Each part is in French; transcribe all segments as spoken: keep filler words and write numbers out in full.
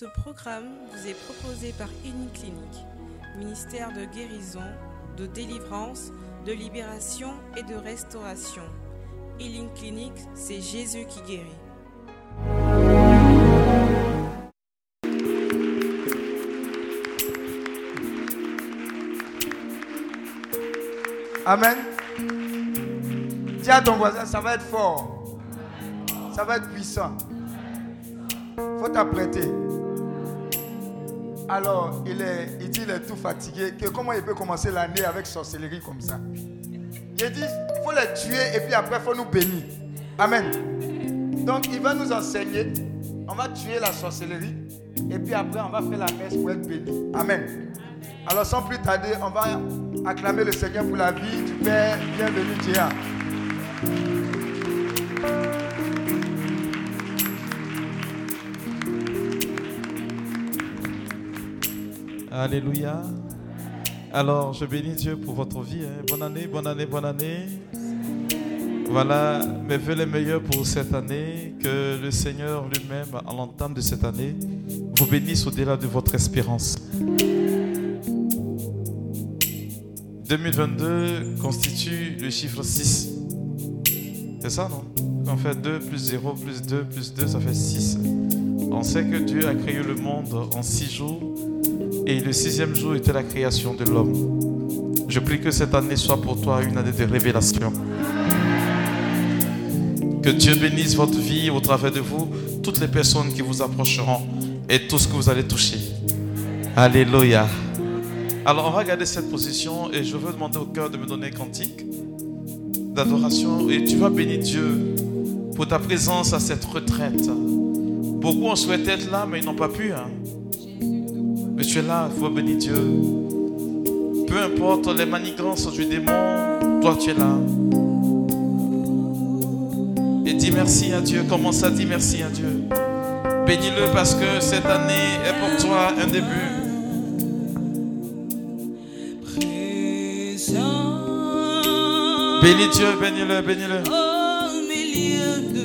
Ce programme vous est proposé par Healing Clinic, ministère de guérison, de délivrance, de libération et de restauration. Healing Clinic, c'est Jésus qui guérit. Amen. Dis à ton voisin, ça va être fort. Ça va être puissant. Faut t'apprêter. Alors, il, est, il dit qu'il est tout fatigué. Que comment il peut commencer l'année avec sorcellerie comme ça? Il dit, il faut les tuer et puis après, il faut nous bénir. Amen. Donc, il va nous enseigner. On va tuer la sorcellerie. Et puis après, on va faire la messe pour être béni. Amen. Alors, sans plus tarder, on va acclamer le Seigneur pour la vie du Père. Bienvenue, Théa. Alléluia. Alors, je bénis Dieu pour votre vie. Hein. Bonne année, bonne année, bonne année. Voilà mes vœux les meilleurs pour cette année. Que le Seigneur lui-même, à l'entame de cette année, vous bénisse au-delà de votre espérance. deux mille vingt-deux constitue le chiffre six. C'est ça, non? On fait deux plus zéro plus deux plus deux, ça fait six. On sait que Dieu a créé le monde en six jours. Et le sixième jour était la création de l'homme. Je prie que cette année soit pour toi une année de révélation. Que Dieu bénisse votre vie au travers de vous, toutes les personnes qui vous approcheront et tout ce que vous allez toucher. Alléluia. Alors on va garder cette position et je veux demander au cœur de me donner un cantique d'adoration. Et tu vas bénir Dieu pour ta présence à cette retraite. Beaucoup ont souhaité être là mais ils n'ont pas pu. Hein. Mais tu es là, il faut bénir Dieu. Peu importe les manigances du démon, toi tu es là. Et dis merci à Dieu. Commence à dire merci à Dieu. Bénis-le parce que cette année est pour toi un début. Bénis Dieu, bénis-le, bénis-le. Au milieu de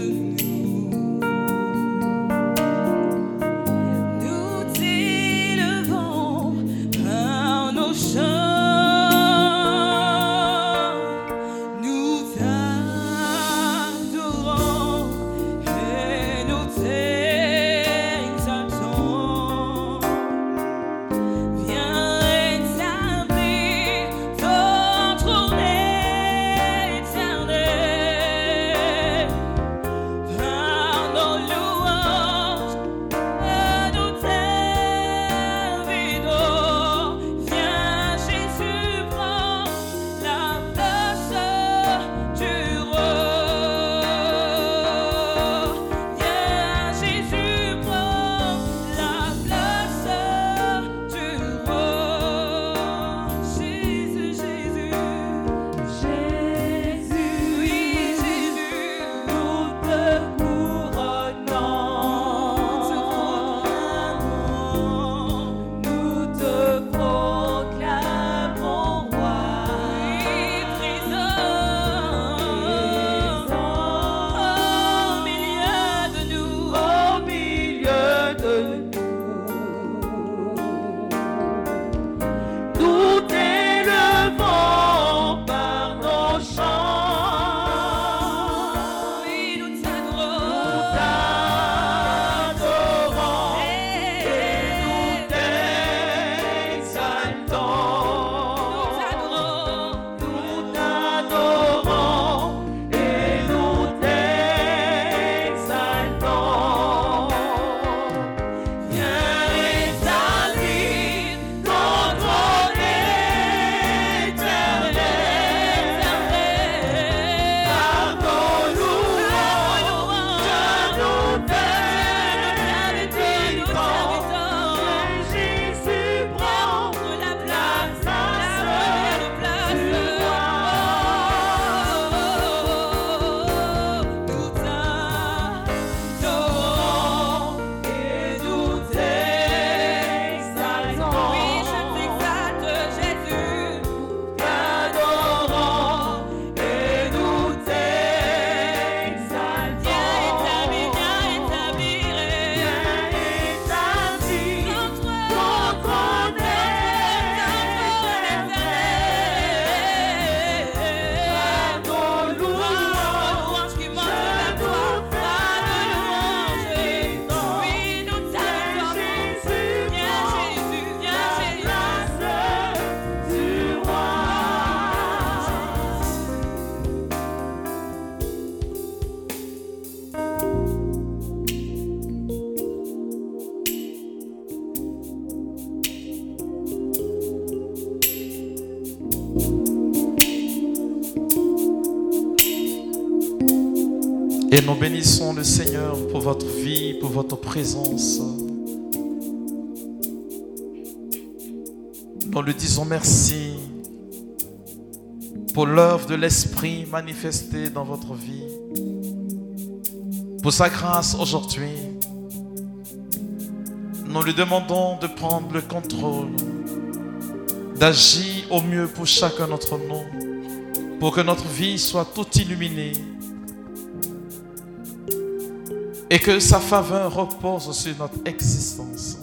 Et nous bénissons le Seigneur pour votre vie, pour votre présence. Nous lui disons merci pour l'œuvre de l'Esprit manifestée dans votre vie, pour sa grâce aujourd'hui. Nous lui demandons de prendre le contrôle, d'agir au mieux pour chacun d'entre nous, pour que notre vie soit toute illuminée et que sa faveur repose sur notre existence.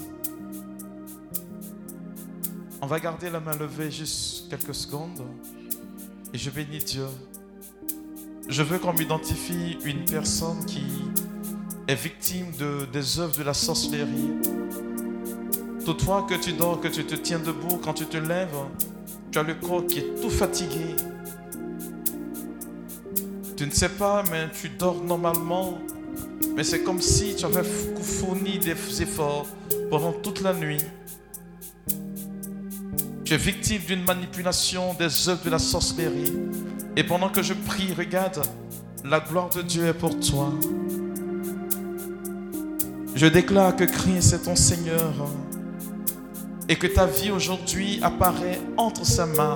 On va garder la main levée juste quelques secondes et je bénis Dieu. Je veux qu'on m'identifie une personne qui est victime de, des œuvres de la sorcellerie. Toutefois que tu dors, que tu te tiens debout, quand tu te lèves, tu as le corps qui est tout fatigué. Tu ne sais pas, mais tu dors normalement. Mais c'est comme si tu avais fourni des efforts pendant toute la nuit. Tu es victime d'une manipulation des œuvres de la sorcellerie. Et pendant que je prie, regarde, la gloire de Dieu est pour toi. Je déclare que Christ est ton Seigneur et que ta vie aujourd'hui apparaît entre ses mains.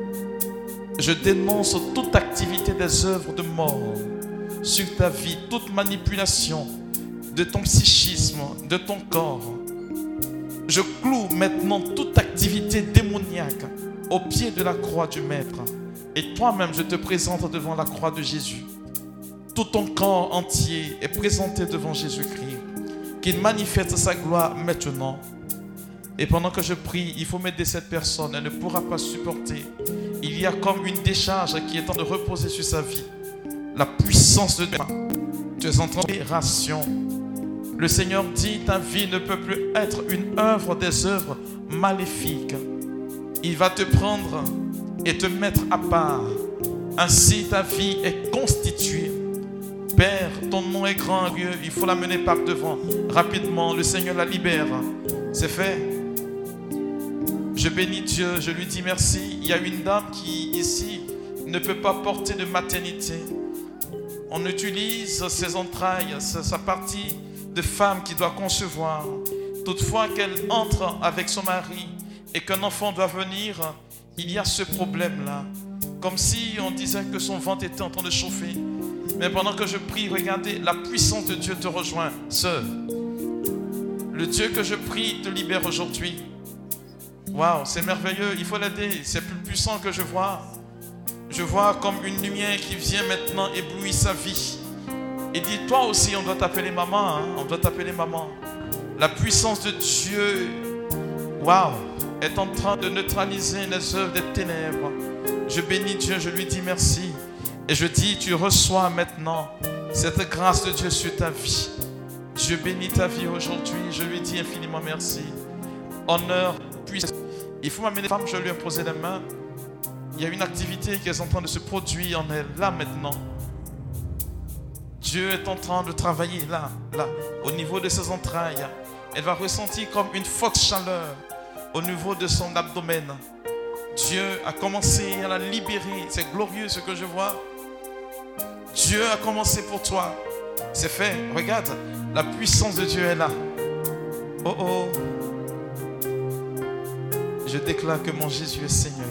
Je dénonce toute activité des œuvres de mort sur ta vie, toute manipulation de ton psychisme, de ton corps. Je cloue maintenant toute activité démoniaque au pied de la croix du Maître. Et toi-même, je te présente devant la croix de Jésus. Tout ton corps entier est présenté devant Jésus-Christ. Qu'il manifeste sa gloire maintenant. Et pendant que je prie, il faut m'aider cette personne. Elle ne pourra pas supporter. Il y a comme une décharge qui est en train de reposer sur sa vie. La puissance de Dieu. Tu es en train de libération. Le Seigneur dit, ta vie ne peut plus être une œuvre des œuvres maléfiques. Il va te prendre et te mettre à part. Ainsi ta vie est constituée. Père, ton nom est grand, Dieu. Il faut l'amener par devant. Rapidement, le Seigneur la libère. C'est fait. Je bénis Dieu, je lui dis merci. Il y a une dame qui, ici, ne peut pas porter de maternité. On utilise ses entrailles, sa partie de femme qui doit concevoir. Toutefois qu'elle entre avec son mari et qu'un enfant doit venir, il y a ce problème-là. Comme si on disait que son ventre était en train de chauffer. Mais pendant que je prie, regardez, la puissance de Dieu te rejoint, sœur. Le Dieu que je prie te libère aujourd'hui. Waouh, c'est merveilleux, il faut l'aider. C'est plus puissant que je vois. Je vois comme une lumière qui vient maintenant éblouir sa vie. Et dit, toi aussi, on doit t'appeler maman. Hein? On doit t'appeler maman. La puissance de Dieu, waouh, est en train de neutraliser les œuvres des ténèbres. Je bénis Dieu, je lui dis merci. Et je dis, tu reçois maintenant cette grâce de Dieu sur ta vie. Je bénis ta vie aujourd'hui. Je lui dis infiniment merci. Honneur, puissance. Il faut m'amener femme, je lui ai posé les mains. Il y a une activité qui est en train de se produire en elle, là maintenant. Dieu est en train de travailler là, là, au niveau de ses entrailles. Elle va ressentir comme une forte chaleur au niveau de son abdomen. Dieu a commencé à la libérer. C'est glorieux ce que je vois. Dieu a commencé pour toi. C'est fait. Regarde, la puissance de Dieu est là. Oh oh. Je déclare que mon Jésus est Seigneur.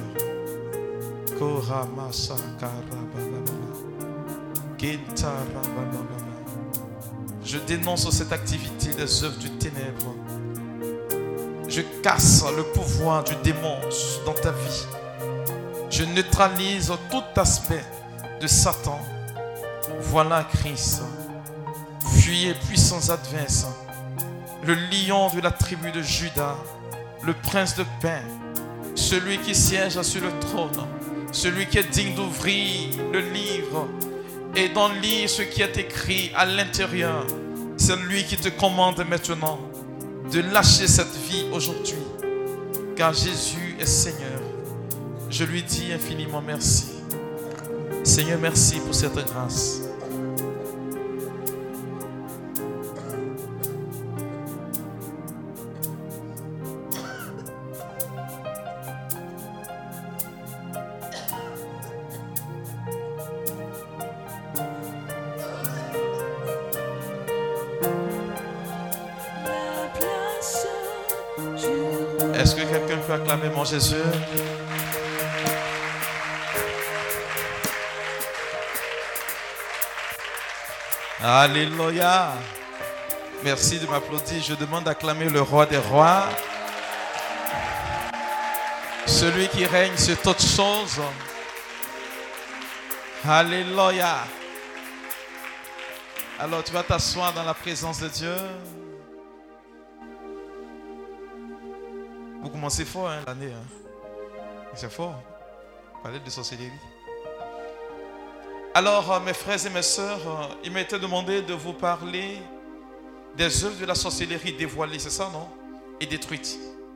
Je dénonce cette activité des œuvres du ténèbre. Je casse le pouvoir du démon dans ta vie. Je neutralise tout aspect de Satan. Voilà Christ. Fuyez puissants adverses. Le lion de la tribu de Juda. Le prince de paix. Celui qui siège sur le trône. Celui qui est digne d'ouvrir le livre et d'en lire ce qui est écrit à l'intérieur. C'est lui qui te commande maintenant de lâcher cette vie aujourd'hui. Car Jésus est Seigneur. Je lui dis infiniment merci. Seigneur, merci pour cette grâce. Est-ce que quelqu'un peut acclamer mon Jésus? Alléluia. Merci de m'applaudir. Je demande d'acclamer le roi des rois. Celui qui règne sur toutes choses. Alléluia. Alors tu vas t'asseoir dans la présence de Dieu. Vous commencez fort hein, l'année. Hein. C'est fort. Parler de sorcellerie. Alors mes frères et mes sœurs, il m'a été demandé de vous parler des œuvres de la sorcellerie dévoilées, c'est ça non? Et détruites.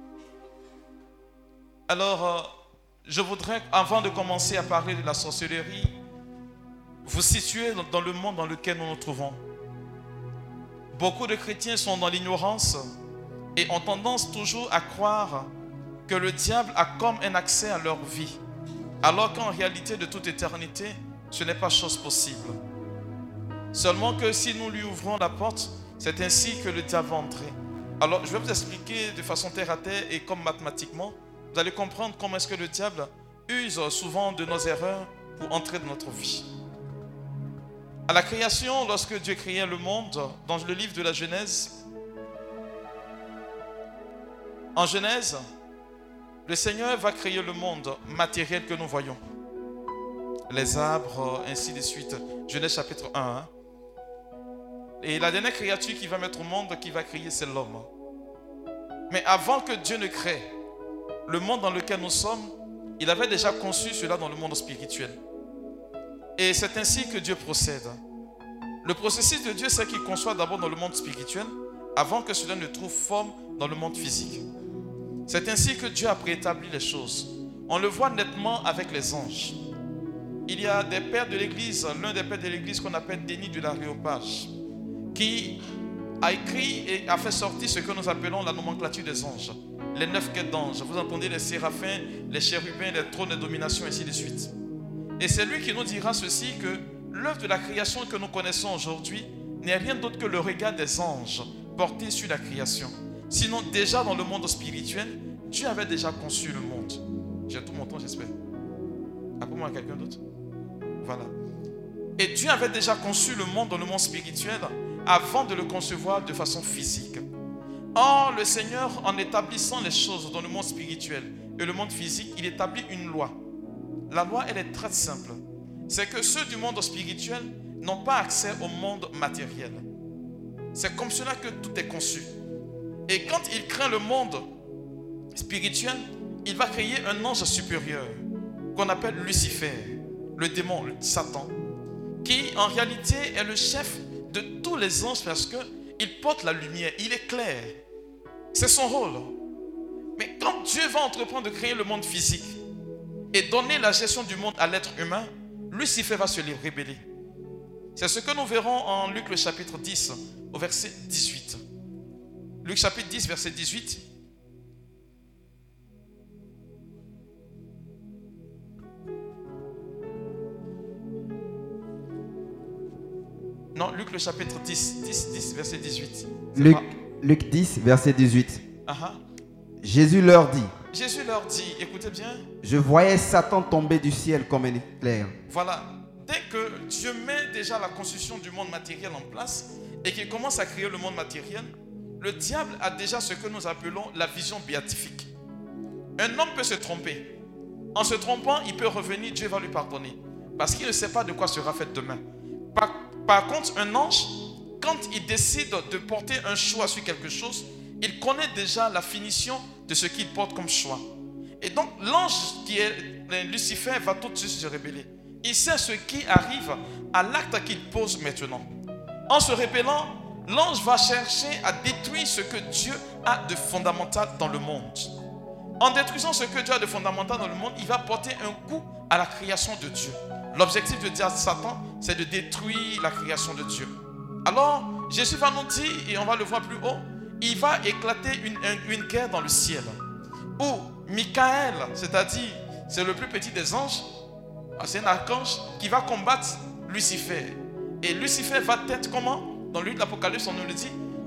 Alors je voudrais, avant de commencer à parler de la sorcellerie, vous situer dans le monde dans lequel nous nous trouvons. Beaucoup de chrétiens sont dans l'ignorance et ont tendance toujours à croire que le diable a comme un accès à leur vie, alors qu'en réalité de toute éternité, ce n'est pas chose possible. Seulement que si nous lui ouvrons la porte, c'est ainsi que le diable va entrer. Alors je vais vous expliquer de façon terre à terre et comme mathématiquement, vous allez comprendre comment est-ce que le diable use souvent de nos erreurs pour entrer dans notre vie. À la création, lorsque Dieu créait le monde, dans le livre de la Genèse, en Genèse, le Seigneur va créer le monde matériel que nous voyons. Les arbres, ainsi de suite. Genèse chapitre un. Hein? Et la dernière créature qui va mettre au monde, qui va créer, c'est l'homme. Mais avant que Dieu ne crée le monde dans lequel nous sommes, il avait déjà conçu cela dans le monde spirituel. Et c'est ainsi que Dieu procède. Le processus de Dieu, c'est qu'il conçoit d'abord dans le monde spirituel avant que cela ne trouve forme dans le monde physique. C'est ainsi que Dieu a préétabli les choses. On le voit nettement avec les anges. Il y a des pères de l'église, l'un des pères de l'église qu'on appelle Denis de l'Aréopage, qui a écrit et a fait sortir ce que nous appelons la nomenclature des anges. Les neuf quêtes d'anges. Vous entendez les séraphins, les chérubins, les trônes de domination, ainsi de suite. Et c'est lui qui nous dira ceci, que l'œuvre de la création que nous connaissons aujourd'hui n'est rien d'autre que le regard des anges portés sur la création. Sinon, déjà dans le monde spirituel, Dieu avait déjà conçu le monde. J'ai tout mon temps, j'espère. Après moi, quelqu'un d'autre? Voilà. Et Dieu avait déjà conçu le monde dans le monde spirituel avant de le concevoir de façon physique. Or, le Seigneur, en établissant les choses dans le monde spirituel et le monde physique, il établit une loi. La loi, elle est très simple. C'est que ceux du monde spirituel n'ont pas accès au monde matériel. C'est comme cela que tout est conçu. Et quand il crée le monde spirituel, il va créer un ange supérieur qu'on appelle Lucifer, le démon, le Satan, qui en réalité est le chef de tous les anges parce qu'il porte la lumière, il éclaire. C'est son rôle. Mais quand Dieu va entreprendre de créer le monde physique et donner la gestion du monde à l'être humain, Lucifer va se rébeller. C'est ce que nous verrons en Luc le chapitre dix, au verset dix-huit. Luc chapitre dix, verset dix-huit. Non, Luc le chapitre dix, dix, dix, verset dix-huit. Luc, Luc dix, verset dix-huit. Uh-huh. Jésus leur dit. Jésus leur dit, écoutez bien. Je voyais Satan tomber du ciel comme un éclair. Voilà. Dès que Dieu met déjà la construction du monde matériel en place et qu'il commence à créer le monde matériel, le diable a déjà ce que nous appelons la vision béatifique. Un homme peut se tromper. En se trompant, il peut revenir, Dieu va lui pardonner. Parce qu'il ne sait pas de quoi sera fait demain. Par, par contre, un ange, quand il décide de porter un choix sur quelque chose, il connaît déjà la finition de ce qu'il porte comme choix. Et donc, l'ange qui est Lucifer va tout de suite se rébeller. Il sait ce qui arrive à l'acte qu'il pose maintenant. En se rébellant, l'ange va chercher à détruire ce que Dieu a de fondamental dans le monde. En détruisant ce que Dieu a de fondamental dans le monde, il va porter un coup à la création de Dieu. L'objectif de dire à Satan, c'est de détruire la création de Dieu. Alors, Jésus va nous dire, et on va le voir plus haut, il va éclater une, une, une guerre dans le ciel. Où Michael, c'est-à-dire, c'est le plus petit des anges, c'est un archange qui va combattre Lucifer. Et Lucifer va être comment? Dans le livre de l'Apocalypse, on nous le dit,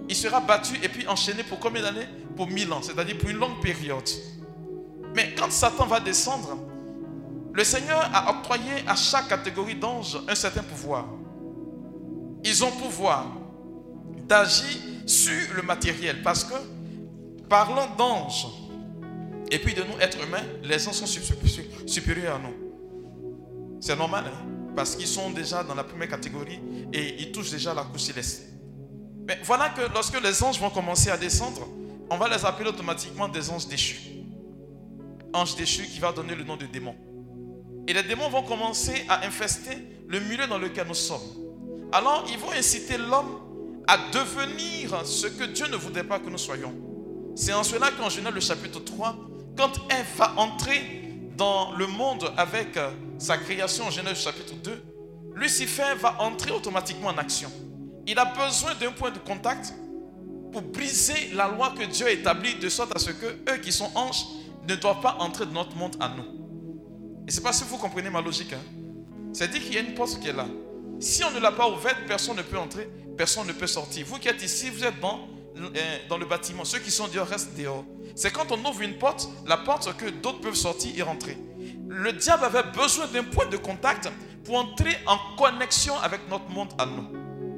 il sera battu et puis enchaîné pour combien d'années? Pour mille ans, c'est-à-dire pour une longue période. Mais quand Satan va descendre, le Seigneur a octroyé à chaque catégorie d'anges un certain pouvoir. Ils ont pouvoir d'agir sur le matériel parce que, parlant d'anges et puis de nous êtres humains, les anges sont supérieurs à nous. C'est normal, hein? Parce qu'ils sont déjà dans la première catégorie et ils touchent déjà la couche céleste. Mais voilà que lorsque les anges vont commencer à descendre, on va les appeler automatiquement des anges déchus. Anges déchus qui va donner le nom de démons. Et les démons vont commencer à infester le milieu dans lequel nous sommes. Alors ils vont inciter l'homme à devenir ce que Dieu ne voudrait pas que nous soyons. C'est en cela qu'en Genèse le chapitre trois, quand Ève va entrer dans le monde avec sa création en Genèse chapitre deux, Lucifer va entrer automatiquement en action. Il a besoin d'un point de contact pour briser la loi que Dieu a établie de sorte à ce que eux qui sont anges ne doivent pas entrer dans notre monde à nous. Et c'est pas si vous comprenez ma logique. Hein? C'est-à-dire qu'il y a une porte qui est là. Si on ne l'a pas ouverte, personne ne peut entrer, personne ne peut sortir. Vous qui êtes ici, vous êtes dans, euh, dans le bâtiment. Ceux qui sont dehors restent dehors. C'est quand on ouvre une porte, la porte que d'autres peuvent sortir et rentrer. Le diable avait besoin d'un point de contact pour entrer en connexion avec notre monde à nous.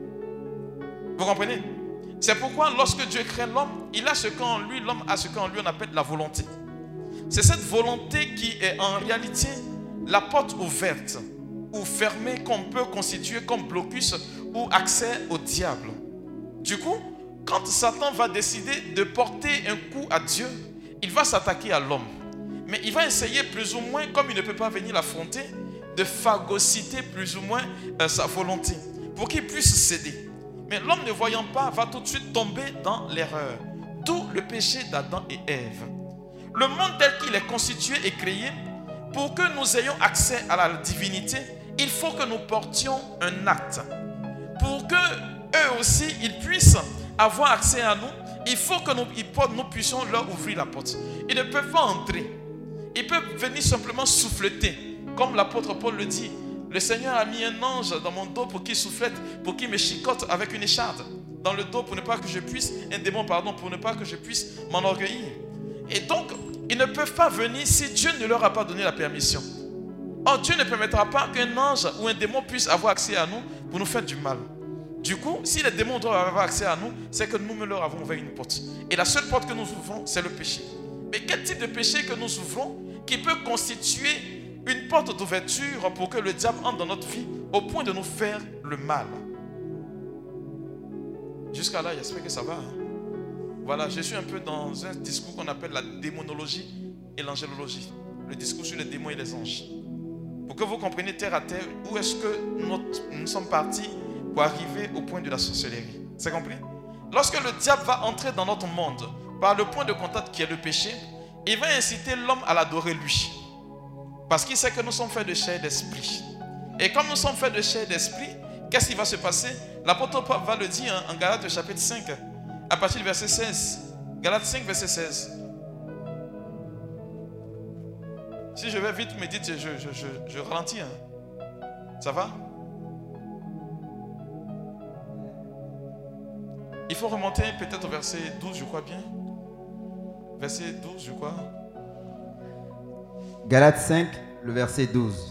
Vous comprenez? C'est pourquoi lorsque Dieu crée l'homme, il a ce qu'en lui, l'homme a ce qu'en lui on appelle la volonté. C'est cette volonté qui est en réalité la porte ouverte ou fermée qu'on peut constituer comme blocus ou accès au diable. Du coup, quand Satan va décider de porter un coup à Dieu, il va s'attaquer à l'homme. Mais il va essayer plus ou moins, comme il ne peut pas venir l'affronter, de phagocyter plus ou moins euh, sa volonté pour qu'il puisse céder. Mais l'homme ne voyant pas va tout de suite tomber dans l'erreur. D'où le péché d'Adam et Ève. Le monde tel qu'il est constitué et créé, pour que nous ayons accès à la divinité, il faut que nous portions un acte. Pour que eux aussi, ils puissent avoir accès à nous, il faut que nous, nous puissions leur ouvrir la porte. Ils ne peuvent pas entrer. Ils peuvent venir simplement souffleter. Comme l'apôtre Paul le dit, le Seigneur a mis un ange dans mon dos pour qu'il soufflette, pour qu'il me chicote avec une écharde dans le dos pour ne pas que je puisse, un démon pardon, pour ne pas que je puisse m'enorgueillir. Et donc, ils ne peuvent pas venir si Dieu ne leur a pas donné la permission. Or, Dieu ne permettra pas qu'un ange ou un démon puisse avoir accès à nous pour nous faire du mal. Du coup, si les démons doivent avoir accès à nous, c'est que nous leur avons ouvert une porte. Et la seule porte que nous ouvrons, c'est le péché. Mais quel type de péché que nous ouvrons qui peut constituer une porte d'ouverture pour que le diable entre dans notre vie au point de nous faire le mal? Jusqu'à là, j'espère que ça va. Hein? Voilà, je suis un peu dans un discours qu'on appelle la démonologie et l'angélologie. Le discours sur les démons et les anges. Pour que vous compreniez terre à terre où est-ce que notre, nous sommes partis pour arriver au point de la sorcellerie. C'est compris? Lorsque le diable va entrer dans notre monde par le point de contact qui est le péché, il va inciter l'homme à l'adorer lui. Parce qu'il sait que nous sommes faits de chair et d'esprit. Et comme nous sommes faits de chair et d'esprit, qu'est-ce qui va se passer? L'apôtre Paul va le dire en Galates chapitre cinq, à partir du verset seize. Galates cinq, verset seize. Si je vais vite, vous me dites, je, je, je, je ralentis. Hein. Ça va? Il faut remonter peut-être au verset douze, je crois bien. Verset douze, je crois. Galates cinq, le verset douze.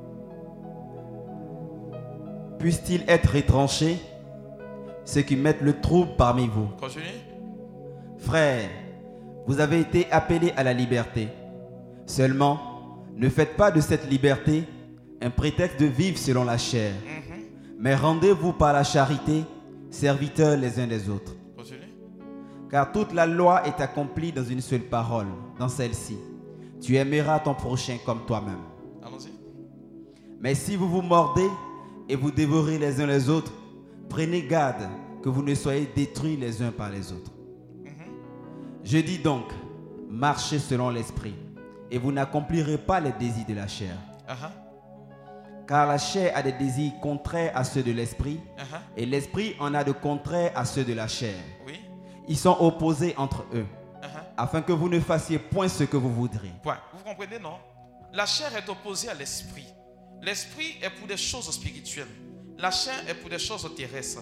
Puisse-t-il être retranché ceux qui mettent le trouble parmi vous? Continue. Frères, vous avez été appelés à la liberté. Seulement, ne faites pas de cette liberté un prétexte de vivre selon la chair, mm-hmm. mais rendez-vous par la charité, serviteurs les uns des autres. Continue. Car toute la loi est accomplie dans une seule parole, dans celle-ci. Tu aimeras ton prochain comme toi-même. Allons-y. Mais si vous vous mordez et vous dévorez les uns les autres, prenez garde que vous ne soyez détruits les uns par les autres. Mm-hmm. Je dis donc, marchez selon l'esprit, et vous n'accomplirez pas les désirs de la chair. Uh-huh. Car la chair a des désirs contraires à ceux de l'esprit, uh-huh. et l'esprit en a de contraires à ceux de la chair. Oui. Ils sont opposés entre eux, uh-huh. afin que vous ne fassiez point ce que vous voudrez. Point. Vous comprenez, non? La chair est opposée à l'esprit. L'esprit est pour des choses spirituelles. La chair est pour des choses terrestres.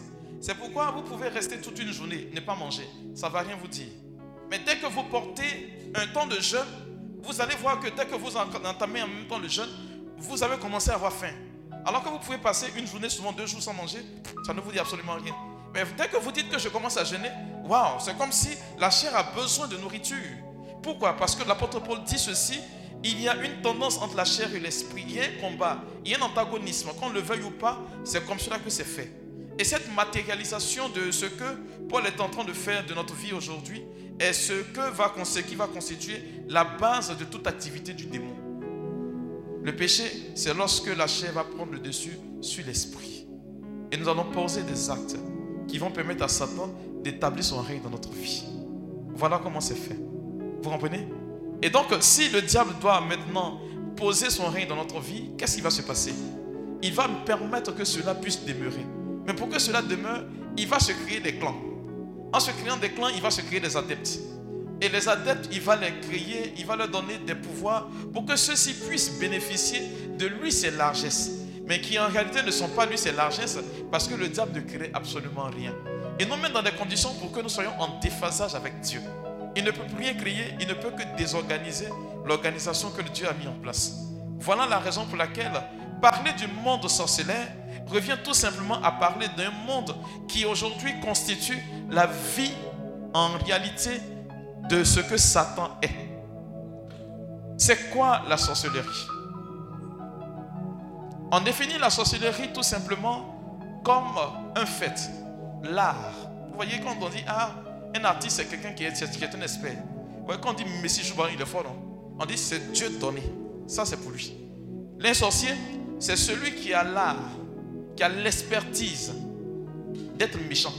C'est pourquoi vous pouvez rester toute une journée, ne pas manger. Ça ne va rien vous dire. Mais dès que vous portez un temps de jeûne, vous allez voir que dès que vous entamez en même temps le jeûne, vous avez commencé à avoir faim. Alors que vous pouvez passer une journée, souvent deux jours sans manger, ça ne vous dit absolument rien. Mais dès que vous dites que je commence à jeûner, waouh, c'est comme si la chair a besoin de nourriture. Pourquoi? Parce que l'apôtre Paul dit ceci, il y a une tendance entre la chair et l'esprit. Il y a un combat, il y a un antagonisme. Qu'on le veuille ou pas, c'est comme cela que c'est fait. Et cette matérialisation de ce que Paul est en train de faire de notre vie aujourd'hui est ce, que va, ce qui va constituer la base de toute activité du démon. Le péché, c'est lorsque la chair va prendre le dessus sur l'esprit. Et nous allons poser des actes qui vont permettre à Satan d'établir son règne dans notre vie. Voilà comment c'est fait. Vous comprenez? Et donc, si le diable doit maintenant poser son règne dans notre vie, qu'est-ce qui va se passer? Il va permettre que cela puisse demeurer. Mais pour que cela demeure, il va se créer des clans. En se créant des clans, il va se créer des adeptes. Et les adeptes, il va les créer, il va leur donner des pouvoirs pour que ceux-ci puissent bénéficier de lui, ses largesses. Mais qui en réalité ne sont pas lui, ses largesses, parce que le diable ne crée absolument rien. Et nous met dans des conditions pour que nous soyons en déphasage avec Dieu. Il ne peut plus rien créer, il ne peut que désorganiser l'organisation que Dieu a mis en place. Voilà la raison pour laquelle parler du monde sorcellaire revient tout simplement à parler d'un monde qui aujourd'hui constitue la vie en réalité de ce que Satan est. C'est quoi la sorcellerie? On définit la sorcellerie tout simplement comme un fait, l'art. Vous voyez, quand on dit art, un artiste c'est quelqu'un qui est, qui est un expert. Vous voyez, quand on dit Messie Jouban, il est fort, non? On dit c'est Dieu donné. Ça c'est pour lui. L'un sorcier, c'est celui qui a l'art, qui a l'expertise d'être méchant.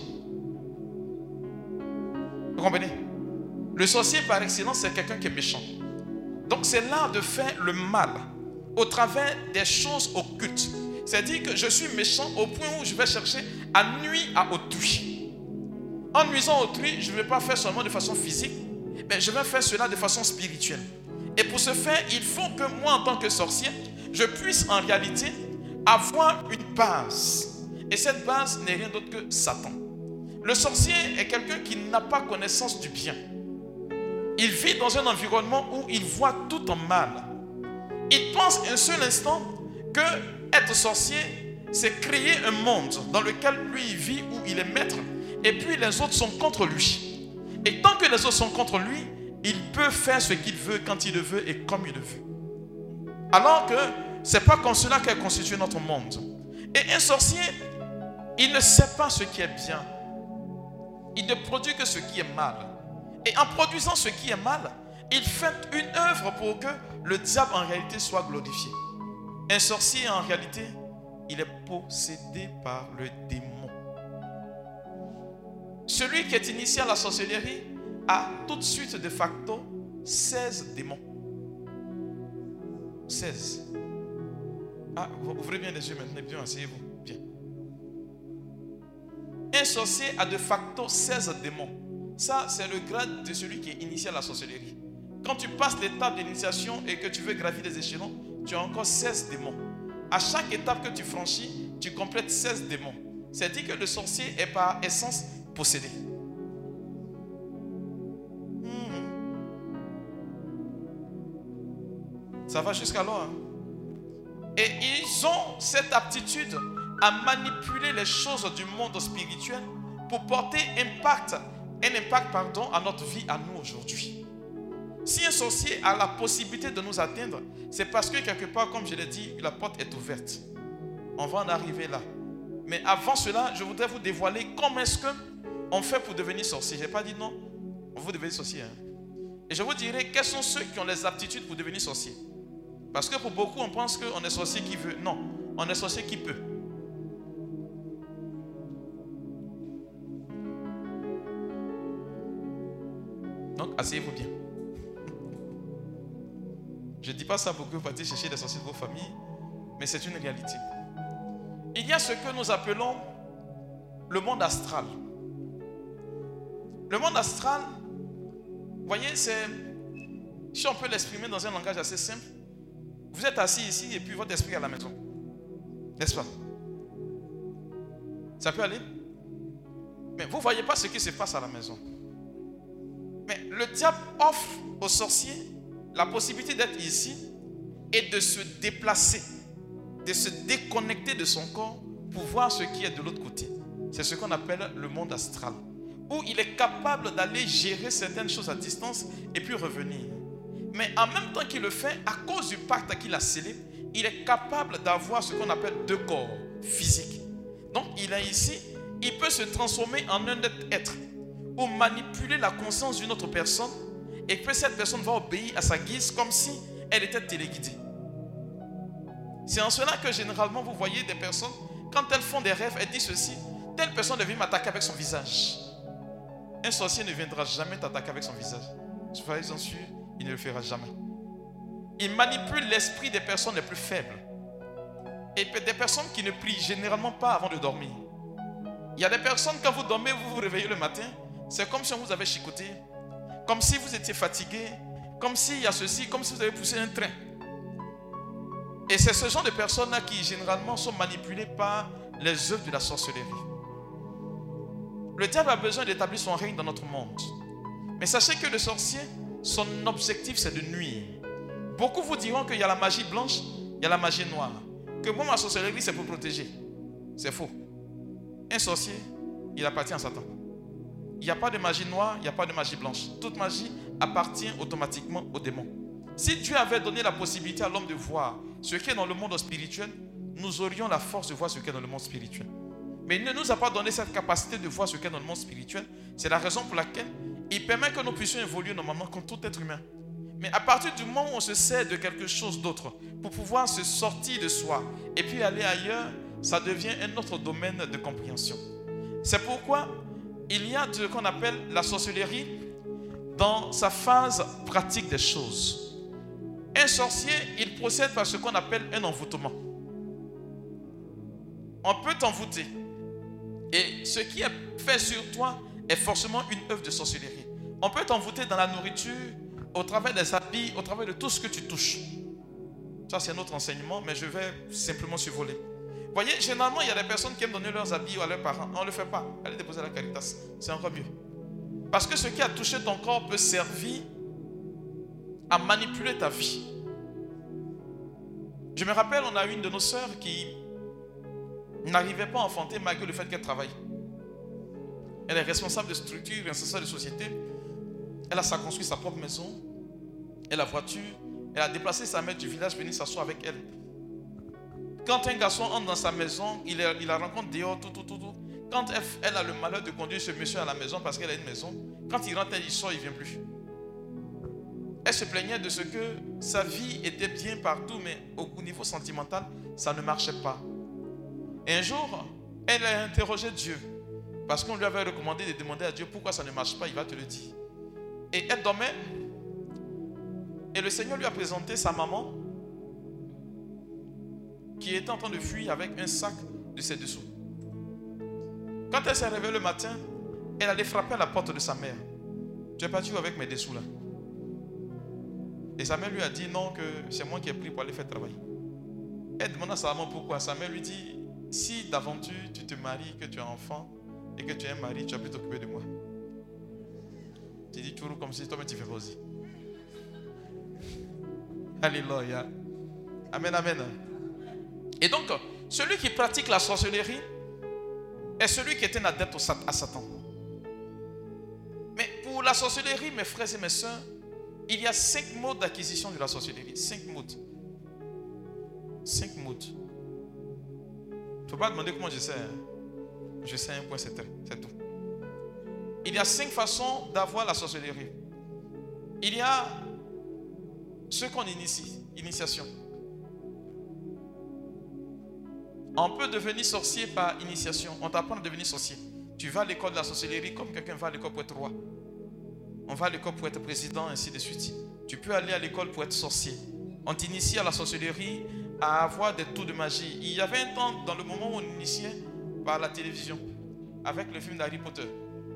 Vous comprenez? Le sorcier par excellence, c'est quelqu'un qui est méchant. Donc c'est l'art de faire le mal au travers des choses occultes. C'est-à-dire que je suis méchant au point où je vais chercher à nuire à autrui. En nuisant à autrui, je ne vais pas faire seulement de façon physique, mais je vais faire cela de façon spirituelle. Et pour ce faire, il faut que moi, en tant que sorcier, je puisse en réalité avoir une base. Et cette base n'est rien d'autre que Satan. Le sorcier est quelqu'un qui n'a pas connaissance du bien. Il vit dans un environnement où il voit tout en mal. Il pense un seul instant que être sorcier, c'est créer un monde dans lequel lui il vit, où il est maître, et puis les autres sont contre lui. Et tant que les autres sont contre lui, il peut faire ce qu'il veut, quand il le veut et comme il le veut. Alors que ce n'est pas comme cela qu'est constitué notre monde. Et un sorcier, il ne sait pas ce qui est bien. Il ne produit que ce qui est mal. Et en produisant ce qui est mal, il fait une œuvre pour que le diable en réalité soit glorifié. Un sorcier en réalité, il est possédé par le démon. Celui qui est initié à la sorcellerie a tout de suite de facto seize démons. seize. Ah, ouvrez bien les yeux maintenant, bien, asseyez-vous. Bien. Un sorcier a de facto seize démons. Ça, c'est le grade de celui qui est initié à la sorcellerie. Quand tu passes l'étape d'initiation et que tu veux gravir les échelons, tu as encore seize démons. À chaque étape que tu franchis, tu complètes seize démons. C'est-à-dire que le sorcier est par essence possédé. Hmm. Ça va jusqu'alors. Hein? Et ils ont cette aptitude à manipuler les choses du monde spirituel pour porter impact, un impact pardon, à notre vie, à nous aujourd'hui. Si un sorcier a la possibilité de nous atteindre, c'est parce que quelque part, comme je l'ai dit, la porte est ouverte. On va en arriver là. Mais avant cela, je voudrais vous dévoiler comment est-ce qu'on fait pour devenir sorcier. Je n'ai pas dit non, vous devenez sorcier. Hein? Et je vous dirai quels sont ceux qui ont les aptitudes pour devenir sorcier. Parce que pour beaucoup, on pense qu'on est sorcier qui veut. Non, on est sorcier qui peut. Donc, asseyez-vous bien. Je ne dis pas ça pour que vous partiez chercher des sorciers de vos familles, mais c'est une réalité. Il y a ce que nous appelons le monde astral. Le monde astral, vous voyez, c'est, si on peut l'exprimer dans un langage assez simple, vous êtes assis ici et puis votre esprit est à la maison. N'est-ce pas? Ça peut aller? Mais vous ne voyez pas ce qui se passe à la maison. Mais le diable offre aux sorciers la possibilité d'être ici et de se déplacer, de se déconnecter de son corps pour voir ce qui est de l'autre côté. C'est ce qu'on appelle le monde astral, où il est capable d'aller gérer certaines choses à distance et puis revenir. Mais en même temps qu'il le fait, à cause du pacte qu'il a scellé, il est capable d'avoir ce qu'on appelle deux corps physiques. Donc il est ici, il peut se transformer en un autre être ou manipuler la conscience d'une autre personne et que cette personne va obéir à sa guise comme si elle était téléguidée. C'est en cela que généralement vous voyez des personnes, quand elles font des rêves, elles disent ceci: telle personne devait m'attaquer avec son visage. Un sorcier ne viendra jamais t'attaquer avec son visage. Soyez-en sûrs, il ne le fera jamais. Il manipule l'esprit des personnes les plus faibles. Et des personnes qui ne prient généralement pas avant de dormir. Il y a des personnes, quand vous dormez, vous vous réveillez le matin, c'est comme si on vous avait chicoté, comme si vous étiez fatigué, comme s'il y a ceci, comme si vous avez poussé un train. Et c'est ce genre de personnes-là qui généralement sont manipulées par les œuvres de la sorcellerie. Le diable a besoin d'établir son règne dans notre monde. Mais sachez que le sorcier, son objectif c'est de nuire. Beaucoup vous diront qu'il y a la magie blanche, il y a la magie noire. Que moi, ma sorcellerie, c'est pour protéger. C'est faux. Un sorcier, il appartient à Satan. Il n'y a pas de magie noire, il n'y a pas de magie blanche. Toute magie appartient automatiquement au démon. Si Dieu avait donné la possibilité à l'homme de voir ce qui est dans le monde spirituel, nous aurions la force de voir ce qui est dans le monde spirituel. Mais il ne nous a pas donné cette capacité de voir ce qui est dans le monde spirituel. C'est la raison pour laquelle il permet que nous puissions évoluer normalement comme tout être humain. Mais à partir du moment où on se sert de quelque chose d'autre pour pouvoir se sortir de soi et puis aller ailleurs, ça devient un autre domaine de compréhension. C'est pourquoi il y a ce qu'on appelle la sorcellerie dans sa phase pratique des choses. Un sorcier, il procède par ce qu'on appelle un envoûtement. On peut t'envoûter. Et ce qui est fait sur toi est forcément une œuvre de sorcellerie. On peut t'envoûter dans la nourriture, au travers des habits, au travers de tout ce que tu touches. Ça, c'est un autre enseignement, mais je vais simplement survoler. Vous voyez, généralement, il y a des personnes qui aiment donner leurs habits à leurs parents. On ne le fait pas. Allez déposer à la Caritas. C'est encore mieux. Parce que ce qui a touché ton corps peut servir à manipuler ta vie. Je me rappelle, on a une de nos sœurs qui n'arrivait pas à enfanter malgré le fait qu'elle travaille. Elle est responsable de structure, responsable de société. Elle a construit sa propre maison. Elle a la voiture. Elle a déplacé sa mère du village venir s'asseoir avec elle. Quand un garçon entre dans sa maison, il, est, il la rencontre dehors, tout, tout, tout, tout. Quand elle, elle a le malheur de conduire ce monsieur à la maison parce qu'elle a une maison, quand il rentre, il sort, il ne vient plus. Elle se plaignait de ce que sa vie était bien partout, mais au niveau sentimental, ça ne marchait pas. Et un jour, elle a interrogé Dieu parce qu'on lui avait recommandé de demander à Dieu pourquoi ça ne marche pas, il va te le dire. Et elle dormait et le Seigneur lui a présenté sa maman qui était en train de fuir avec un sac de ses dessous. Quand elle s'est réveillée le matin, elle allait frapper à la porte de sa mère. Tu es parti où avec mes dessous là? Et sa mère lui a dit non, que c'est moi qui ai pris pour aller faire travail. Elle demande à sa maman pourquoi. Sa mère lui dit, si d'aventure tu te maries, que tu as un enfant et que tu es un mari, tu as pu t'occuper de moi. Tu dis toujours comme si toi-même tu fais aussi. Alléluia. Amen, amen. Et donc, celui qui pratique la sorcellerie est celui qui est un adepte à Satan. Mais pour la sorcellerie, mes frères et mes soeurs, il y a cinq modes d'acquisition de la sorcellerie. Cinq modes. Cinq modes. Il ne faut pas demander comment je sais. Je sais un point, c'est tout. Il y a cinq façons d'avoir la sorcellerie. Il y a ce qu'on initie, initiation. On peut devenir sorcier par initiation. On t'apprend à devenir sorcier. Tu vas à l'école de la sorcellerie comme quelqu'un va à l'école pour être roi. On va à l'école pour être président, ainsi de suite. Tu peux aller à l'école pour être sorcier. On t'initie à la sorcellerie, à avoir des tours de magie. Il y avait un temps, dans le moment où on initiait par la télévision, avec le film d'Harry Potter.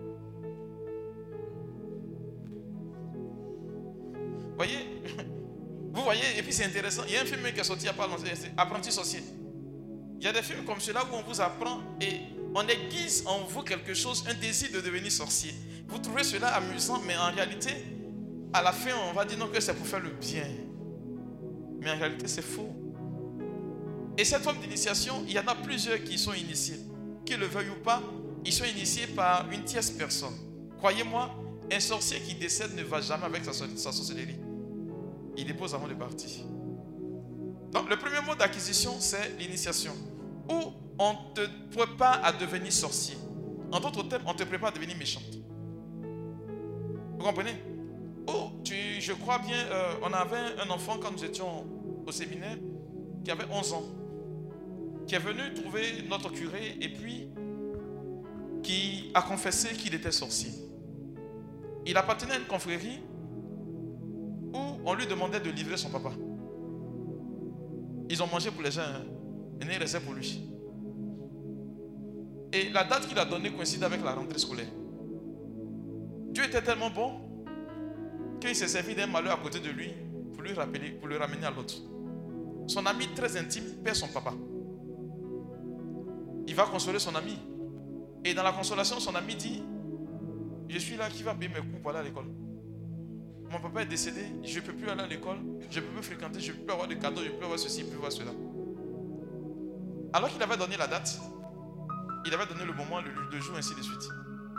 Vous voyez? Vous voyez? Et puis c'est intéressant. Il y a un film qui est sorti il n'y a pas longtemps, c'est Apprenti sorcier. Il y a des films comme cela où on vous apprend et on aiguise en vous quelque chose, un désir de devenir sorcier. Vous trouvez cela amusant, mais en réalité, à la fin, on va dire non que c'est pour faire le bien. Mais en réalité, c'est faux. Et cette forme d'initiation, il y en a plusieurs qui sont initiés. Qu'ils le veuillent ou pas, ils sont initiés par une tierce personne. Croyez-moi, un sorcier qui décède ne va jamais avec sa, sa sorcellerie. Il dépose avant de partir. Donc, le premier mot d'acquisition, c'est l'initiation. Où on te prépare à devenir sorcier. En d'autres termes, on te prépare à devenir méchante. Vous comprenez? Où tu, je crois bien, euh, on avait un enfant quand nous étions au séminaire qui avait onze ans, qui est venu trouver notre curé et puis qui a confessé qu'il était sorcier. Il appartenait à une confrérie où on lui demandait de livrer son papa. Ils ont mangé pour les gens, hein, et il restait pour lui. Et la date qu'il a donnée coïncide avec la rentrée scolaire. Dieu était tellement bon qu'il s'est servi d'un malheur à côté de lui pour lui rappeler, pour le ramener à l'autre. Son ami très intime perd son papa. Il va consoler son ami. Et dans la consolation, son ami dit: je suis là, qui va payer mes cours pour aller à l'école? Mon papa est décédé, je ne peux plus aller à l'école, je ne peux plus fréquenter, je ne peux plus avoir de cadeaux, je ne peux plus avoir ceci, je ne peux plus avoir cela. Alors qu'il avait donné la date, il avait donné le moment, le, le jour, ainsi de suite.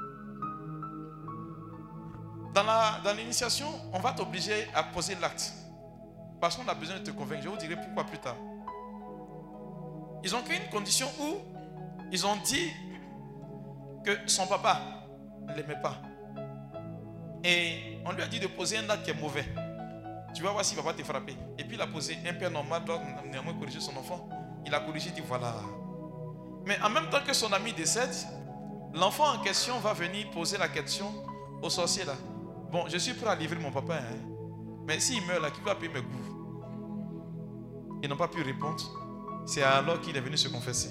Dans, la, dans l'initiation, on va t'obliger à poser l'acte. Parce qu'on a besoin de te convaincre. Je vous dirai pourquoi plus tard. Ils ont créé une condition où ils ont dit que son papa ne l'aimait pas. Et on lui a dit de poser un acte qui est mauvais. Tu vas voir si papa te frapper. Et puis il a posé un père normal, doit néanmoins corriger son enfant. Il a corrigé, il dit voilà. Mais en même temps que son ami décède, l'enfant en question va venir poser la question au sorcier là. Bon, je suis prêt à livrer mon papa, hein. Mais s'il meurt là, qui va payer mes cours? Ils n'ont pas pu répondre. C'est alors qu'il est venu se confesser.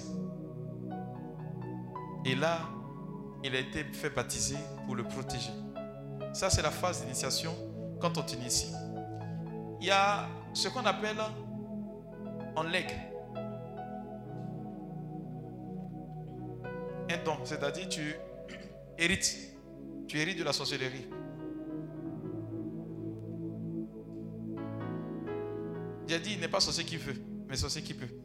Et là, il a été fait baptiser pour le protéger. Ça, c'est la phase d'initiation quand on t'initie. Il y a ce qu'on appelle un legs. Un don, c'est-à-dire tu hérites. Tu hérites de la sorcellerie. J'ai dit, il n'est pas sorcier qui veut, mais sorcier qui peut.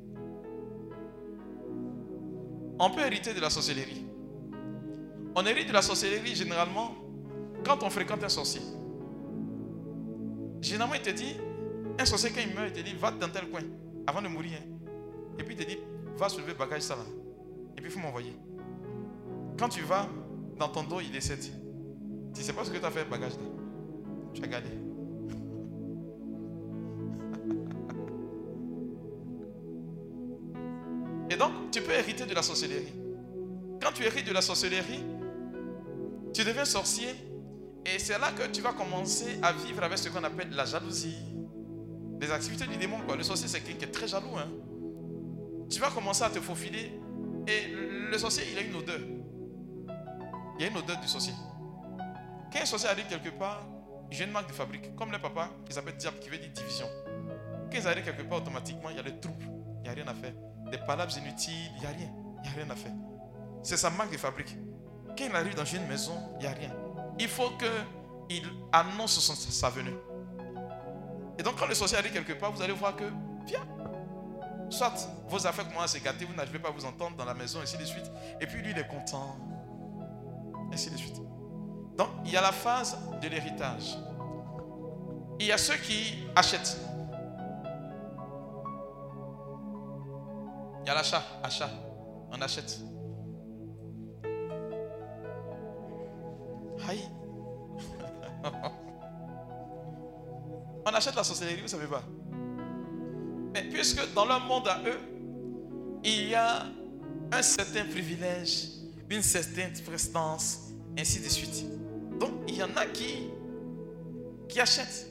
On peut hériter de la sorcellerie. On hérite de la sorcellerie généralement quand on fréquente un sorcier. Généralement, il te dit, un sorcier quand il meurt, il te dit, va dans tel coin, avant de mourir. Hein. Et puis il te dit, va soulever le bagage, ça là. Et puis il faut m'envoyer. Quand tu vas, dans ton dos, il décède. Tu ne sais pas ce que tu as fait le bagage là. Tu as gardé. Et donc, tu peux hériter de la sorcellerie. Quand tu hérites de la sorcellerie, tu deviens sorcier. Et c'est là que tu vas commencer à vivre avec ce qu'on appelle la jalousie. Les activités du démon, quoi. Le sorcier, c'est quelqu'un qui est très jaloux. Hein. Tu vas commencer à te faufiler. Et le sorcier, il a une odeur. Il y a une odeur du sorcier. Quand un sorcier arrive quelque part, il a une marque de fabrique. Comme le papa, qui s'appelle diable, qui veut dire division. Quand ils arrivent quelque part, automatiquement, il y a le trouble. Il n'y a rien à faire. Des palabres inutiles, il n'y a rien. Il n'y a rien à faire. C'est sa marque de fabrique. Quand il arrive dans une maison, il n'y a rien. Il faut qu'il annonce son, sa venue. Et donc, quand le sorcier arrive quelque part, vous allez voir que, viens. Soit vos affaires commencent à se gâter, vous n'arrivez pas à vous entendre dans la maison, ainsi de suite. Et puis lui, il est content. Ainsi de suite. Donc, il y a la phase de l'héritage. Il y a ceux qui achètent. Il y a l'achat, achat. On achète. Aïe. On achète la sorcellerie, vous ne savez pas. Mais puisque dans leur monde à eux, il y a un certain privilège, une certaine prestance, ainsi de suite. Donc, il y en a qui, qui achètent.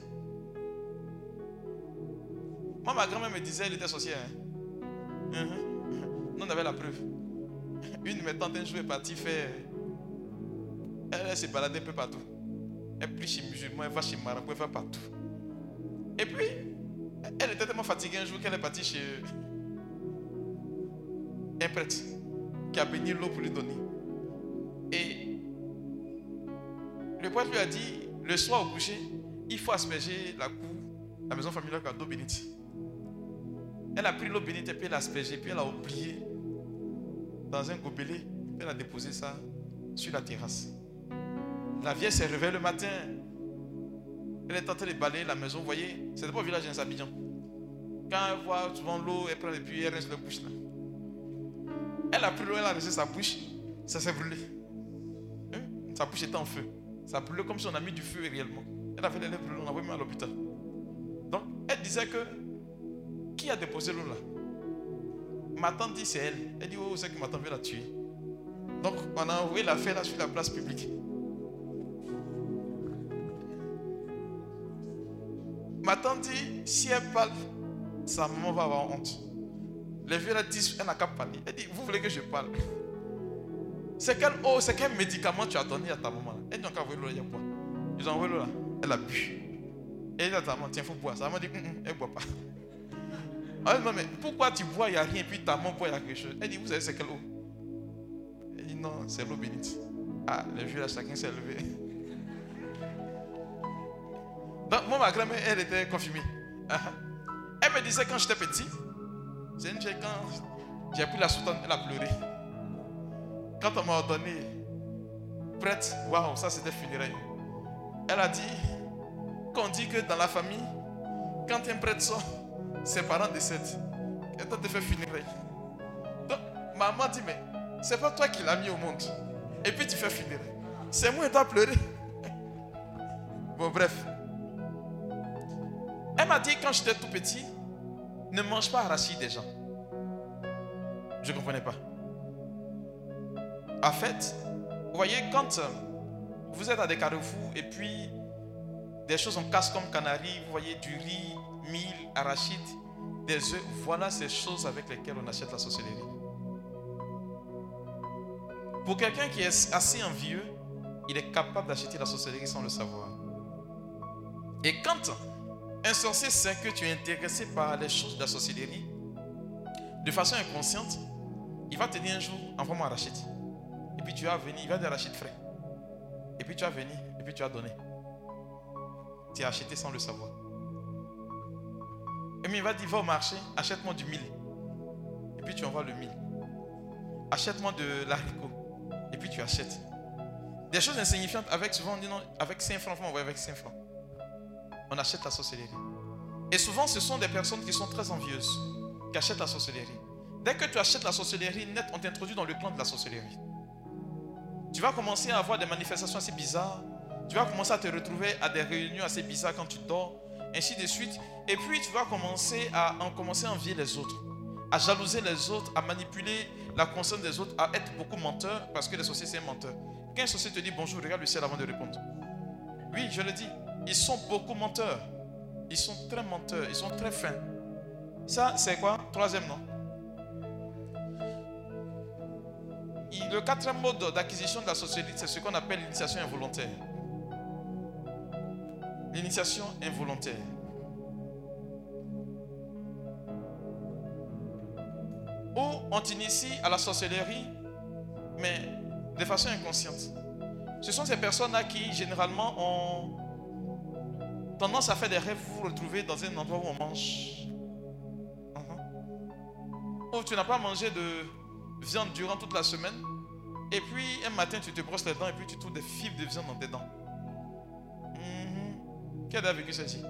Moi, ma grand-mère me disait qu'elle était sorcière. Hein? Uh-huh. Nous, on avait la preuve. Une de mes tantes, un jour, est partie faire. Elle, elle s'est baladée un peu partout. Elle prie chez musulman, elle va chez marabout, elle va partout. Et puis, elle était tellement fatiguée un jour qu'elle est partie chez un prêtre. qui a béni l'eau pour lui donner. Et le prêtre lui a dit, le soir au coucher, il faut asperger la cour, la maison familiale avec l'eau bénite. Elle a pris l'eau bénite et puis elle a aspergé, puis elle a oublié dans un gobelet, puis elle a déposé ça sur la terrasse. La vieille s'est réveillée le matin. Elle est en train de balayer la maison, vous voyez, c'était pas au village d'Abidjan. Quand elle voit souvent l'eau, elle prend et puis elle rince la bouche là. Elle a pris l'eau, elle a rincé sa bouche, ça s'est brûlé. Hein? Sa bouche était en feu. Ça a brûlé comme si on a mis du feu réellement. Elle avait les lèvres brûlées, on l'a mis à l'hôpital. Donc, elle disait que qui a déposé l'eau là? Ma tante dit c'est elle. Elle dit oh, c'est que ma tante veut la tuer. Donc, on a envoyé la faire là sur la place publique. Ma tante dit si elle parle, sa maman va avoir honte. Les vieux là disent elle n'a qu'à parler. Elle dit vous voulez que je parle? C'est quel, oh, c'est quel médicament tu as donné à ta maman? Elle dit on a envoyé l'eau, il y a quoi? Ils ont envoyé l'eau là, elle a bu. Et elle dit à ta maman, tiens, il faut boire. Sa maman dit, mm -mm, elle ne boit pas. Elle dit, non, mais pourquoi tu bois, il n'y a rien, puis ta maman boit, il y a quelque chose. Elle dit, vous savez, c'est quelle eau? Elle dit, non, c'est l'eau bénite. Ah, les vieux là, chacun s'est levé. Donc, moi, ma grand-mère, elle était confirmée. Elle me disait quand j'étais petit, c'est une fille, quand j'ai pris la soutane, elle a pleuré. Quand on m'a ordonné prêtre, waouh, ça c'était funérailles. Elle a dit qu'on dit que dans la famille, quand un prêtre sort, ses parents décèdent. Et toi, tu fais funérailles. Donc, maman dit, mais c'est pas toi qui l'as mis au monde. Et puis tu fais funérailles. C'est moi qui dois pleurer. Bon, bref. Elle m'a dit quand j'étais tout petit, ne mange pas arachide des gens. Je ne comprenais pas. En fait, vous voyez, quand vous êtes à des carrefours et puis des choses on casse comme canaries, vous voyez du riz, mil, arachide, des œufs, voilà ces choses avec lesquelles on achète la sorcellerie. Pour quelqu'un qui est assez envieux, il est capable d'acheter la sorcellerie sans le savoir. Et quand un sorcier sait que tu es intéressé par les choses de la sorcellerie, de façon inconsciente, il va te dire un jour, envoie-moi arachide. Et puis tu vas venir, il va dire arachide frais. Et puis tu vas venir, et puis tu vas donner. Tu as acheté sans le savoir. Et puis il va dire, va au marché, achète-moi du mil. Et puis tu envoies le mil. Achète-moi de l'haricot. Et puis tu achètes. Des choses insignifiantes, avec souvent on dit non, avec cinq francs, on va avec cinq francs. On achète la sorcellerie. Et souvent ce sont des personnes qui sont très envieuses, qui achètent la sorcellerie. Dès que tu achètes la sorcellerie, net, on t'introduit dans le clan de la sorcellerie. Tu vas commencer à avoir des manifestations assez bizarres. Tu vas commencer à te retrouver à des réunions assez bizarres quand tu dors, ainsi de suite. Et puis tu vas commencer à, à commencer à envier les autres, à jalouser les autres, à manipuler la conscience des autres, à être beaucoup menteur, parce que les sorciers c'est un menteur. Quand un sorcier te dit bonjour, regarde le ciel avant de répondre. Oui, je le dis, ils sont beaucoup menteurs. Ils sont très menteurs, ils sont très fins. Ça, c'est quoi? Troisième nom. Le quatrième mode d'acquisition de la sorcellerie, c'est ce qu'on appelle l'initiation involontaire. L'initiation involontaire. Où on t'initie à la sorcellerie, mais de façon inconsciente. Ce sont ces personnes-là qui, généralement, ont tendance à faire des rêves pour vous retrouver dans un endroit où on mange. Uh-huh. Où tu n'as pas mangé de viande durant toute la semaine. Et puis, un matin, tu te brosses les dents et puis tu trouves des fibres de viande dans tes dents. Mm-hmm. Qui a déjà vécu ça ici?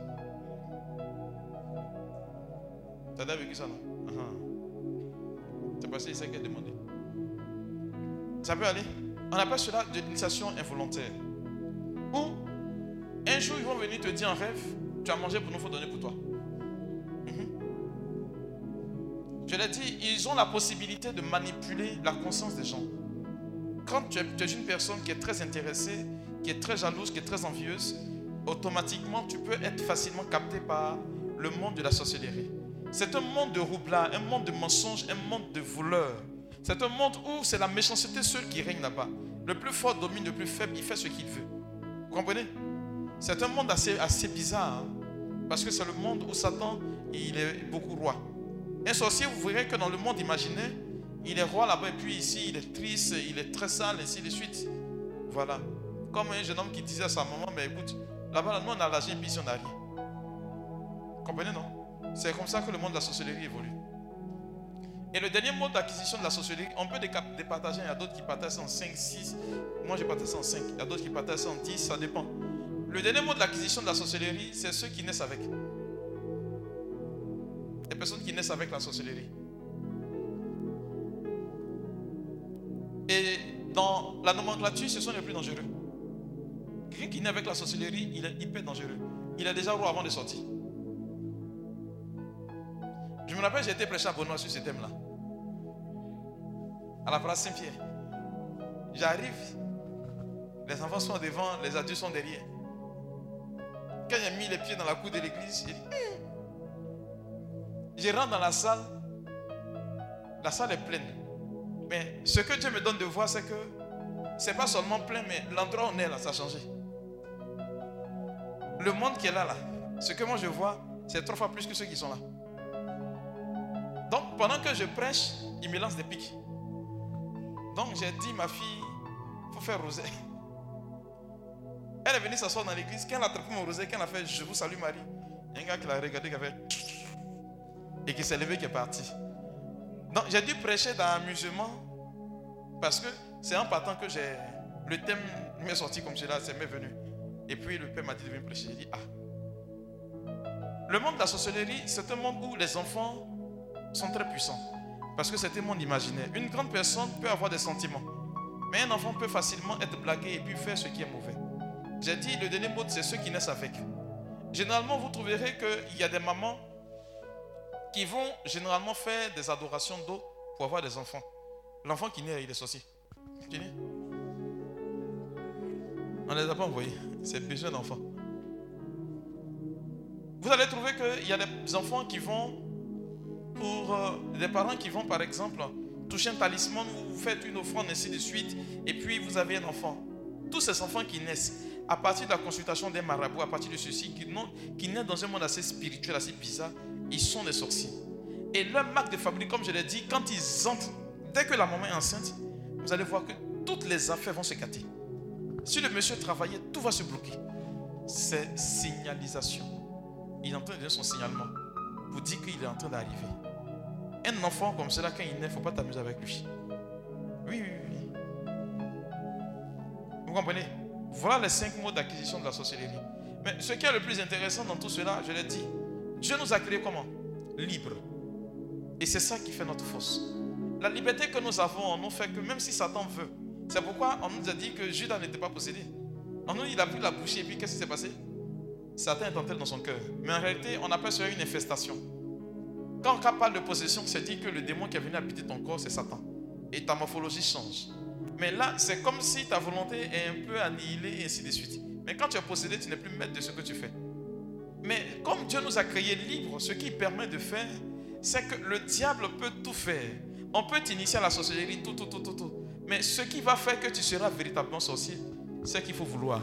Tu as déjà vécu ça, non? Uh-huh. C'est passé ici qui a demandé. Ça peut aller. On appelle cela de l'initiation involontaire. Ou, un jour, ils vont venir te dire en rêve, tu as mangé pour nous, il faut donner pour toi. Mm-hmm. Je l'ai dit, ils ont la possibilité de manipuler la conscience des gens. Quand tu es, tu es une personne qui est très intéressée, qui est très jalouse, qui est très envieuse, automatiquement, tu peux être facilement capté par le monde de la sorcellerie. C'est un monde de roublard, un monde de mensonges, un monde de voleurs. C'est un monde où c'est la méchanceté seule qui règne là-bas. Le plus fort domine le plus faible, il fait ce qu'il veut. Vous comprenez? C'est un monde assez, assez bizarre, hein? Parce que c'est le monde où Satan, il est beaucoup roi. Un sorcier, vous verrez que dans le monde imaginaire, Il est roi là-bas et puis ici, il est triste, il est très sale, ainsi de suite. Voilà. Comme un jeune homme qui disait à sa maman, mais écoute, là-bas, nous on a l'argent et puis ici on n'a rien. Comprenez, non? C'est comme ça que le monde de la sorcellerie évolue. Et le dernier mode d'acquisition de la sorcellerie, on peut départager. Il y a d'autres qui partagent en cinq, six. Moi, j'ai partagé en cinq. Il y a d'autres qui partagent en dix, ça dépend. Le dernier mode d'acquisition de la sorcellerie, c'est ceux qui naissent avec. Les personnes qui naissent avec la sorcellerie. Et dans la nomenclature, ce sont les plus dangereux. Quelqu'un qui naît avec la sorcellerie, il est hyper dangereux. Il est déjà roi avant de sortir. Je me rappelle, j'ai été prêché à Benoît sur ce thème-là. À la place Saint-Pierre. J'arrive, les enfants sont devant, les adultes sont derrière. Quand j'ai mis les pieds dans la cour de l'église, j'ai dit, hey. Je rentre dans la salle, la salle est pleine. Mais ce que Dieu me donne de voir, c'est que c'est pas seulement plein, mais l'endroit où on est là, ça a changé. Le monde qui est là, là, ce que moi je vois, c'est trois fois plus que ceux qui sont là. Donc, pendant que je prêche, il me lance des pics. Donc, j'ai dit, ma fille, il faut faire rosé. Elle est venue s'asseoir dans l'église. Quand elle a attrapé mon rosé, quand elle a fait, je vous salue Marie, il y a un gars qui l'a regardé, qui a fait, et qui s'est levé, qui est parti. Donc, j'ai dû prêcher dans l'amusement, parce que c'est en partant que j'ai, le thème m'est sorti comme cela, c'est m'est venu. Et puis, le père m'a dit de venir prêcher. J'ai dit, ah. Le monde de la sorcellerie, c'est un monde où les enfants sont très puissants. Parce que c'est un monde imaginaire. Une grande personne peut avoir des sentiments. Mais un enfant peut facilement être blagué et puis faire ce qui est mauvais. J'ai dit, le dernier mot, c'est ceux qui naissent avec. Généralement, vous trouverez qu'il y a des mamans qui vont généralement faire des adorations d'eau pour avoir des enfants. L'enfant qui naît, il est sorcier. Fini. On ne les a pas envoyés. C'est besoin d'enfants. Vous allez trouver qu'il y a des enfants qui vont, pour euh, des parents qui vont par exemple toucher un talisman, vous faites une offrande ainsi de suite, et puis vous avez un enfant. Tous ces enfants qui naissent à partir de la consultation des marabouts, à partir de ceci, qui, qui naissent dans un monde assez spirituel, assez bizarre, ils sont des sorciers. Et leur marque de fabrique, comme je l'ai dit, quand ils entrent, dès que la maman est enceinte, vous allez voir que toutes les affaires vont se gâter. Si le monsieur travaillait, tout va se bloquer. C'est signalisation. Il est en train de donner son signalement. Vous dites qu'il est en train d'arriver. Un enfant comme cela, quand il naît, il ne faut pas t'amuser avec lui. Oui, oui, oui. Vous comprenez? Voilà les cinq mots d'acquisition de la sorcellerie. Mais ce qui est le plus intéressant dans tout cela, je l'ai dit, Dieu nous a créés comment? Libres. Et c'est ça qui fait notre force. La liberté que nous avons en nous fait que même si Satan veut, c'est pourquoi on nous a dit que Judas n'était pas possédé. On nous dit qu'il a pris la bouchée et puis qu'est-ce qui s'est passé? Satan est entré dans son cœur. Mais en réalité, on appelle cela une infestation. Quand on parle de possession, c'est dit que le démon qui est venu habiter ton corps, c'est Satan. Et ta morphologie change. Mais là, c'est comme si ta volonté est un peu annihilée et ainsi de suite. Mais quand tu es possédé, tu n'es plus maître de ce que tu fais. Mais comme Dieu nous a créés libres, ce qui permet de faire, c'est que le diable peut tout faire. On peut t'initier à la sorcellerie, tout, tout, tout, tout, tout. Mais ce qui va faire que tu seras véritablement sorcier, c'est qu'il faut vouloir.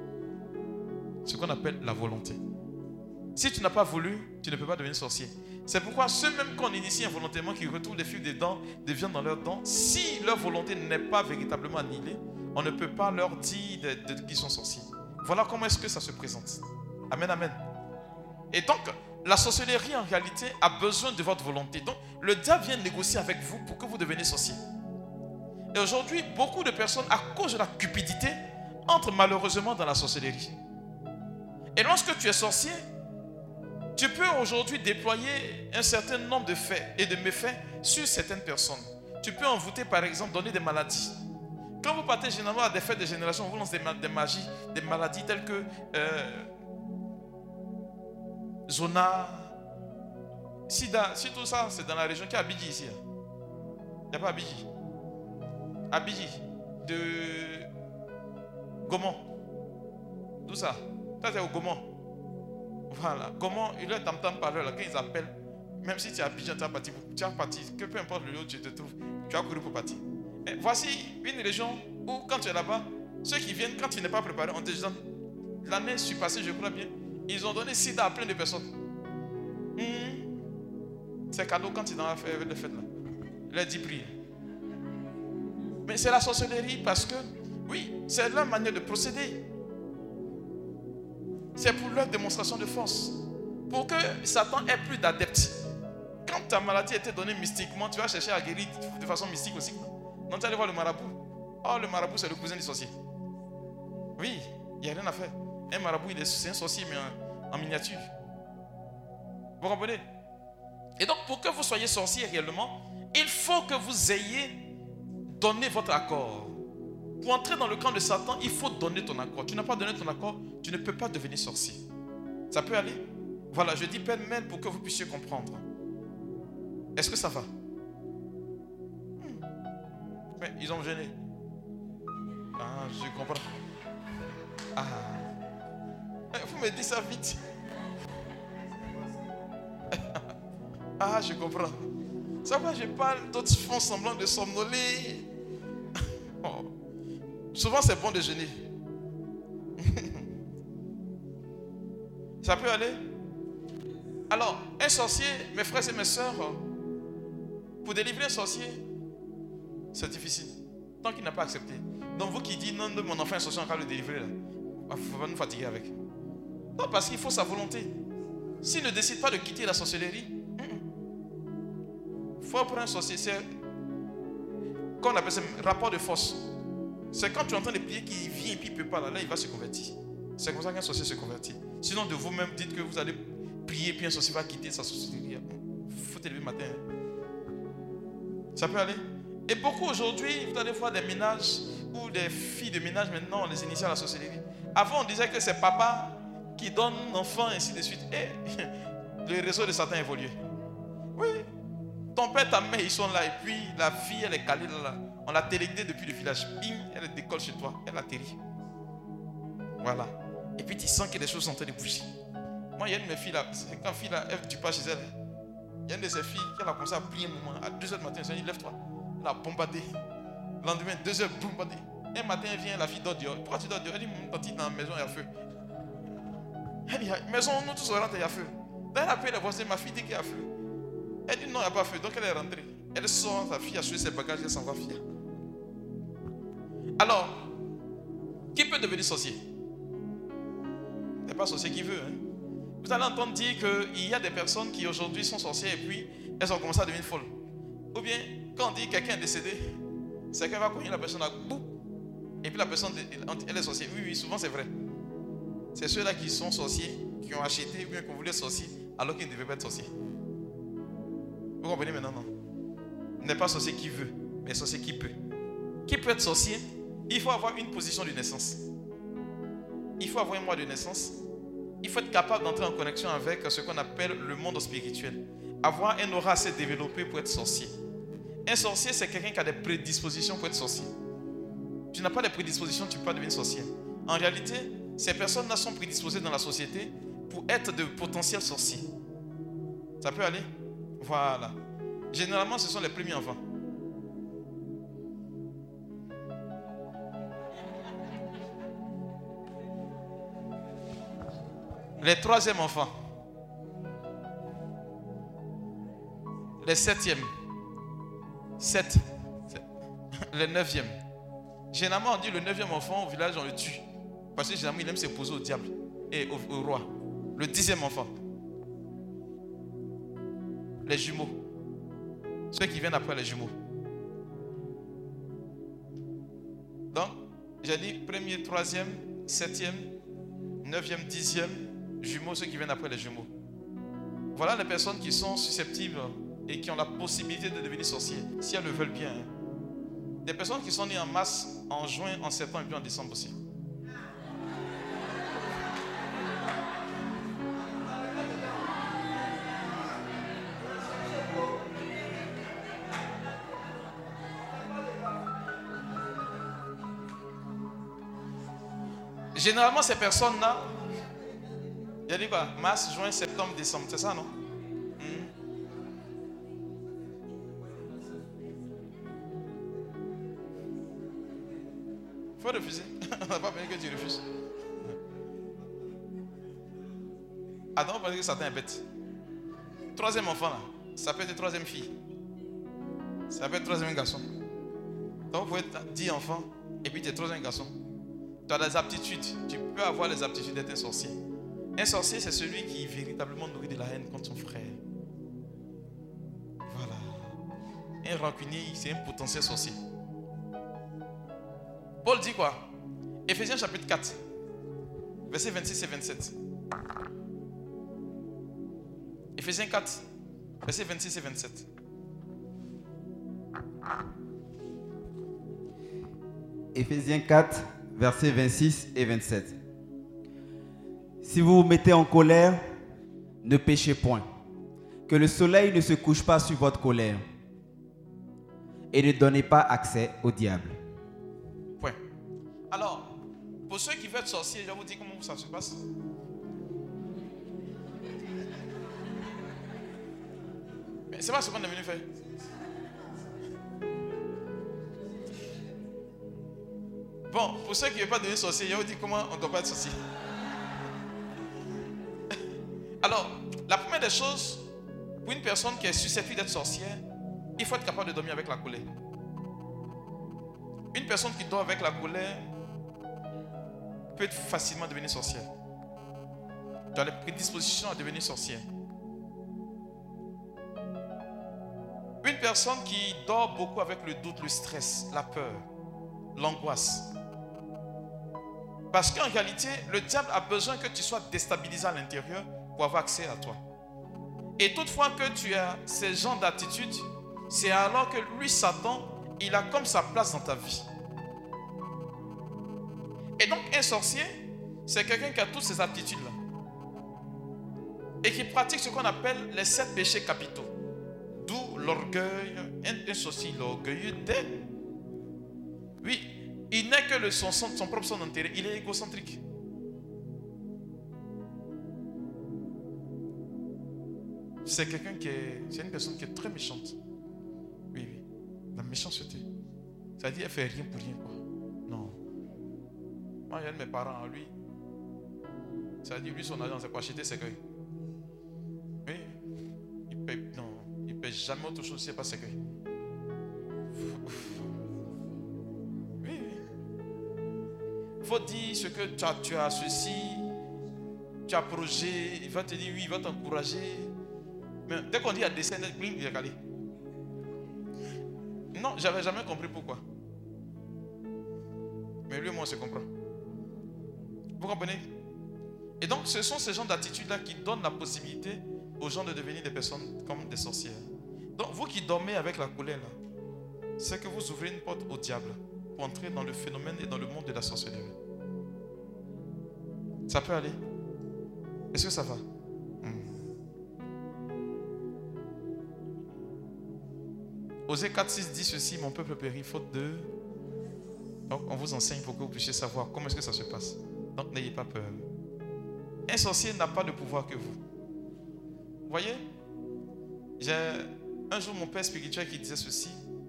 Ce qu'on appelle la volonté. Si tu n'as pas voulu, tu ne peux pas devenir sorcier. C'est pourquoi ceux même qu'on initie involontairement, qui retrouvent des fils de dents, de viande dans leurs dents, si leur volonté n'est pas véritablement annihilée, on ne peut pas leur dire de, de, qu'ils sont sorciers. Voilà comment est-ce que ça se présente. Amen, amen. Et donc, la sorcellerie en réalité a besoin de votre volonté. Donc, le diable vient négocier avec vous pour que vous deveniez sorcier. Et aujourd'hui, beaucoup de personnes, à cause de la cupidité, entrent malheureusement dans la sorcellerie. Et lorsque tu es sorcier, tu peux aujourd'hui déployer un certain nombre de faits et de méfaits sur certaines personnes. Tu peux envoûter, par exemple, donner des maladies. Quand vous partez généralement à des fêtes de génération, on vous lance des, des magies, des maladies telles que euh, Zona, Sida. Si tout ça, c'est dans la région qui est Abidji ici. Il n'y a pas Abidji. Abidji, de Gaumont. Tout ça. Ça, c'est au Gaumont. Voilà. Gaumont, il est tam-tam par là, quand ils appellent, même si tu es à Abidjan, tu as parti, tu as parti, que peu importe le lieu où tu te trouves, tu as couru pour partir. Et voici une région où, quand tu es là-bas, ceux qui viennent, quand tu n'es pas préparé, on te dit, l'année passée, je crois bien, ils ont donné sida à plein de personnes. Mmh. C'est cadeau quand tu es dans la fête là. Il a dit prier. Mais c'est la sorcellerie parce que, oui, c'est leur manière de procéder. C'est pour leur démonstration de force. Pour que Satan ait plus d'adeptes. Quand ta maladie a été donnée mystiquement, tu vas chercher à guérir de façon mystique aussi. Non, tu vas aller voir le marabout. Oh, le marabout, c'est le cousin du sorcier. Oui, il n'y a rien à faire. Un marabout, c'est un sorcier, mais en, en miniature. Vous comprenez? Et donc, pour que vous soyez sorcier réellement, il faut que vous ayez donné votre accord. Pour entrer dans le camp de Satan, il faut donner ton accord. Tu n'as pas donné ton accord, tu ne peux pas devenir sorcier. Ça peut aller? Voilà, je dis pêle-mêle pour que vous puissiez comprendre. Est-ce que ça va? hmm. Mais ils ont gêné. Ah, je comprends. Ah. Vous me dites ça vite. Ah, je comprends. Ça va, je parle, d'autres font semblant de somnoler. Oh. Souvent, c'est bon de jeûner. Ça peut aller? Alors, un sorcier, mes frères et mes sœurs, pour délivrer un sorcier, c'est difficile. Tant qu'il n'a pas accepté. Donc, vous qui dites non, non, mon enfant est sorcier, on va le délivrer là. Il ne faut pas nous fatiguer avec. Non, parce qu'il faut sa volonté. S'il ne décide pas de quitter la sorcellerie, il faut prendre un sorcier. C'est, qu'on appelle ça, rapport de force. C'est quand tu es en train de prier qu'il vient et puis il ne peut pas, là, là il va se convertir. C'est comme ça qu'un sorcier se convertit. Sinon de vous-même dites que vous allez prier puis un sorcier va quitter sa sorcellerie. Il faut te lever le matin. Ça peut aller. Et beaucoup aujourd'hui, vous allez voir des ménages ou des filles de ménage maintenant, on les initie à la sorcellerie. Avant on disait que c'est papa qui donne l'enfant et ainsi de suite. Et le réseau de Satan a évolué. Oui. Ton père, ta mère, ils sont là. Et puis la fille, elle est calée là. On l'a téléguidée depuis le village. Bing, elle décolle chez toi. Elle atterrit. Voilà. Et puis tu sens que les choses sont en train de bouger. Moi, il y a une de mes filles là. Quand une fille là, elle du pas chez elle. Il y a une de ses filles qui a commencé à prier un moment. À deux heures du matin, elle dit lève-toi. Elle a bombardé. Le lendemain, deux heures, bombardé. Un matin, elle vient, la fille dort dehors. Pourquoi tu dors dehors? Elle dit mon tante, dans la maison, il y a feu. Elle dit maison, nous tous on rentre, il y a feu. Là, elle appelle la voisine, ma fille dit qu'il y a feu. Elle dit non, il n'y a pas feu. Donc elle est rentrée. Elle sort, sa fille a choisi ses bagages, elle s'en va fier. Alors, qui peut devenir sorcier? Ce n'est pas sorcier qui veut. Hein? Vous allez entendre dire qu'il y a des personnes qui aujourd'hui sont sorcières et puis elles ont commencé à devenir folles. Ou bien, quand on dit que quelqu'un est décédé, c'est qu'elle va cogner la personne à bout. Et puis la personne, elle est sorcière. Oui, oui, souvent c'est vrai. C'est ceux-là qui sont sorciers, qui ont acheté ou bien qui voulaient sorcier alors qu'ils ne devaient pas être sorciers. Vous comprenez maintenant, non? Il n'est pas sorcier qui veut, mais sorcier qui peut. Qui peut être sorcier? Il faut avoir une position de naissance. Il faut avoir un mois de naissance. Il faut être capable d'entrer en connexion avec ce qu'on appelle le monde spirituel. Avoir un aura assez développé pour être sorcier. Un sorcier, c'est quelqu'un qui a des prédispositions pour être sorcier. Tu n'as pas de prédispositions, tu peux pas devenir sorcier. En réalité, ces personnes-là sont prédisposées dans la société pour être de potentiels sorciers. Ça peut aller? Voilà. Généralement, ce sont les premiers enfants. Les troisièmes enfants. Les septièmes. Sept. Les neuvièmes. Généralement, on dit le neuvième enfant au village, on le tue. Parce que généralement, il aime s'opposer au diable et au, au roi. Le dixième enfant. Les jumeaux. Ceux qui viennent après les jumeaux. Donc, j'ai dit premier, troisième, septième, neuvième, dixième, jumeaux, ceux qui viennent après les jumeaux. Voilà les personnes qui sont susceptibles et qui ont la possibilité de devenir sorciers, si elles le veulent bien. Hein. Des personnes qui sont nées en mars, en juin, en septembre et puis en décembre aussi. Généralement, ces personnes-là, il y a dit quoi? Mars, juin, septembre, décembre, c'est ça, non? Hmm. Il faut refuser. On n'a pas besoin que tu refuses. Adam, parce que Satan est bête. Troisième enfant, là, ça peut être troisième fille. Ça peut être troisième garçon. Donc, vous pouvez être dix enfants et puis tu es trop un garçon. Tu as des aptitudes. Tu peux avoir les aptitudes d'être un sorcier. Un sorcier, c'est celui qui véritablement nourrit de la haine contre son frère. Voilà. Un rancunier, c'est un potentiel sorcier. Paul dit quoi? Éphésiens chapitre quatre, versets vingt-six et vingt-sept. Éphésiens quatre, versets vingt-six et vingt-sept. Éphésiens quatre, versets vingt-six et vingt-sept. Si vous vous mettez en colère, ne péchez point. Que le soleil ne se couche pas sur votre colère. Et ne donnez pas accès au diable. Point. Alors, pour ceux qui veulent être sorciers, je vais vous dire comment ça se passe. Mais c'est pas ce qu'on est venu faire. Bon, pour ceux qui ne veulent pas devenir sorciers, je vais vous dire comment on ne doit pas être sorcier. Alors, la première des choses, pour une personne qui est susceptible d'être sorcière, il faut être capable de dormir avec la colère. Une personne qui dort avec la colère peut facilement devenir sorcière. Tu as les prédispositions à devenir sorcière. Une personne qui dort beaucoup avec le doute, le stress, la peur, l'angoisse. Parce qu'en réalité, le diable a besoin que tu sois déstabilisé à l'intérieur pour avoir accès à toi. Et toutefois que tu as ces genres d'attitudes, c'est alors que lui, Satan, il a comme sa place dans ta vie. Et donc, un sorcier, c'est quelqu'un qui a toutes ces aptitudes-là. Et qui pratique ce qu'on appelle les sept péchés capitaux. D'où l'orgueil. Un, un sorcier, il est orgueilleux dès. Oui, il n'est que le, son, son propre son intérêt. Il est égocentrique. C'est quelqu'un qui est. C'est une personne qui est très méchante. Oui, oui. La méchanceté. Ça veut dire qu'elle fait rien pour rien, quoi. Non. Moi, j'ai un de mes parents, lui. Ça veut dire, lui, son argent, c'est pour acheter ses cueils. Oui. Il ne paye, non, il paye jamais autre chose si ce n'est pas ses cueils. Oui, oui. Il faut dire ce que tu as, tu as ceci, tu as projet, il va te dire oui, il va t'encourager. Mais dès qu'on dit à descendre, il est calé. Non, je n'avais jamais compris pourquoi. Mais lui et moi, on se comprend. Vous comprenez? Et donc, ce sont ces genres d'attitudes-là qui donnent la possibilité aux gens de devenir des personnes comme des sorcières. Donc, vous qui dormez avec la colère, là, c'est que vous ouvrez une porte au diable pour entrer dans le phénomène et dans le monde de la sorcellerie. Ça peut aller? Est-ce que ça va? Osée quatre, six dit ceci: mon peuple périt faute de. Donc on vous enseigne pour que vous puissiez savoir comment est-ce que ça se passe. Donc n'ayez pas peur. Un sorcier n'a pas de pouvoir que vous. Vous voyez? J'ai un jour mon père spirituel qui disait ceci.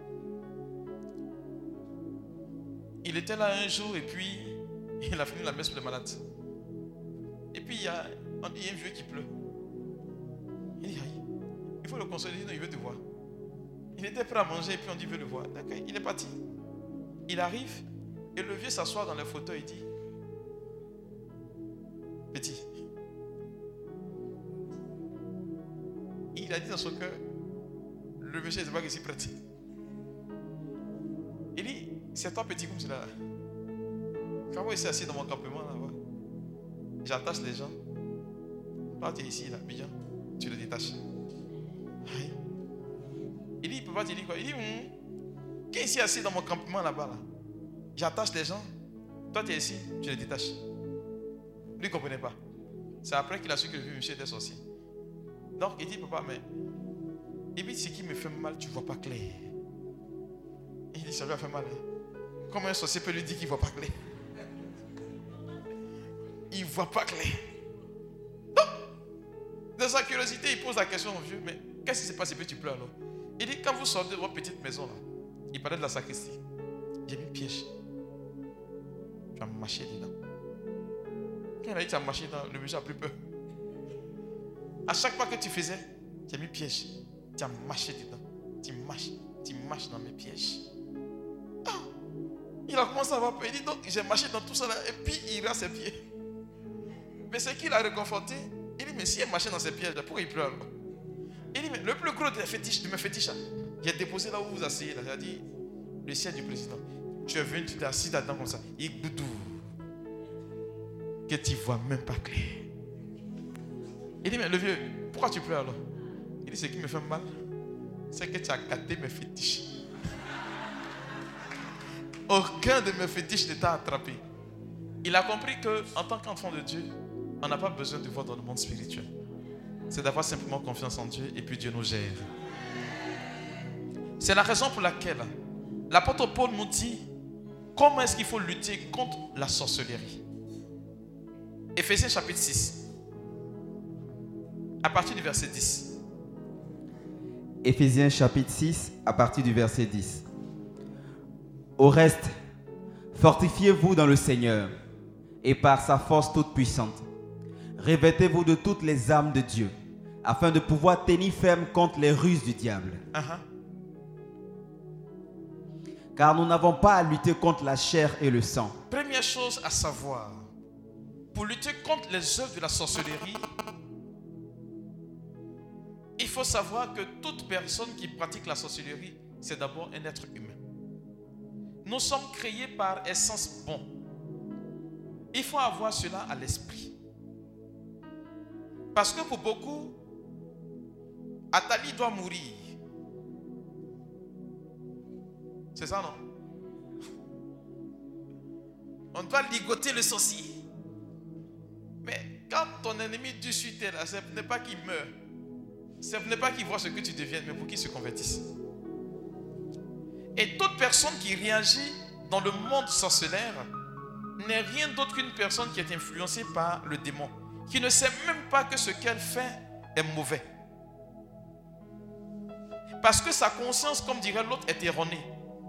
Il était là un jour et puis il a fini la messe pour les malades. Et puis il y a, il y a un vieux qui pleure. Il dit aïe, il faut le consoler, il veut te voir. Il était prêt à manger et puis on dit, veut le voir. D'accord, il est parti. Il arrive et le vieux s'assoit dans le fauteuil et dit, petit. Il a dit dans son cœur, le monsieur ne sait pas qu'il s'y prête. Il dit, c'est toi petit comme cela. Quand vous êtes assis dans mon campement là-bas, j'attache les gens. Toi tu es ici là, bien, tu le détaches. Aïe. Il dit, il ne peut pas te dire quoi? Il dit, hum, qui est ici assis dans mon campement là-bas là? J'attache les gens. Toi, tu es ici, tu les détaches. Lui, il ne comprenait pas. C'est après qu'il a su que le vieux monsieur était sorcier. Donc, il dit, papa, mais. Il dit, ce qui me fait mal, tu ne vois pas clair. Il dit, ça lui a fait mal. Hein? Comment un sorcier peut lui dire qu'il ne voit pas clair? Il ne voit pas clair. Donc, dans sa curiosité, il pose la question au vieux, mais qu'est-ce qui s'est passé que tu pleures alors? Il dit, quand vous sortez de votre petite maison là, il parlait de la sacristie. J'ai mis piège. Tu as marché dedans. Quand il a dit tu as marché dedans, le monsieur a pris peur. À chaque fois que tu faisais, tu as mis piège. Tu as marché dedans. Tu marches, tu marches dans mes pièges. Ah. Il a commencé à avoir peur. Il dit donc j'ai marché dans tout ça là et puis il ira à ses pieds. Mais c'est qu'il a réconforté. Il dit mais si elle marchait dans ses pièges, pourquoi il pleure alors? Il dit mais le plus gros de mes fétiches, de mes fétiches là, j'ai déposé là où vous vous asseyez là. Il a dit le siège du président. Tu es venu, tu t'es assis là-dedans comme ça. Il boudou. Que tu vois même pas clair. Il dit mais le vieux, pourquoi tu pleures alors? Il dit ce qui me fait mal, c'est que tu as gâté mes fétiches. Aucun de mes fétiches ne t'a attrapé. Il a compris qu'en tant qu'enfant de Dieu, on n'a pas besoin de voir dans le monde spirituel. C'est d'avoir simplement confiance en Dieu et puis Dieu nous gère. C'est la raison pour laquelle l'apôtre Paul nous dit comment est-ce qu'il faut lutter contre la sorcellerie. Éphésiens chapitre six, à partir du verset dix. Éphésiens chapitre six, à partir du verset dix. Au reste, fortifiez-vous dans le Seigneur et par sa force toute puissante. Revêtez-vous de toutes les armes de Dieu, afin de pouvoir tenir ferme contre les ruses du diable. Uh-huh. Car nous n'avons pas à lutter contre la chair et le sang. Première chose à savoir, pour lutter contre les œuvres de la sorcellerie, il faut savoir que toute personne qui pratique la sorcellerie, c'est d'abord un être humain. Nous sommes créés par essence bon. Il faut avoir cela à l'esprit. Parce que pour beaucoup, Athalie doit mourir. C'est ça, non? On doit ligoter le sorcier. Mais quand ton ennemi dure sur terre, ce n'est pas qu'il meurt. Ce n'est pas qu'il voit ce que tu deviens, mais pour qu'il se convertisse. Et toute personne qui réagit dans le monde sorcellaire n'est rien d'autre qu'une personne qui est influencée par le démon, qui ne sait même pas que ce qu'elle fait est mauvais. Parce que sa conscience, comme dirait l'autre, est erronée.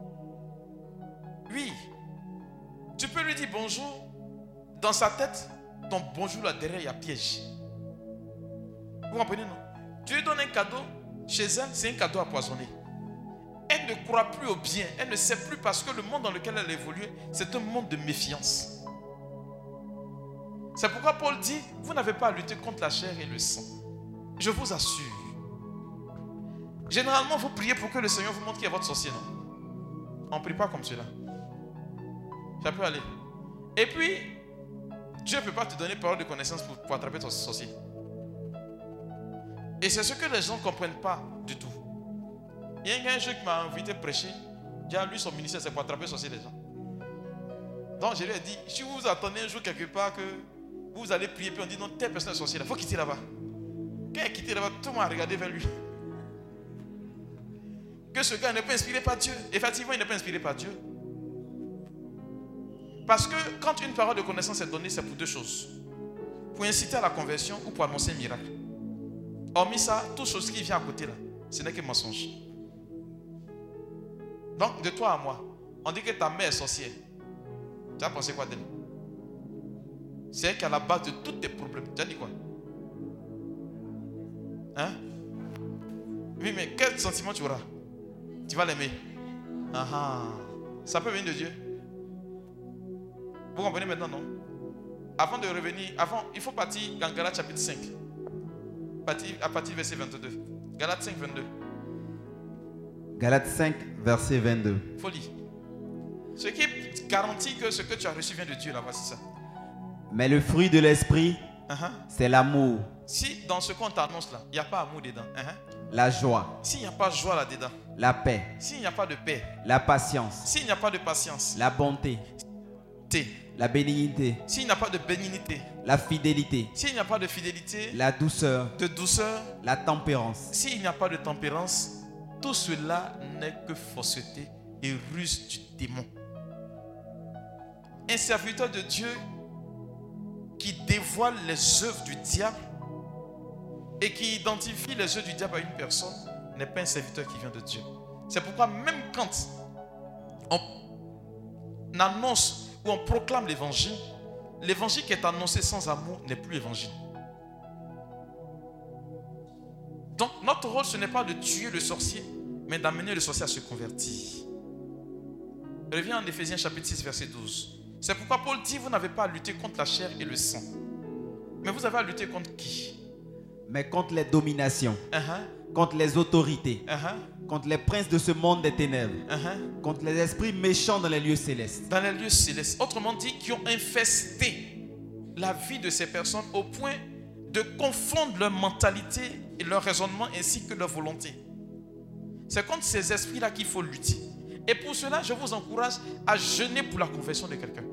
Oui, tu peux lui dire bonjour, dans sa tête, ton bonjour là derrière, il y a piège. Vous comprenez, non? Tu lui donnes un cadeau, chez elle, c'est un cadeau empoisonné. Elle ne croit plus au bien, elle ne sait plus parce que le monde dans lequel elle évolue, c'est un monde de méfiance. C'est pourquoi Paul dit, vous n'avez pas à lutter contre la chair et le sang. Je vous assure. Généralement, vous priez pour que le Seigneur vous montre qui est votre sorcier, non? On ne prie pas comme cela. Ça peut aller. Et puis, Dieu ne peut pas te donner parole de connaissance pour, pour attraper ton sorcier. Et c'est ce que les gens ne comprennent pas du tout. Il y a un jeune qui m'a invité à prêcher. Déjà, lui, son ministère, c'est pour attraper sorcier les gens. Donc, je lui ai dit, si vous attendez un jour quelque part que vous allez prier, puis on dit non, telle personne est sorcière, il faut quitter là-bas. Quand il a quitté là-bas, tout le monde a regardé vers lui. Que ce gars n'est pas inspiré par Dieu. Effectivement, il n'est pas inspiré par Dieu. Parce que quand une parole de connaissance est donnée, c'est pour deux choses. Pour inciter à la conversion ou pour annoncer un miracle. Hormis ça, toute chose qui vient à côté là, ce n'est que mensonge. Donc, de toi à moi, on dit que ta mère est sorcière. Tu as pensé quoi d'elle? C'est elle qui est à la base de tous tes problèmes. Tu as dit quoi? Hein? Oui, mais quel sentiment tu auras? Tu vas l'aimer. Ah ah. Ça peut venir de Dieu. Vous comprenez maintenant, non? Avant de revenir, avant, il faut partir dans Galates chapitre cinq. Partir, à partir du verset vingt-deux. Galates cinq, vingt-deux. Galates cinq, verset vingt-deux. Folie. Ce qui garantit que ce que tu as reçu vient de Dieu, là-bas, c'est ça. Mais le fruit de l'esprit, Uh-huh. c'est l'amour, Si dans ce qu'on t'annonce là, il n'y a pas amour dedans. Uh-huh. la joie, S'il n'y a pas de joie là-dedans. la paix, S'il n'y a pas de paix. la patience, S'il n'y a pas de patience. la bonté, T. la bénignité, S'il n'y a pas de bénignité. la fidélité, S'il n'y a pas de fidélité. la douceur, De douceur. la tempérance. S'il n'y a pas de tempérance. Tout cela n'est que fausseté et ruse du démon. Un serviteur de Dieu qui dévoile les œuvres du diable et qui identifie les œuvres du diable à une personne n'est pas un serviteur qui vient de Dieu. C'est pourquoi même quand on annonce ou on proclame l'évangile, l'évangile qui est annoncé sans amour n'est plus évangile. Donc notre rôle, ce n'est pas de tuer le sorcier, mais d'amener le sorcier à se convertir. Reviens en Éphésiens chapitre six, verset douze. C'est pourquoi Paul dit, vous n'avez pas à lutter contre la chair et le sang. Mais vous avez à lutter contre qui? Mais contre les dominations, uh-huh. contre les autorités, uh-huh. contre les princes de ce monde des ténèbres, uh-huh. contre les esprits méchants dans les lieux célestes. Dans les lieux célestes. Autrement dit, qui ont infesté la vie de ces personnes au point de confondre leur mentalité et leur raisonnement ainsi que leur volonté. C'est contre ces esprits-là qu'il faut lutter. Et pour cela, je vous encourage à jeûner pour la conversion de quelqu'un.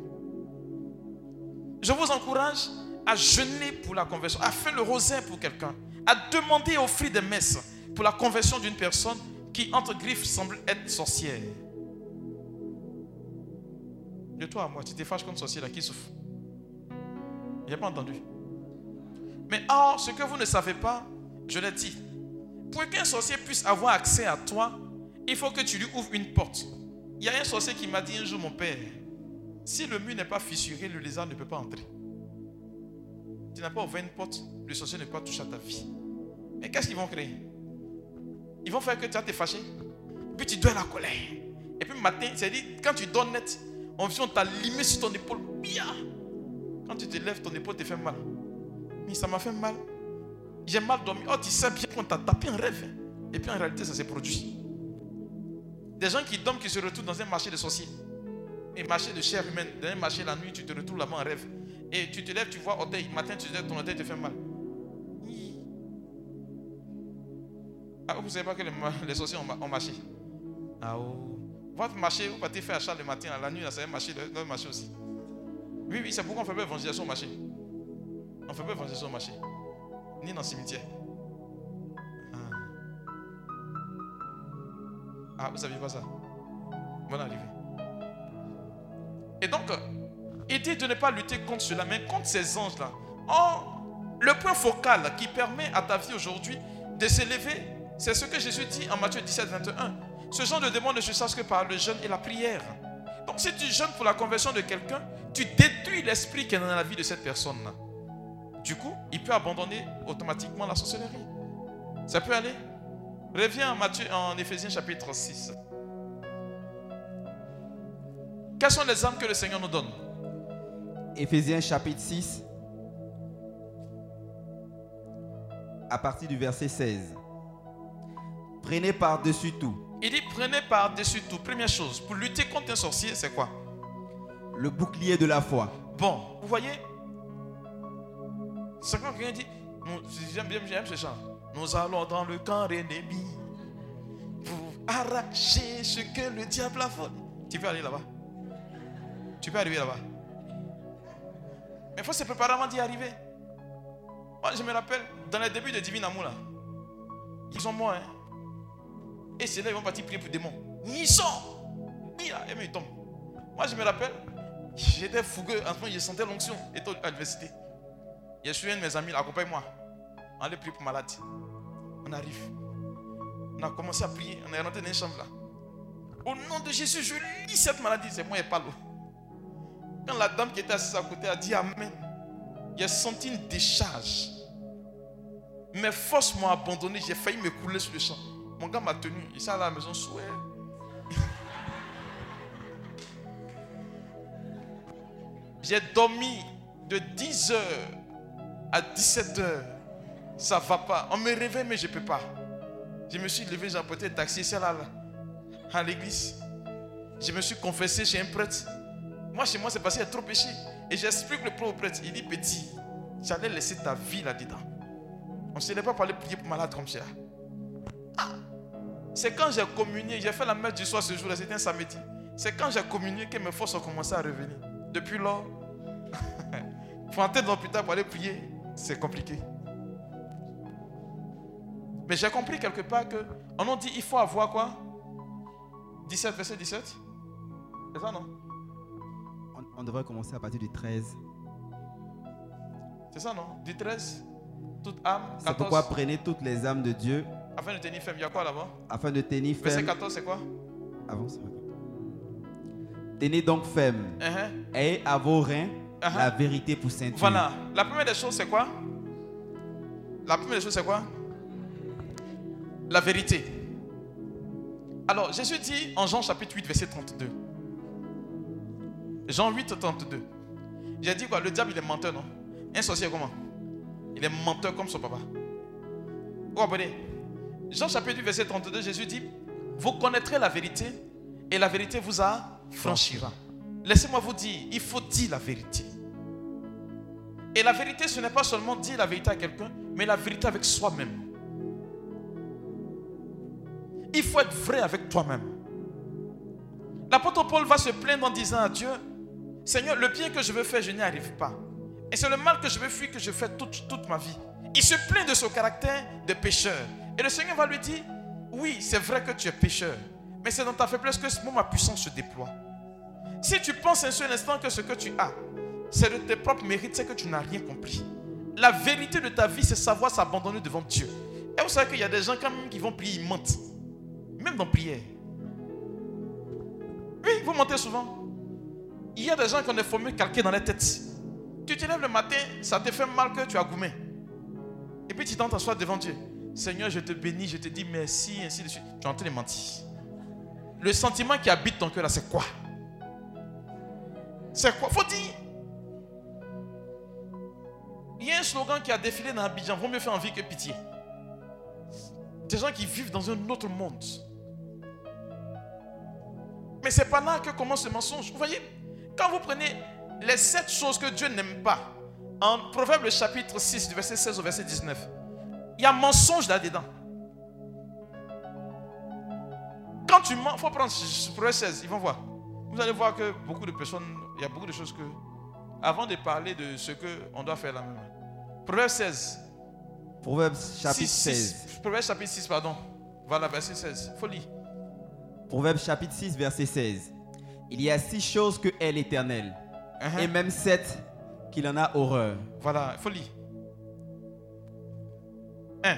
Je vous encourage à jeûner pour la conversion, à faire le rosaire pour quelqu'un, à demander et offrir des messes pour la conversion d'une personne qui, entre griffes, semble être sorcière. De toi à moi, tu te fâches contre sorcière là, qui souffre? Il n'a pas entendu. Mais or, ce que vous ne savez pas, je l'ai dit, pour qu'un sorcier puisse avoir accès à toi, il faut que tu lui ouvres une porte. Il y a un sorcier qui m'a dit un jour, mon père, si le mur n'est pas fissuré, le lézard ne peut pas entrer. Tu n'as pas ouvert une porte, le sorcier ne peut pas toucher à ta vie. Mais qu'est-ce qu'ils vont créer? Ils vont faire que tu vas te fâcher, puis tu dois la colère. Et puis le matin, c'est-à-dire, quand tu dors net, on t'a limé sur ton épaule. Bien. Quand tu te lèves, ton épaule te fait mal. Mais ça m'a fait mal. J'ai mal dormi. Oh, tu sais bien qu'on t'a tapé un rêve. Et puis en réalité, ça s'est produit. Des gens qui dorment, qui se retrouvent dans un marché de sorciers. Un marché de chair humaine. Dans un marché la nuit, tu te retrouves là-bas en rêve. Et tu te lèves, tu vois orteil. Matin, tu te lèves, ton orteil te fait mal. Ah, vous ne savez pas que les, les sorciers ont, ont marché? Ah oh. Votre marché, vous partez faire achat le matin, la nuit, ça va marcher, le marché aussi. Oui, oui, c'est pourquoi on ne fait pas évangélisation au marché. On ne fait pas évangélisation au marché. Ni dans le cimetière. Ah, ah vous ne saviez pas ça? Bonne arrivée. Et donc, il dit de ne pas lutter contre cela, mais contre ces anges-là. Or, le point focal qui permet à ta vie aujourd'hui de s'élever, c'est ce que Jésus dit en Matthieu dix-sept, vingt et un. Ce genre de demande ne se chasse que par le jeûne et la prière. Donc si tu jeûnes pour la conversion de quelqu'un, tu détruis l'esprit qui est dans la vie de cette personne-là. Du coup, il peut abandonner automatiquement la sorcellerie. Ça peut aller. Reviens en Matthieu, en Éphésiens chapitre six. Quelles sont les armes que le Seigneur nous donne? Éphésiens chapitre six, à partir du verset seize. Prenez par-dessus tout. Il dit prenez par-dessus tout. Première chose, pour lutter contre un sorcier, c'est quoi? Le bouclier de la foi. Bon, vous voyez, c'est quand quelqu'un dit, j'aime bien, j'aime ce chant. Nous allons dans le camp ennemi pour arracher ce que le diable a volé. Tu peux aller là-bas. Tu peux arriver là-bas. Mais il faut se préparer avant d'y arriver. Moi, je me rappelle, dans les débuts de Divin Amour, là, ils sont morts, hein. Et c'est là ils vont partir prier pour les démons. Ils sont. Et mais ils tombent. Moi, je me rappelle, j'étais fougueux. En ce moment, je sentais l'onction. J'étais à l'université. Je suis un de mes amis, accompagne-moi. On allait prier pour malade. On arrive. On a commencé à prier. On est rentré dans une chambre là. Au nom de Jésus, je lis cette maladie. C'est moi et pas l'eau. Quand la dame qui était assise à côté a dit Amen, j'ai senti une décharge. Mes forces m'ont abandonné. J'ai failli me couler sur le champ. Mon gars m'a tenu. Il s'est à la maison souhait. J'ai dormi de dix heures à dix-sept heures. Ça ne va pas. On me réveille, mais je ne peux pas. Je me suis levé, j'ai emporté un taxi, c'est là, là, à l'église. Je me suis confessé chez un prêtre. Moi, chez moi, c'est parce qu'il y a trop péché. Et j'explique le pauvre prêtre. Il dit, petit, j'allais laisser ta vie là-dedans. On ne se lève pas pour aller prier pour malade comme ça. Ah, c'est quand j'ai communié, j'ai fait la messe du soir ce jour-là, c'était un samedi. C'est quand j'ai communié que mes forces ont commencé à revenir. Depuis lors, il faut entrer dans l'hôpital pour aller prier. C'est compliqué. Mais j'ai compris quelque part que on nous dit il faut avoir quoi? dix-sept, verset dix-sept. C'est ça, non? On, on devrait commencer à partir du treize. C'est ça, non? Du treize, toute âme. quatorze. C'est pourquoi prenez toutes les âmes de Dieu. Afin de tenir ferme, il y a quoi là-bas? Afin de tenir ferme. Verset quatorze, c'est quoi? Avance. Tenez donc ferme. Uh-huh. Et à vos reins uh-huh. la vérité pour ceinture. Voilà. La première des choses, c'est quoi? La première des choses, c'est quoi? La vérité. Alors, Jésus dit en Jean chapitre huit, verset trente-deux. Jean huit, trente-deux. J'ai dit quoi? Le diable, il est menteur, non? Un sorcier, comment? Il est menteur comme son papa. Vous comprenez? Jean chapitre huit, verset trente-deux, Jésus dit, vous connaîtrez la vérité et la vérité vous affranchira. Laissez-moi vous dire, il faut dire la vérité. Et la vérité, ce n'est pas seulement dire la vérité à quelqu'un, mais la vérité avec soi-même. Il faut être vrai avec toi-même. L'apôtre Paul va se plaindre en disant à Dieu, Seigneur, le bien que je veux faire, je n'y arrive pas. Et c'est le mal que je veux fuir que je fais toute, toute ma vie. Il se plaint de son caractère de pécheur. Et le Seigneur va lui dire, oui, c'est vrai que tu es pécheur, mais c'est dans ta faiblesse que ma puissance se déploie. Si tu penses un seul instant que ce que tu as, c'est de tes propres mérites, c'est que tu n'as rien compris. La vérité de ta vie, c'est savoir s'abandonner devant Dieu. Et vous savez qu'il y a des gens quand même qui vont prier, ils mentent. Même dans la prière. Oui, vous mentez souvent. Il y a des gens qui ont des formules calquées dans la tête. Tu te lèves le matin, ça te fait mal que tu as goumé. Et puis tu t'assois devant Dieu. Seigneur, je te bénis, je te dis merci, ainsi de suite. Tu es en train de mentir. Le sentiment qui habite ton cœur là, c'est quoi? C'est quoi? Faut dire. Il y a un slogan qui a défilé dans Abidjan, vaut mieux faire envie que pitié. Des gens qui vivent dans un autre monde. Mais c'est pas là que commence le mensonge. Vous voyez, quand vous prenez les sept choses que Dieu n'aime pas, en Proverbe le chapitre six, du verset seize au verset dix-neuf, il y a mensonge là-dedans. Quand tu mens, il faut prendre Proverbe seize, ils vont voir. Vous allez voir que beaucoup de personnes, il y a beaucoup de choses que, avant de parler de ce qu'on doit faire là même. Proverbe seize. Proverbe chapitre six, seize. six, Proverbe chapitre six, pardon. Voilà, verset seize. Il faut lire. Proverbe chapitre six, verset seize. Il y a six choses que est l'Éternel, Uh-huh. et même sept qu'il en a horreur. Voilà, il faut lire. Un.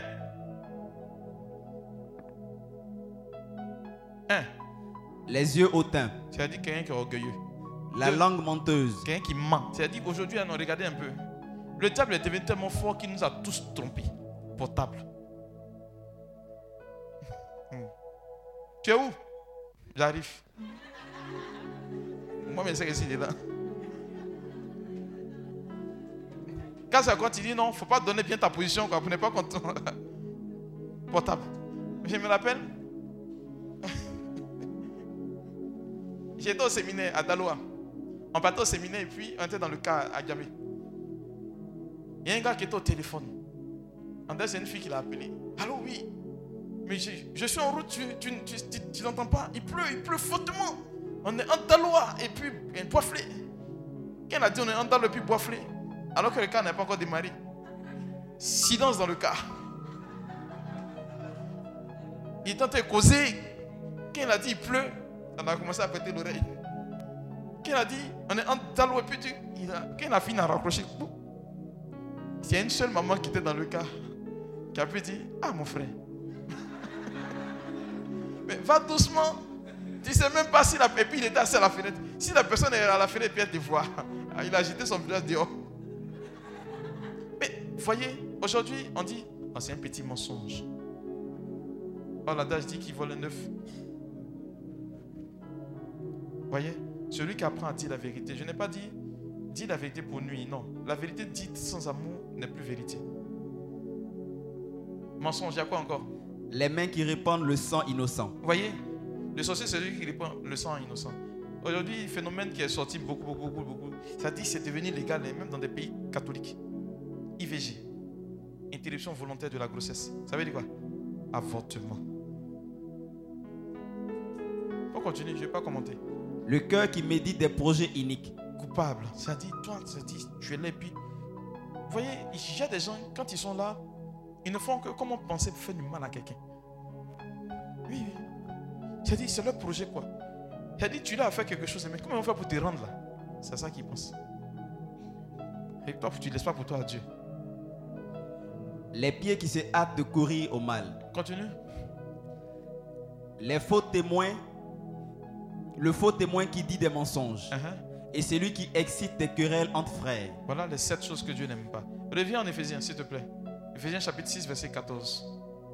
Un. Les yeux hautains, C'est-à-dire quelqu'un qui est orgueilleux. la Deux. langue menteuse, Quelqu'un qui ment. C'est-à-dire aujourd'hui, non, regardez un peu. Le diable est devenu tellement fort qu'il nous a tous trompés. Portable. Hmm. Tu es où? J'arrive. Moi, je sais que c'est là. Quand ça continue, non, il ne faut pas donner bien ta position, quoi. Vous n'êtes pas content. Portable. Je me rappelle. J'étais au séminaire à Daloa. On partait au séminaire et puis on était dans le cas à Gabé. Il y a un gars qui était au téléphone. En fait, c'est une fille qui l'a appelé. Allô, oui. Mais je, je suis en route, tu, tu, tu, tu, tu n'entends pas. Il pleut, il pleut fortement. On est en Daloa et puis un boisflé. Quand elle a dit on est en Daloa et puis boisflé, alors que le car n'a pas encore démarré. Silence dans le car. Il est en train de causer. Quand il a dit il pleut, on a commencé à péter l'oreille. Quand il a dit on est en Daloa et puis tu, il a, quand il a fini à raccrocher, il y a une seule maman qui était dans le car qui a pu dire ah mon frère. Mais va doucement. Tu ne sais même pas si la... Et puis il était assis à la fenêtre. Si la personne est à la fenêtre et puis elle te voit, il a agité son visage dehors. Mais voyez, aujourd'hui on dit oh, c'est un petit mensonge. Oh, l'adage dit qu'il vole un œuf. Voyez, celui qui apprend à dire la vérité. Je n'ai pas dit dis la vérité pour nuire. Non, la vérité dite sans amour n'est plus vérité. Mensonge, il y a quoi encore? les mains qui répandent le sang innocent. Vous voyez, le sorcier, c'est celui qui répand le sang innocent. Aujourd'hui, le phénomène qui est sorti beaucoup, beaucoup, beaucoup, beaucoup, ça dit que c'est devenu légal, même dans des pays catholiques. I V G, interruption volontaire de la grossesse. Ça veut dire quoi? Avortement. On continue, je ne vais pas commenter. Le cœur qui médite des projets iniques. Coupable. Ça dit, toi, ça dit, tu es là, et puis. Vous voyez, il y a des gens, quand ils sont là, ils ne font que comment penser pour faire du mal à quelqu'un. Oui, oui. Ça dit, c'est leur projet, quoi. Ça dit, tu l'as à faire quelque chose, mais comment on fait pour te rendre là? C'est ça qu'ils pensent. Et toi, tu ne laisses pas pour toi à Dieu. Les pieds qui se hâtent de courir au mal. Continue. Les faux témoins. Le faux témoin qui dit des mensonges. Uh-huh. Et celui qui excite des querelles entre frères. Voilà les sept choses que Dieu n'aime pas. Reviens en Éphésiens, s'il te plaît. Éphésiens chapitre six, verset quatorze.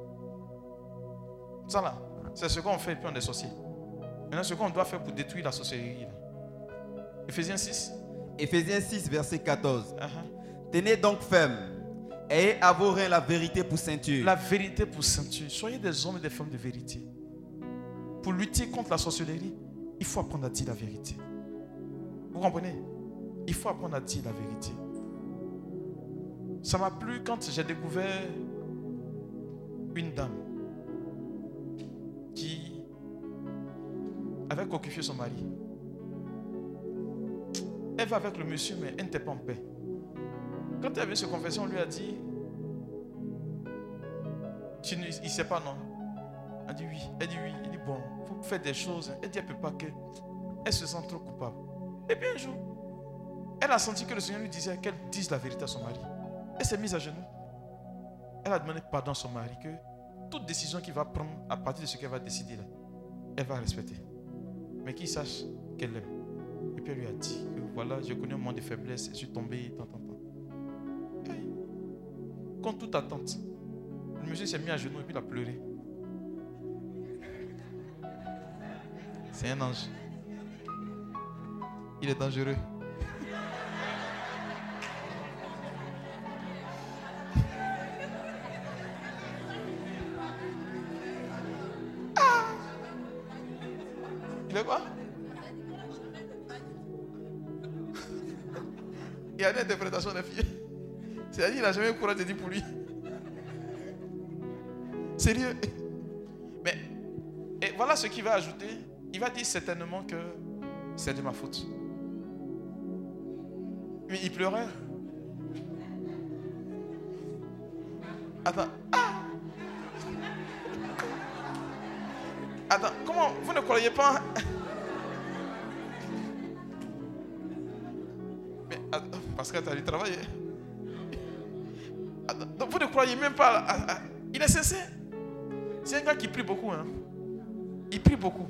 Ça là, c'est ce qu'on fait et puis on est sorcier. Maintenant, ce qu'on doit faire pour détruire la sorcellerie. Éphésiens six. Éphésiens six, verset quatorze. Uh-huh. Tenez donc ferme. Ayez à vos reins la vérité pour ceinture. La vérité pour ceinture. Soyez des hommes et des femmes de vérité. Pour lutter contre la sorcellerie, il faut apprendre à dire la vérité. Vous comprenez? Il faut apprendre à dire la vérité. Ça m'a plu quand j'ai découvert une dame qui avait coquifié son mari. Elle va avec le monsieur, mais elle n'était pas en paix. Quand elle avait se confesser, on lui a dit, tu ne, il ne sait pas, non? Elle dit oui. Elle dit oui. Il dit bon, il faut faire des choses. Elle dit elle ne peut pas que. Elle se sent trop coupable. Et puis un jour, elle a senti que le Seigneur lui disait qu'elle dise la vérité à son mari. Elle s'est mise à genoux. Elle a demandé pardon à son mari que toute décision qu'il va prendre à partir de ce qu'elle va décider là, elle va respecter. Mais qu'il sache qu'elle l'aime. Et puis elle lui a dit que voilà, je connais un moment de faiblesse, je suis tombé, tant, tant, tant. Contre toute attente, le monsieur s'est mis à genoux et puis il a pleuré. C'est un ange. Il est dangereux. Ah! Il est quoi? Il y a une interprétation des filles. C'est-à-dire qu'il n'a jamais eu le courage de dire pour lui. Sérieux. Mais et voilà ce qu'il va ajouter. Il va dire certainement que c'est de ma faute. Mais il pleurait. Attends. Ah! Attends, comment? Vous ne croyez pas? Mais attends, parce que tu as dû travailler. Attends, donc vous ne croyez même pas à, à, à, il est sincère. C'est un gars qui prie beaucoup. Hein? Il prie beaucoup.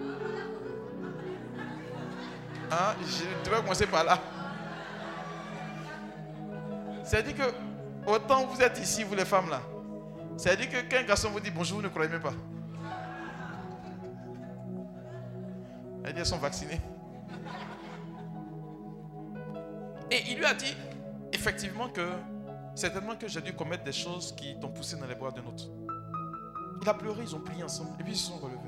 Hein? Je devrais commencer par là. C'est-à-dire que autant vous êtes ici, vous les femmes là, c'est-à-dire que quand un garçon vous dit bonjour, vous ne croyez même pas. Elle dit elles sont vaccinées. Et il lui a dit effectivement que certainement que j'ai dû commettre des choses qui t'ont poussé dans les bras d'un autre. Il a pleuré, ils ont prié ensemble et puis ils se sont relevés.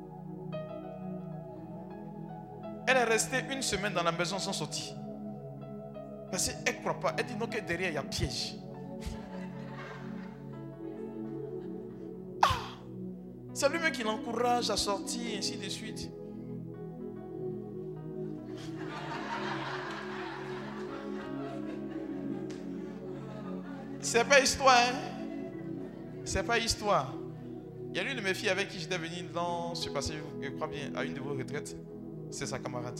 Elle est restée une semaine dans la maison sans sortir. Parce qu'elle ne croit pas. Elle dit non, que derrière il y a piège. Ah! C'est lui-même qui l'encourage à sortir et ainsi de suite. C'est pas histoire, hein? C'est pas histoire. Il y a l'une de mes filles avec qui j'étais venu dans, je suis passé, je crois bien, à une de vos retraites. C'est sa camarade.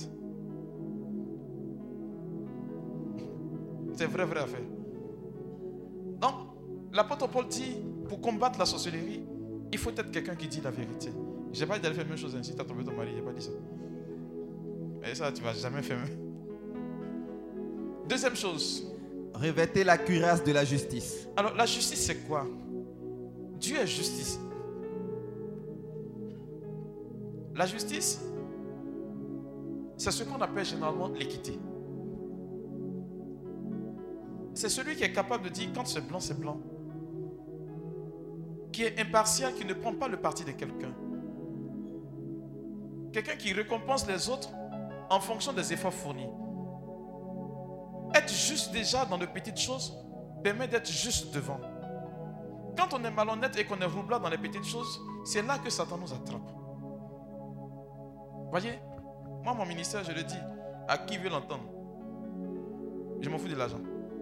C'est vrai, vrai affaire. Donc, l'apôtre Paul dit, pour combattre la sorcellerie, il faut être quelqu'un qui dit la vérité. Je n'ai pas dit d'aller faire la même chose ainsi, tu as trouvé ton mari, je n'ai pas dit ça. Mais ça, tu ne vas jamais faire. Deuxième chose. Revêtez la cuirasse de la justice. Alors, la justice, c'est quoi? Dieu est justice. La justice, c'est ce qu'on appelle généralement l'équité. C'est celui qui est capable de dire quand c'est blanc, c'est blanc. Qui est impartial, qui ne prend pas le parti de quelqu'un. Quelqu'un qui récompense les autres en fonction des efforts fournis. Être juste déjà dans de petites choses permet d'être juste devant. Quand on est malhonnête et qu'on est roublard dans les petites choses, c'est là que Satan nous attrape. Voyez, moi mon ministère, je le dis à qui veut l'entendre. Je m'en fous de l'argent.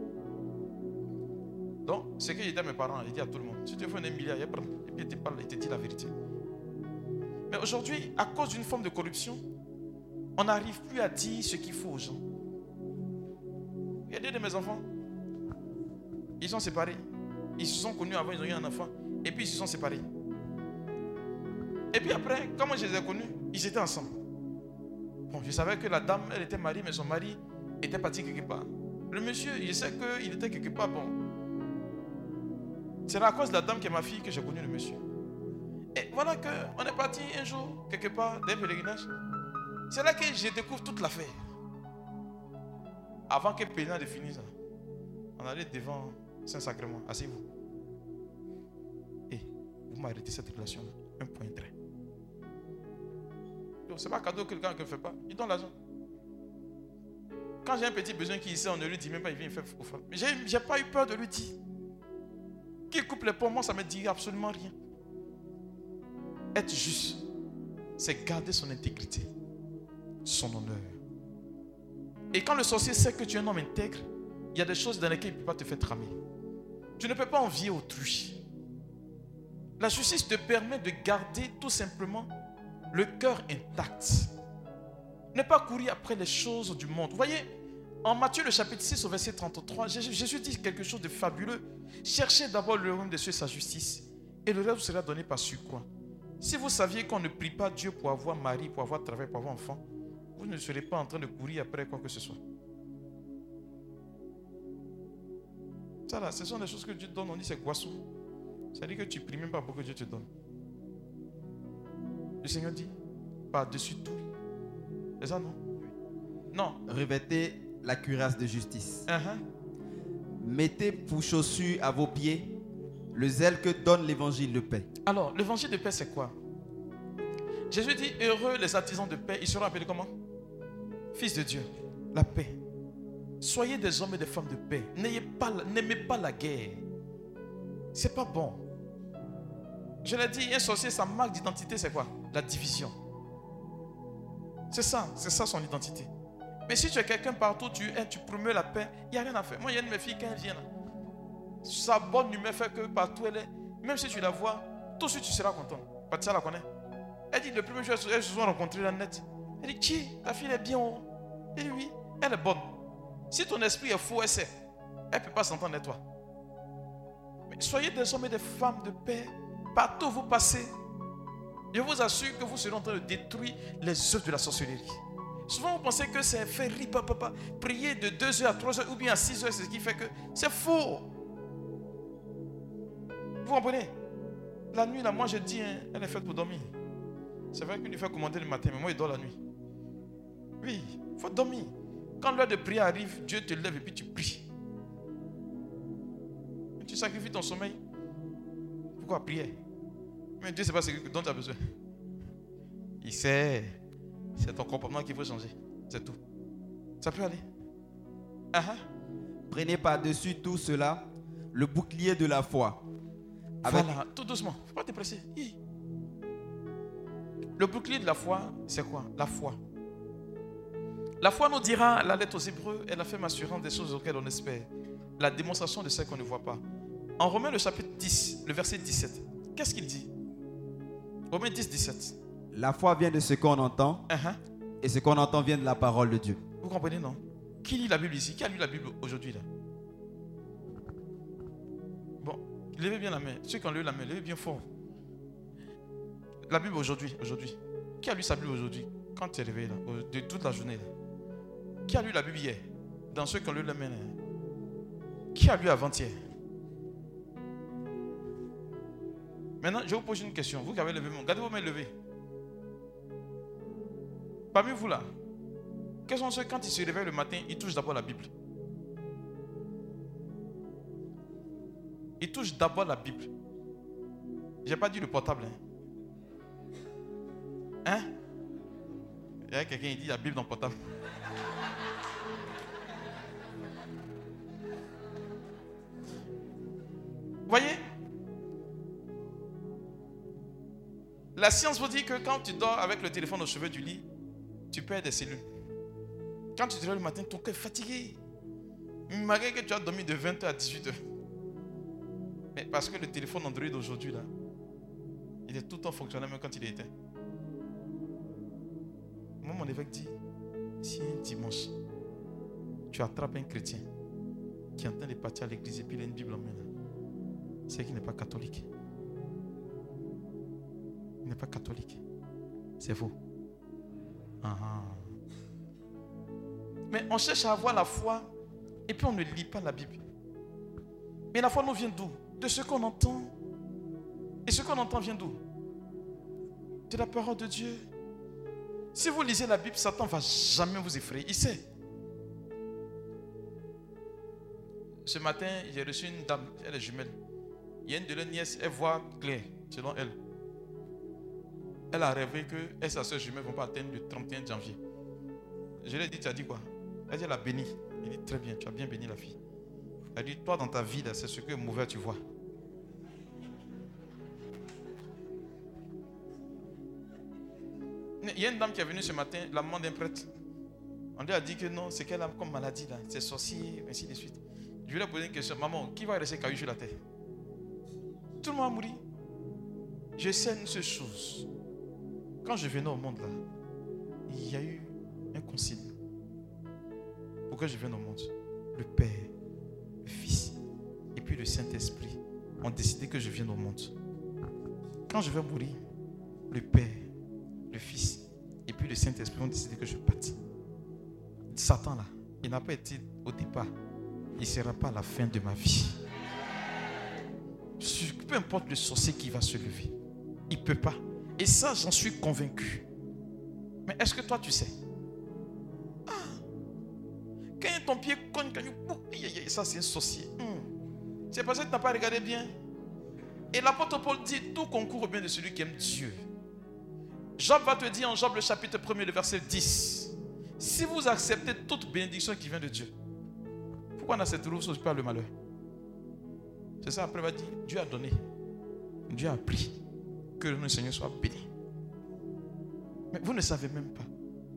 Donc, ce que j'ai dit à mes parents, j'ai dit à tout le monde, si tu veux un milliard, et puis il te parle, il te dit la vérité. Mais aujourd'hui, à cause d'une forme de corruption, on n'arrive plus à dire ce qu'il faut aux gens. Il y a deux de mes enfants, ils sont séparés. Ils se sont connus avant, ils ont eu un enfant. Et puis ils se sont séparés. Et puis après, quand moi je les ai connus, ils étaient ensemble. Bon, je savais que la dame, elle était mariée, mais son mari était parti quelque part. Le monsieur, je sais qu'il était quelque part. Bon, c'est à cause de la dame qui est ma fille que j'ai connu le monsieur. Et voilà qu'on est parti un jour, quelque part, d'un pèlerinage. C'est là que je découvre toute l'affaire. Avant que Pénal de finisse, on allait devant Saint-Sacrement. Asseyez-vous. Et vous m'arrêtez cette relation-là. Un point trait. Donc, ce n'est pas cadeau que quelqu'un ne fait pas. Il donne l'argent. Quand j'ai un petit besoin qui ici, on ne lui dit même pas, il vient faire offrande. Mais je n'ai pas eu peur de lui dire. Qu'il coupe les pommes, moi, ça ne me dit absolument rien. Être juste, c'est garder son intégrité, son honneur. Et quand le sorcier sait que tu es un homme intègre, il y a des choses dans lesquelles il ne peut pas te faire tramer. Tu ne peux pas envier autrui. La justice te permet de garder tout simplement le cœur intact. Ne pas courir après les choses du monde. Vous voyez, en Matthieu le chapitre six au verset trente-trois, Jésus dit quelque chose de fabuleux. Cherchez d'abord le royaume de Dieu et sa justice, et le reste vous sera donné par surcroît. Si vous saviez qu'on ne prie pas Dieu pour avoir mari, pour avoir travail, pour avoir enfant, vous ne serez pas en train de courir après quoi que ce soit. Ça là, ce sont des choses que Dieu donne, on dit c'est boisson. C'est-à-dire que tu ne pries même pas pour que Dieu te donne. Le Seigneur dit, par-dessus tout. C'est ça, non? Non. Revêtez la cuirasse de justice. Uh-huh. Mettez pour chaussures à vos pieds le zèle que donne l'évangile de paix. Alors, l'évangile de paix, c'est quoi? Jésus dit, heureux les artisans de paix, ils seront appelés comment? Fils de Dieu, la paix. Soyez des hommes et des femmes de paix. N'ayez pas, n'aimez pas la guerre. C'est pas bon. Je l'ai dit, un sorcier, sa marque d'identité, c'est quoi? La division. C'est ça, c'est ça son identité. Mais si tu es quelqu'un partout, tu, tu promeux la paix, il n'y a rien à faire. Moi, il y a une de mes filles, quand elle vient là, sa bonne humeur fait que partout elle est, même si tu la vois, tout de suite tu seras content. Patricia la connaît. Elle dit, le premier jour, elles se sont rencontrées dans le net. Elle dit, qui? Ta fille est bien. Oh. Elle dit, oui, elle est bonne. Si ton esprit est faux, elle sait. Elle ne peut pas s'entendre avec toi. Mais soyez des hommes et des femmes de paix. Partout où vous passez, je vous assure que vous serez en train de détruire les œuvres de la sorcellerie. Souvent vous pensez que c'est faire ripa papa, prier de deux heures à trois heures ou bien à six heures, c'est ce qui fait que c'est faux. Vous comprenez? La nuit là, moi je dis, hein, elle est faite pour dormir. C'est vrai qu'il lui fait commander le matin, mais moi il dort la nuit. Oui, il faut dormir. Quand l'heure de prière arrive, Dieu te lève et puis tu pries. Et tu sacrifies ton sommeil. Pourquoi prier? Mais Dieu ne sait pas ce dont tu as besoin. Il sait. C'est ton comportement qu'il faut changer. C'est tout. Ça peut aller. Uh-huh. Prenez par-dessus tout cela le bouclier de la foi. Avec... Voilà, tout doucement. Il ne faut pas te presser. Hi. Le bouclier de la foi, c'est quoi? La foi. La foi nous dira, la lettre aux Hébreux, elle a fait m'assurance des choses auxquelles on espère. La démonstration de celles qu'on ne voit pas. En Romains, le chapitre dix, le verset dix-sept, qu'est-ce qu'il dit? Romains dix, dix-sept. La foi vient de ce qu'on entend, uh-huh. et ce qu'on entend vient de la parole de Dieu. Vous comprenez, non? Qui lit la Bible ici? Qui a lu la Bible aujourd'hui là? Bon, levez bien la main. Ceux qui ont lu la main, levez bien fort. La Bible aujourd'hui, aujourd'hui. Qui a lu sa Bible aujourd'hui? Quand tu es réveillé là, de toute la journée là. Qui a lu la Bible hier? Dans ceux qui ont lu la main là. Qui a lu avant-hier? Maintenant, je vous pose une question. Vous qui avez levé, gardez vos mains levées. Parmi vous là, quels sont ceux quand ils se réveillent le matin, ils touchent d'abord la Bible? Ils touchent d'abord la Bible. Je n'ai pas dit le portable. Hein? Hein? Il y a quelqu'un qui dit la Bible dans le portable. Vous voyez? La science vous dit que quand tu dors avec le téléphone au chevet du lit, tu perds des cellules. Quand tu te lèves le matin, ton cœur est fatigué. Malgré que tu as dormi de vingt heures à dix-huit heures. Mais parce que le téléphone Android d'aujourd'hui, là, il est tout le temps fonctionnel même quand il est éteint. Moi, mon évêque dit, si un dimanche, tu attrapes un chrétien qui est en train de partir à l'église et puis il a une Bible en main, c'est qu'il n'est pas catholique. Il n'est pas catholique. C'est faux. Ah. Mais on cherche à avoir la foi et puis on ne lit pas la Bible. Mais la foi nous vient d'où? De ce qu'on entend. Et ce qu'on entend vient d'où? De la parole de Dieu. Si vous lisez la Bible, Satan ne va jamais vous effrayer. Il sait. Ce matin, j'ai reçu une dame, elle est jumelle. Il y a une de leurs nièces, elle voit clair, selon elle. Elle a rêvé qu'elle et sa soeur jumelle ne vont pas atteindre le trente et un janvier. Je lui ai dit, tu as dit quoi? Elle dit, elle a béni. Il dit, très bien, tu as bien béni la fille. Elle dit, toi dans ta vie, c'est ce que mauvais tu vois. Il y a une dame qui est venue ce matin, la maman d'un prêtre. On lui a dit que non, c'est qu'elle a comme maladie là, c'est sorcier, ainsi de suite. Je lui ai posé une question, maman, qui va rester caillou sur la terre? Tout le monde a mouru. Je sais une seule chose. Quand je venais au monde là, il y a eu un consigne. Pourquoi je viens au monde? Le Père, le Fils et puis le Saint-Esprit ont décidé que je vienne au monde. Quand je vais mourir, le Père, le Fils et puis le Saint-Esprit ont décidé que je parte. Satan là, il n'a pas été au départ. Il ne sera pas à la fin de ma vie. Peu importe le sorcier qui va se lever, il ne peut pas. Et ça, j'en suis convaincu. Mais est-ce que toi, tu sais? Ah, quand ton pied cogne, quand il... ça, c'est un sorcier. Hum. C'est parce que tu n'as pas regardé bien. Et l'apôtre Paul dit, tout concourt au bien de celui qui aime Dieu. Job va te dire en Job le chapitre premier, le verset dix. Si vous acceptez toute bénédiction qui vient de Dieu, pourquoi n'acceptez-vous pas le malheur? C'est ça, après il va dire, Dieu a donné, Dieu a pris, que le nom du Seigneur soit béni. Mais vous ne savez même pas.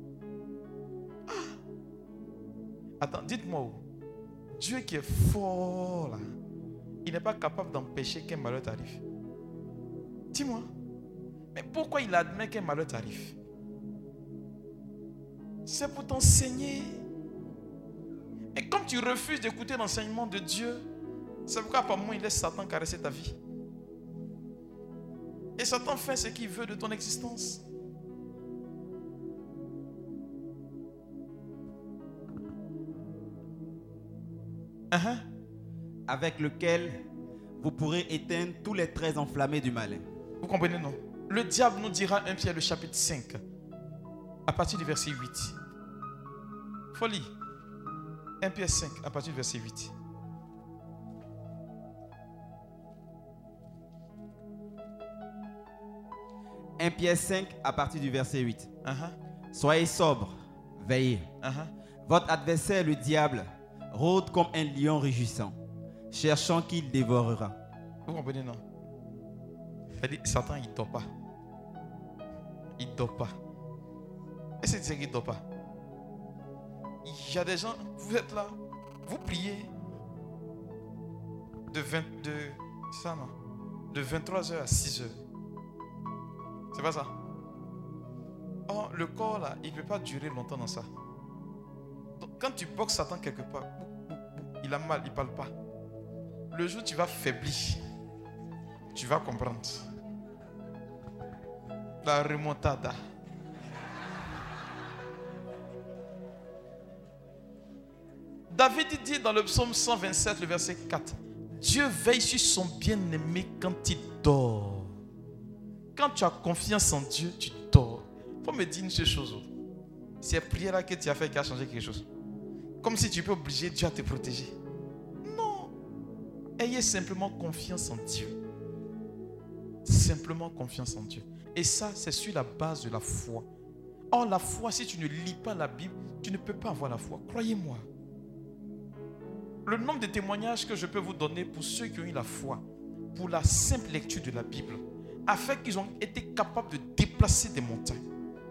Ah. Attends, dites-moi où? Dieu qui est fort là, il n'est pas capable d'empêcher qu'un malheur t'arrive. Dis-moi. Mais pourquoi il admet qu'un malheur t'arrive? C'est pour t'enseigner. Et comme tu refuses d'écouter l'enseignement de Dieu, c'est pourquoi par moi il laisse Satan caresser ta vie. Et Satan fait ce qu'il veut de ton existence. Uh-huh. Avec lequel vous pourrez éteindre tous les traits enflammés du malin. Vous comprenez, non? Le diable nous dira, un Pierre le chapitre cinq, à partir du verset huit. Folie. un Pierre cinq, à partir du verset huit. un Pierre cinq, à partir du verset huit. Uh-huh. Soyez sobres, veillez. Uh-huh. Votre adversaire, le diable, rôde comme un lion rugissant, cherchant qui il dévorera. Vous comprenez, non? Elle dit, Satan, il ne dort pas. Il ne dort pas. Est-ce que tu sais qu'il ne dort pas? Il y a des gens, vous êtes là, vous priez de, vingt, de, ça, non? De vingt-trois heures à six heures. C'est pas ça? Oh, le corps là, il ne peut pas durer longtemps dans ça. Donc, quand tu boxes Satan quelque part, il a mal, il ne parle pas. Le jour où tu vas faiblir, tu vas comprendre. La remontada. David dit dans le psaume cent vingt-sept, le verset quatre, Dieu veille sur son bien-aimé quand il dort. Quand tu as confiance en Dieu, tu dors. Il faut me dire une seule chose. C'est la prière là que tu as fait qui a changé quelque chose. Comme si tu peux obliger Dieu à te protéger. Non. Ayez simplement confiance en Dieu. Simplement confiance en Dieu. Et ça, c'est sur la base de la foi. Or, la foi, si tu ne lis pas la Bible, tu ne peux pas avoir la foi. Croyez-moi. Le nombre de témoignages que je peux vous donner pour ceux qui ont eu la foi, pour la simple lecture de la Bible, a fait qu'ils ont été capables de déplacer des montagnes.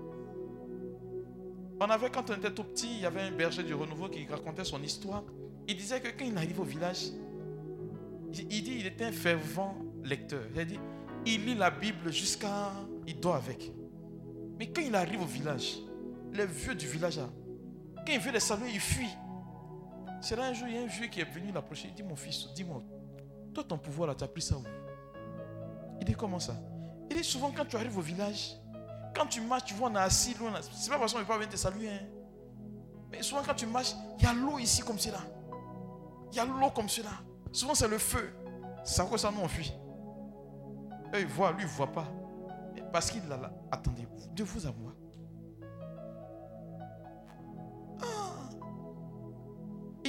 On avait, quand on était tout petit, il y avait un berger du Renouveau qui racontait son histoire. Il disait que quand il arrive au village, il dit qu'il était un fervent lecteur. Il dit, il lit la Bible jusqu'à... il dort avec. Mais quand il arrive au village, les vieux du village, quand il veut les saluer, il fuit. C'est là un jour, il y a un vieux qui est venu l'approcher. Il dit, mon fils, dis-moi, toi ton pouvoir là, tu as pris ça où? Il dit, comment ça? Il dit, souvent quand tu arrives au village, quand tu marches, tu vois, on est assis loin. C'est pas parce qu'on ne peut pas venir te saluer. Hein. Mais souvent quand tu marches, il y a l'eau ici comme cela. Il y a l'eau comme cela. Souvent c'est le feu. C'est à cause ça, nous on fuit. Eux ils voient, lui il ne voit pas. Parce qu'il a là. Attendez, de vous à moi.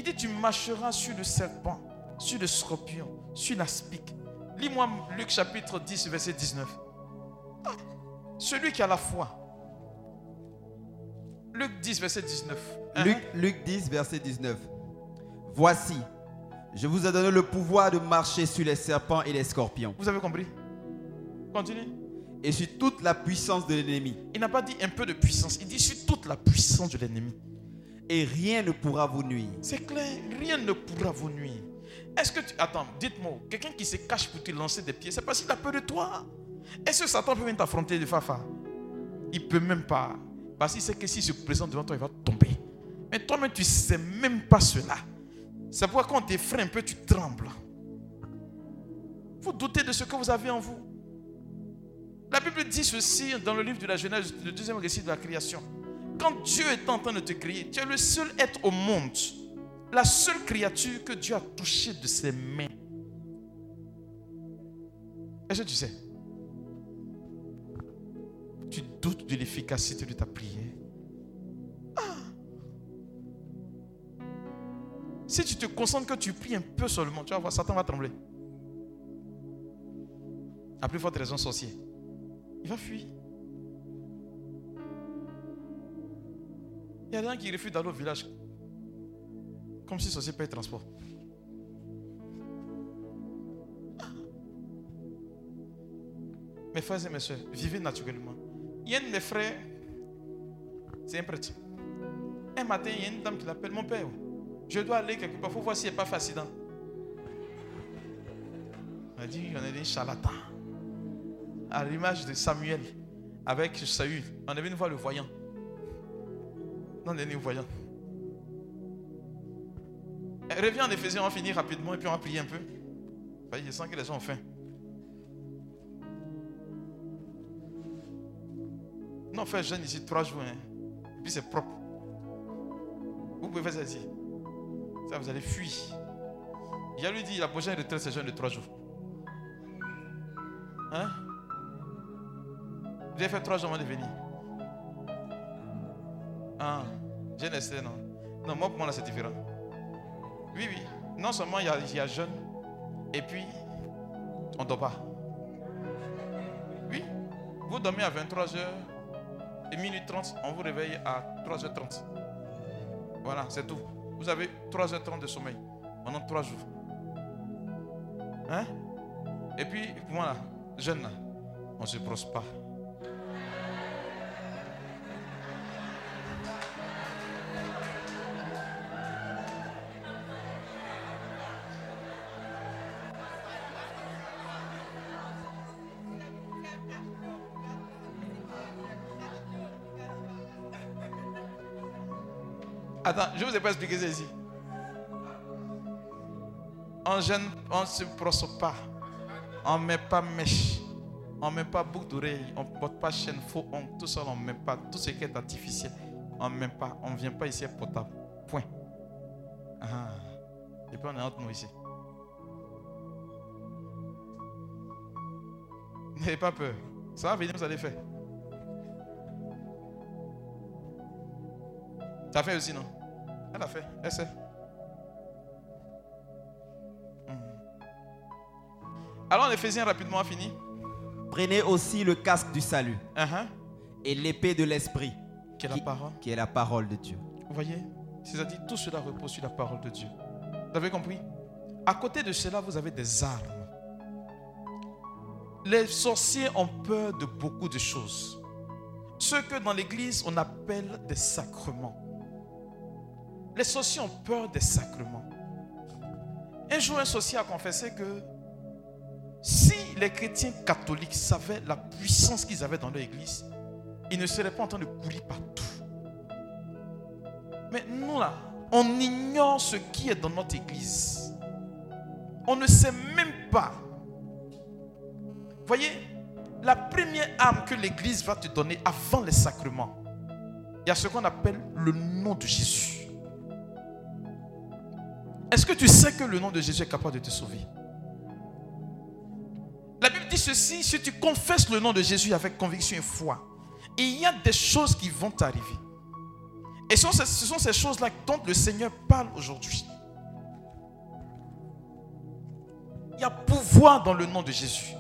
dit, tu marcheras sur le serpent, sur le scorpion, sur l'aspic. Lis-moi Luc chapitre dix, verset dix-neuf. Ah, celui qui a la foi. Luc dix, verset dix-neuf. Luc, Luc dix, verset dix-neuf. Voici, je vous ai donné le pouvoir de marcher sur les serpents et les scorpions. Vous avez compris? Continue. Et sur toute la puissance de l'ennemi. Il n'a pas dit un peu de puissance, il dit sur toute la puissance de l'ennemi. Et rien ne pourra vous nuire. C'est clair, rien ne pourra vous nuire. Est-ce que tu... Attends, dites-moi, quelqu'un qui se cache pour te lancer des pieds, c'est parce qu'il a peur de toi. Est-ce que Satan peut venir t'affronter de fafa? Il ne peut même pas. Parce qu'il sait que s'il se présente devant toi, il va tomber. Mais toi-même, tu ne sais même pas cela. C'est pourquoi quand on t'effraie un peu, tu trembles. Vous doutez de ce que vous avez en vous. La Bible dit ceci dans le livre de la Genèse, le deuxième récit de la création. Quand Dieu est en train de te créer, tu es le seul être au monde, la seule créature que Dieu a touchée de ses mains. Est-ce que tu sais? Tu doutes de l'efficacité de ta prière. Ah. Si tu te concentres que tu pries un peu seulement, tu vas voir, Satan va trembler. À plus forte raison, sorcier. Il va fuir. Il y a des gens qui refusent d'aller au village. Comme si sorcier paye transport. Mes frères et mes soeurs, vivez naturellement. Il y a un de mes frères, c'est un prêtre. Un matin, il y a une dame qui l'appelle mon père. Je dois aller quelque part, il faut voir s'il n'y a pas fait accident. On a dit, on est des charlatans. À l'image de Samuel avec Saül, on est venu voir le voyant. Non, on est venu voyant. Reviens en Éphésiens, on va finir rapidement et puis on va prier un peu. Je sens que les gens ont faim. Non, faire jeûne ici trois jours. Hein. Et puis c'est propre. Vous pouvez faire ça ici. Ça, vous allez fuir. Il a lui dit, la prochaine retraite, c'est jeûne de trois jours. Hein? Vous avez fait trois jours avant de venir. Ah, jeûne Esther, non. Non, moi, pour moi, là, c'est différent. Oui, oui. Non seulement il y a, il y a jeûne, et puis, on ne dort pas. Oui. Vous dormez à vingt-trois heures et minuit trente, on vous réveille à trois heures trente. Voilà, c'est tout. Vous avez trois heures trente de sommeil pendant trois jours. Hein? Et puis, voilà, jeûne là, on ne se brosse pas. Attends, je ne vous ai pas expliqué ça ici. On jeûne, on ne se brosse pas. On ne met pas mèche. On ne met pas boucle d'oreille. On ne porte pas chaîne, faux ongle. Tout ça, on ne met pas. Tout ce qui est artificiel, on ne met pas. On ne vient pas ici à potable. Point. Ah. Et puis on est entre nous ici. N'ayez pas peur. Ça va venir, vous allez faire. Tu as fait aussi, non? Elle a fait, elle sait. Mmh. Alors en Éphésiens, rapidement, on finit. Prenez aussi le casque du salut uh-huh. et l'épée de l'esprit, qui est la parole. Qui est la parole de Dieu. Vous voyez? C'est-à-dire tout cela repose sur la parole de Dieu. Vous avez compris? À côté de cela, vous avez des armes. Les sorciers ont peur de beaucoup de choses. Ce que dans l'église, on appelle des sacrements. Les sorciers ont peur des sacrements. Un jour, un sorcier a confessé que si les chrétiens catholiques savaient la puissance qu'ils avaient dans leur église, ils ne seraient pas en train de courir partout. Mais nous là, on ignore ce qui est dans notre église. On ne sait même pas. Voyez, la première arme que l'église va te donner avant les sacrements, il y a ce qu'on appelle le nom de Jésus. Est-ce que tu sais que le nom de Jésus est capable de te sauver? La Bible dit ceci, si tu confesses le nom de Jésus avec conviction et foi, il y a des choses qui vont t'arriver. Et ce sont ces choses-là dont le Seigneur parle aujourd'hui. foi dans le nom de Jésus.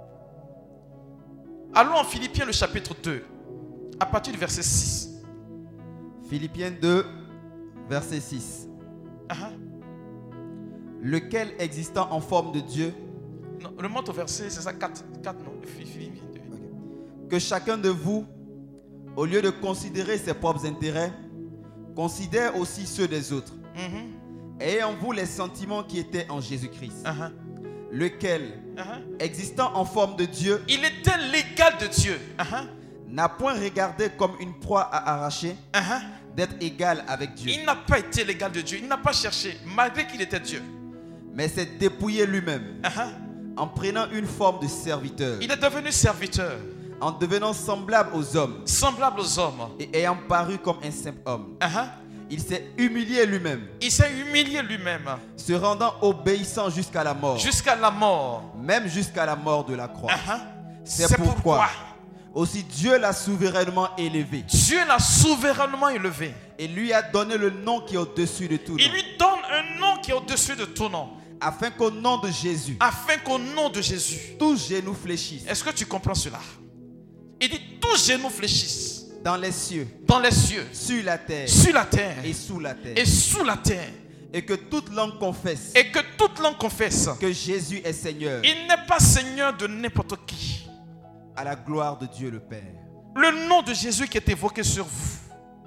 Allons en Philippiens le chapitre deux, à partir du verset six. Philippiens deux, verset six. Uh-huh. Lequel existant en forme de Dieu, Non, remonte au verset, c'est ça, quatre, quatre non, Philippiens deux. que chacun de vous, au lieu de considérer ses propres intérêts, considère aussi ceux des autres. Mhm. Ayez en vous les sentiments qui étaient en Jésus-Christ, Uh-huh. lequel, Uh-huh. existant en forme de Dieu, Il était l'égal de Dieu. Uh-huh. n'a point regardé comme une proie à arracher Uh-huh. d'être égal avec Dieu, Il n'a pas été l'égal de Dieu. Il n'a pas cherché, malgré qu'il était Dieu. mais s'est dépouillé lui-même, Uh-huh. en prenant une forme de serviteur, Il est devenu serviteur, en devenant semblable aux hommes, semblable aux hommes. et ayant paru comme un simple homme. Uh-huh. Il s'est humilié lui-même, Il s'est humilié lui-même se rendant obéissant jusqu'à la mort, jusqu'à la mort. même jusqu'à la mort de la croix. Uh-huh. C'est pourquoi aussi Dieu l'a souverainement élevé Dieu l'a souverainement élevé. et lui a donné le nom qui est au-dessus de tout Il nom, lui donne un nom qui est au-dessus de tout nom, afin qu'au nom de Jésus, afin qu'au nom de Jésus. tous genoux fléchissent, Est-ce que tu comprends cela? Il dit tous genoux fléchissent dans les cieux, dans les cieux, sur la terre sur la terre et sous la terre, et sous la terre, et que toute langue confesse et que toute langue confesse que Jésus est Seigneur, il n'est pas Seigneur de n'importe qui. à la gloire de Dieu le Père. Le nom de Jésus qui est évoqué sur vous.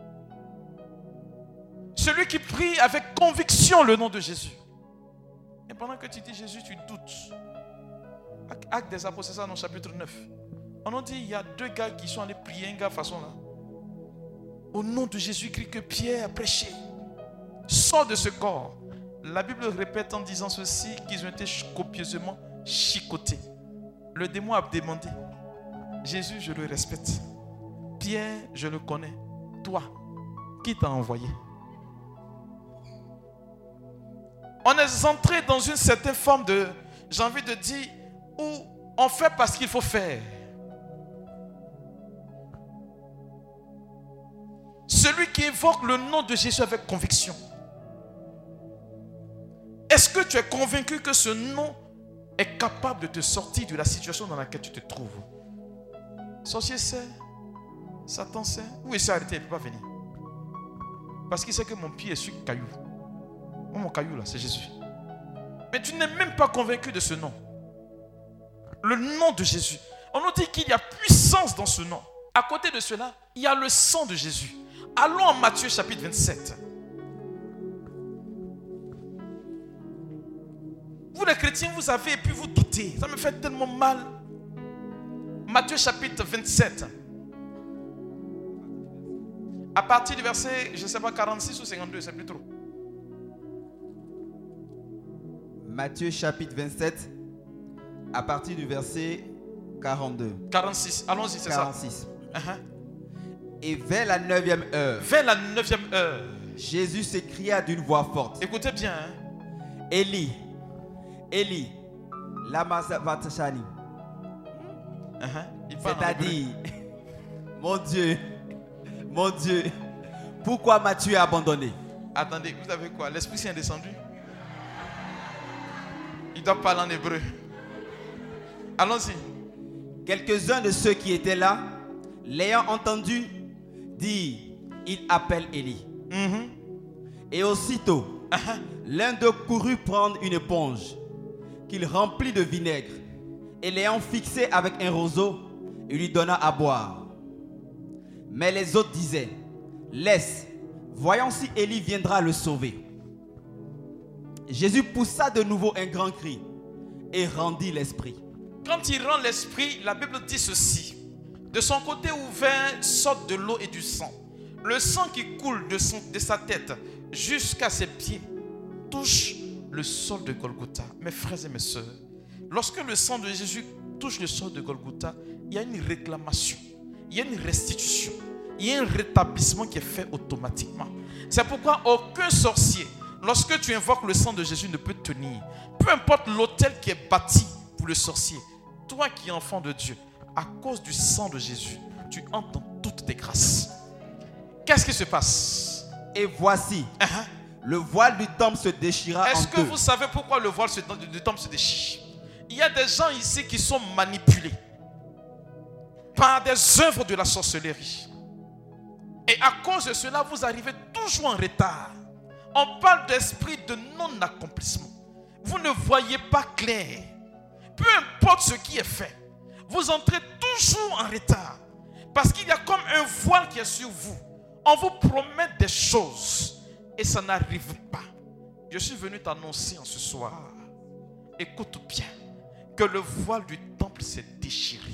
Celui qui prie avec conviction le nom de Jésus. Et pendant que tu dis Jésus, tu doutes. Acte des Apôtres, c'est ça dans le chapitre neuf. On a dit, il y a deux gars qui sont allés prier, un gars façon là. Au nom de Jésus-Christ que Pierre a prêché. Sors de ce corps. La Bible répète en disant ceci, qu'ils ont été copieusement chicotés. Le démon a demandé, Jésus, je le respecte. Pierre, je le connais. Toi, qui t'a envoyé? On est entré dans une certaine forme de, j'ai envie de dire, où on fait parce qu'il faut faire. Celui qui évoque le nom de Jésus avec conviction. Est-ce que tu es convaincu que ce nom est capable de te sortir de la situation dans laquelle tu te trouves? Sorcier sait, Satan sait. Où il s'est arrêté, il ne peut pas venir. Parce qu'il sait que mon pied est sur le caillou. Moi, mon caillou là, c'est Jésus. Mais tu n'es même pas convaincu de ce nom. Le nom de Jésus. On nous dit qu'il y a puissance dans ce nom. À côté de cela, il y a le sang de Jésus. Allons en Matthieu chapitre vingt-sept. Vous les chrétiens, vous avez et puis vous doutez. Ça me fait tellement mal. Matthieu chapitre vingt-sept. À partir du verset, je ne sais pas, quarante-six ou cinquante-deux, c'est plus trop. Matthieu chapitre vingt-sept, à partir du verset quarante-deux. quarante-six, allons-y, c'est quarante-six. ça. Uh-huh. Et vers la neuvième heure, Vers la neuvième heure. Jésus s'écria d'une voix forte, Écoutez bien. Hein? Élie, Élie, lama sabachthani. Uh-huh. Il parle en hébreu. C'est-à-dire, mon Dieu, mon Dieu, pourquoi m'as-tu abandonné? Attendez, vous avez quoi? L'Esprit Saint est descendu? Il doit parler en hébreu. Allons-y. Quelques-uns de ceux qui étaient là, l'ayant entendu, dirent, il appelle Élie. Mm-hmm. Et aussitôt, Uh-huh. l'un d'eux courut prendre une éponge qu'il remplit de vinaigre et l'ayant fixée avec un roseau, il lui donna à boire. Mais les autres disaient, laisse, voyons si Élie viendra le sauver. Jésus poussa de nouveau un grand cri et rendit l'esprit. Quand il rend l'esprit, la Bible dit ceci. De son côté ouvert sortent de l'eau et du sang. Le sang qui coule de, son, de sa tête jusqu'à ses pieds touche le sol de Golgotha. Mes frères et mes sœurs, lorsque le sang de Jésus touche le sol de Golgotha, il y a une réclamation, il y a une restitution, il y a un rétablissement qui est fait automatiquement. C'est pourquoi aucun sorcier, lorsque tu invoques le sang de Jésus, ne peut tenir. Peu importe l'autel qui est bâti pour le sorcier, toi qui es enfant de Dieu, à cause du sang de Jésus, tu entres dans toutes tes grâces. Qu'est-ce qui se passe? Et voici, Uh-huh. le voile du temple se déchira en Est-ce que deux. vous savez pourquoi le voile se- du temple se déchire? Il y a des gens ici qui sont manipulés par des œuvres de la sorcellerie. Et à cause de cela, vous arrivez toujours en retard. On parle d'esprit de non-accomplissement. Vous ne voyez pas clair. Peu importe ce qui est fait, vous entrez toujours en retard. Parce qu'il y a comme un voile qui est sur vous. On vous promet des choses et ça n'arrive pas. Je suis venu t'annoncer en ce soir, écoute bien, que le voile du temple s'est déchiré.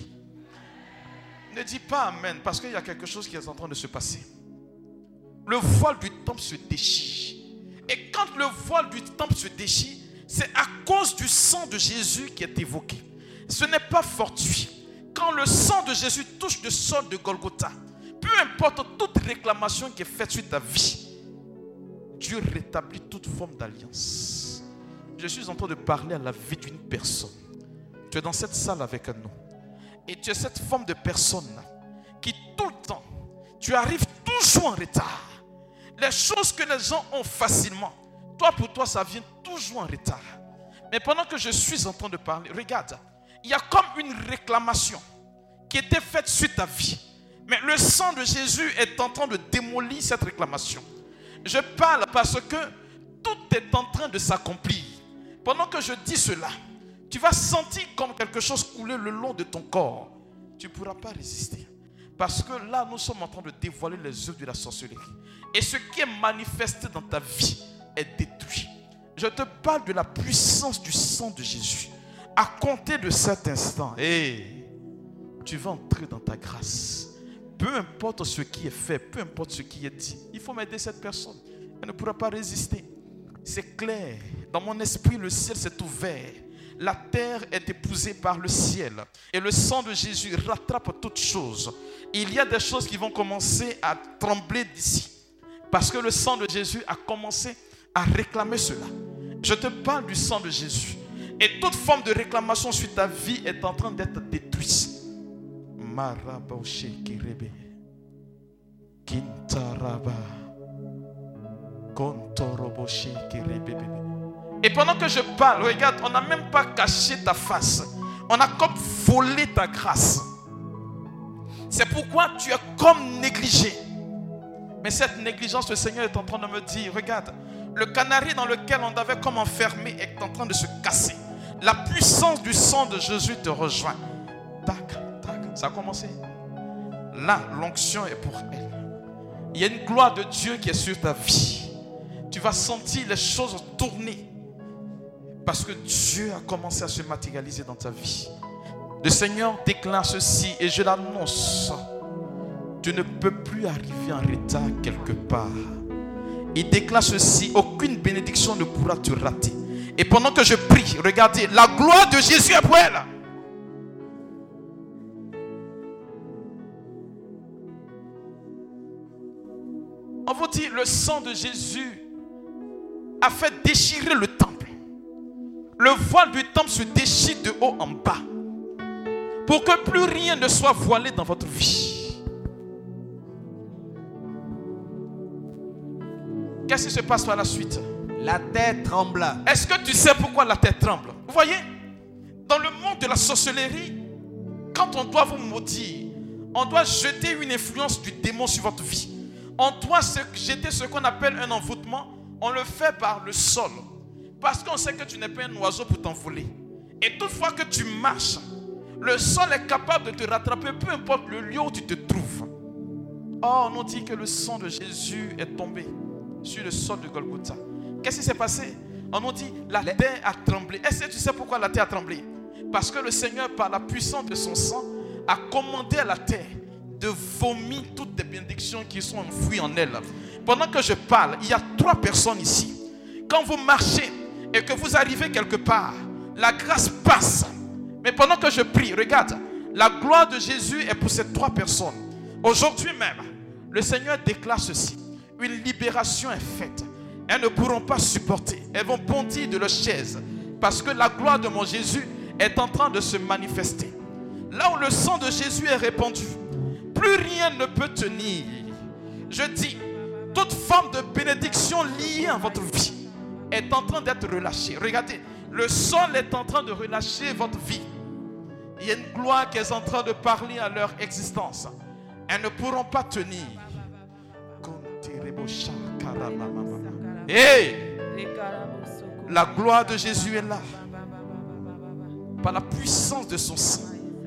Ne dis pas amen parce qu'il y a quelque chose qui est en train de se passer. Le voile du temple se déchire. Et quand le voile du temple se déchire, c'est à cause du sang de Jésus qui est évoqué. Ce n'est pas fortuit. Quand le sang de Jésus touche le sol de Golgotha, peu importe toute réclamation qui est faite sur ta vie, Dieu rétablit toute forme d'alliance. Je suis en train de parler à la vie d'une personne. Tu es dans cette salle avec nous. Et tu es cette forme de personne qui tout le temps, tu arrives toujours en retard. Les choses que les gens ont facilement, toi pour toi ça vient toujours en retard. Mais pendant que je suis en train de parler, regarde, il y a comme une réclamation qui était faite sur ta vie. Mais le sang de Jésus est en train de démolir cette réclamation. Je parle parce que tout est en train de s'accomplir. Pendant que je dis cela, tu vas sentir comme quelque chose couler le long de ton corps. Tu ne pourras pas résister. Parce que là, nous sommes en train de dévoiler les œuvres de la sorcellerie. Et ce qui est manifesté dans ta vie est détruit. Je te parle de la puissance du sang de Jésus. À compter de cet instant, hey, tu vas entrer dans ta grâce. Peu importe ce qui est fait, peu importe ce qui est dit, il faut m'aider cette personne. Elle ne pourra pas résister. C'est clair. Dans mon esprit, le ciel s'est ouvert. La terre est épousée par le ciel. Et le sang de Jésus rattrape toutes choses. Il y a des choses qui vont commencer à trembler d'ici. Parce que le sang de Jésus a commencé à réclamer cela. Je te parle du sang de Jésus. Et toute forme de réclamation sur ta vie est en train d'être détruite. Marabaushe kirebe. Kintaraba. Kontoroboshe kirebe. Et pendant que je parle, regarde, on n'a même pas caché ta face. On a comme volé ta grâce. C'est pourquoi tu es comme négligé. Mais cette négligence, le Seigneur est en train de me dire, regarde, le canari dans lequel on avait comme enfermé est en train de se casser. La puissance du sang de Jésus te rejoint. Tac, tac, ça a commencé. Là, l'onction est pour elle. Il y a une gloire de Dieu qui est sur ta vie. Tu vas sentir les choses tourner. Parce que Dieu a commencé à se matérialiser dans ta vie. Le Seigneur déclare ceci et je l'annonce. Tu ne peux plus arriver en retard quelque part. Il déclare ceci, aucune bénédiction ne pourra te rater. Et pendant que je prie, regardez, la gloire de Jésus est pour elle. On vous dit, le sang de Jésus a fait déchirer le temple. Le voile du temple se déchire de haut en bas. Pour que plus rien ne soit voilé dans votre vie. Qu'est-ce qui se passe par la suite? La terre trembla. Est-ce que tu sais pourquoi la terre tremble? Vous voyez, dans le monde de la sorcellerie, quand on doit vous maudire, on doit jeter une influence du démon sur votre vie. On doit jeter ce qu'on appelle un envoûtement. On le fait par le sol. Parce qu'on sait que tu n'es pas un oiseau pour t'envoler. Et toutefois que tu marches, le sol est capable de te rattraper, peu importe le lieu où tu te trouves. Oh, on nous dit que le sang de Jésus est tombé sur le sol de Golgotha. Qu'est-ce qui s'est passé? On nous dit la Les... terre a tremblé. Est-ce que tu sais pourquoi la terre a tremblé? Parce que le Seigneur, par la puissance de son sang, a commandé à la terre de vomir toutes les bénédictions qui sont enfouies en elle. Pendant que je parle, il y a trois personnes ici. Quand vous marchez et que vous arrivez quelque part, la grâce passe. Mais pendant que je prie, regarde, la gloire de Jésus est pour ces trois personnes. Aujourd'hui même, le Seigneur déclare ceci. Une libération est faite. Elles ne pourront pas supporter. Elles vont bondir de leur chaise. Parce que la gloire de mon Jésus est en train de se manifester. Là où le sang de Jésus est répandu, plus rien ne peut tenir. Je dis, toute forme de bénédiction liée à votre vie est en train d'être relâchée. Regardez, Le sol est en train de relâcher votre vie. Il y a une gloire qui est en train de parler à leur existence. Elles ne pourront pas tenir. Hey! La gloire de Jésus est là. Par la puissance de son sang.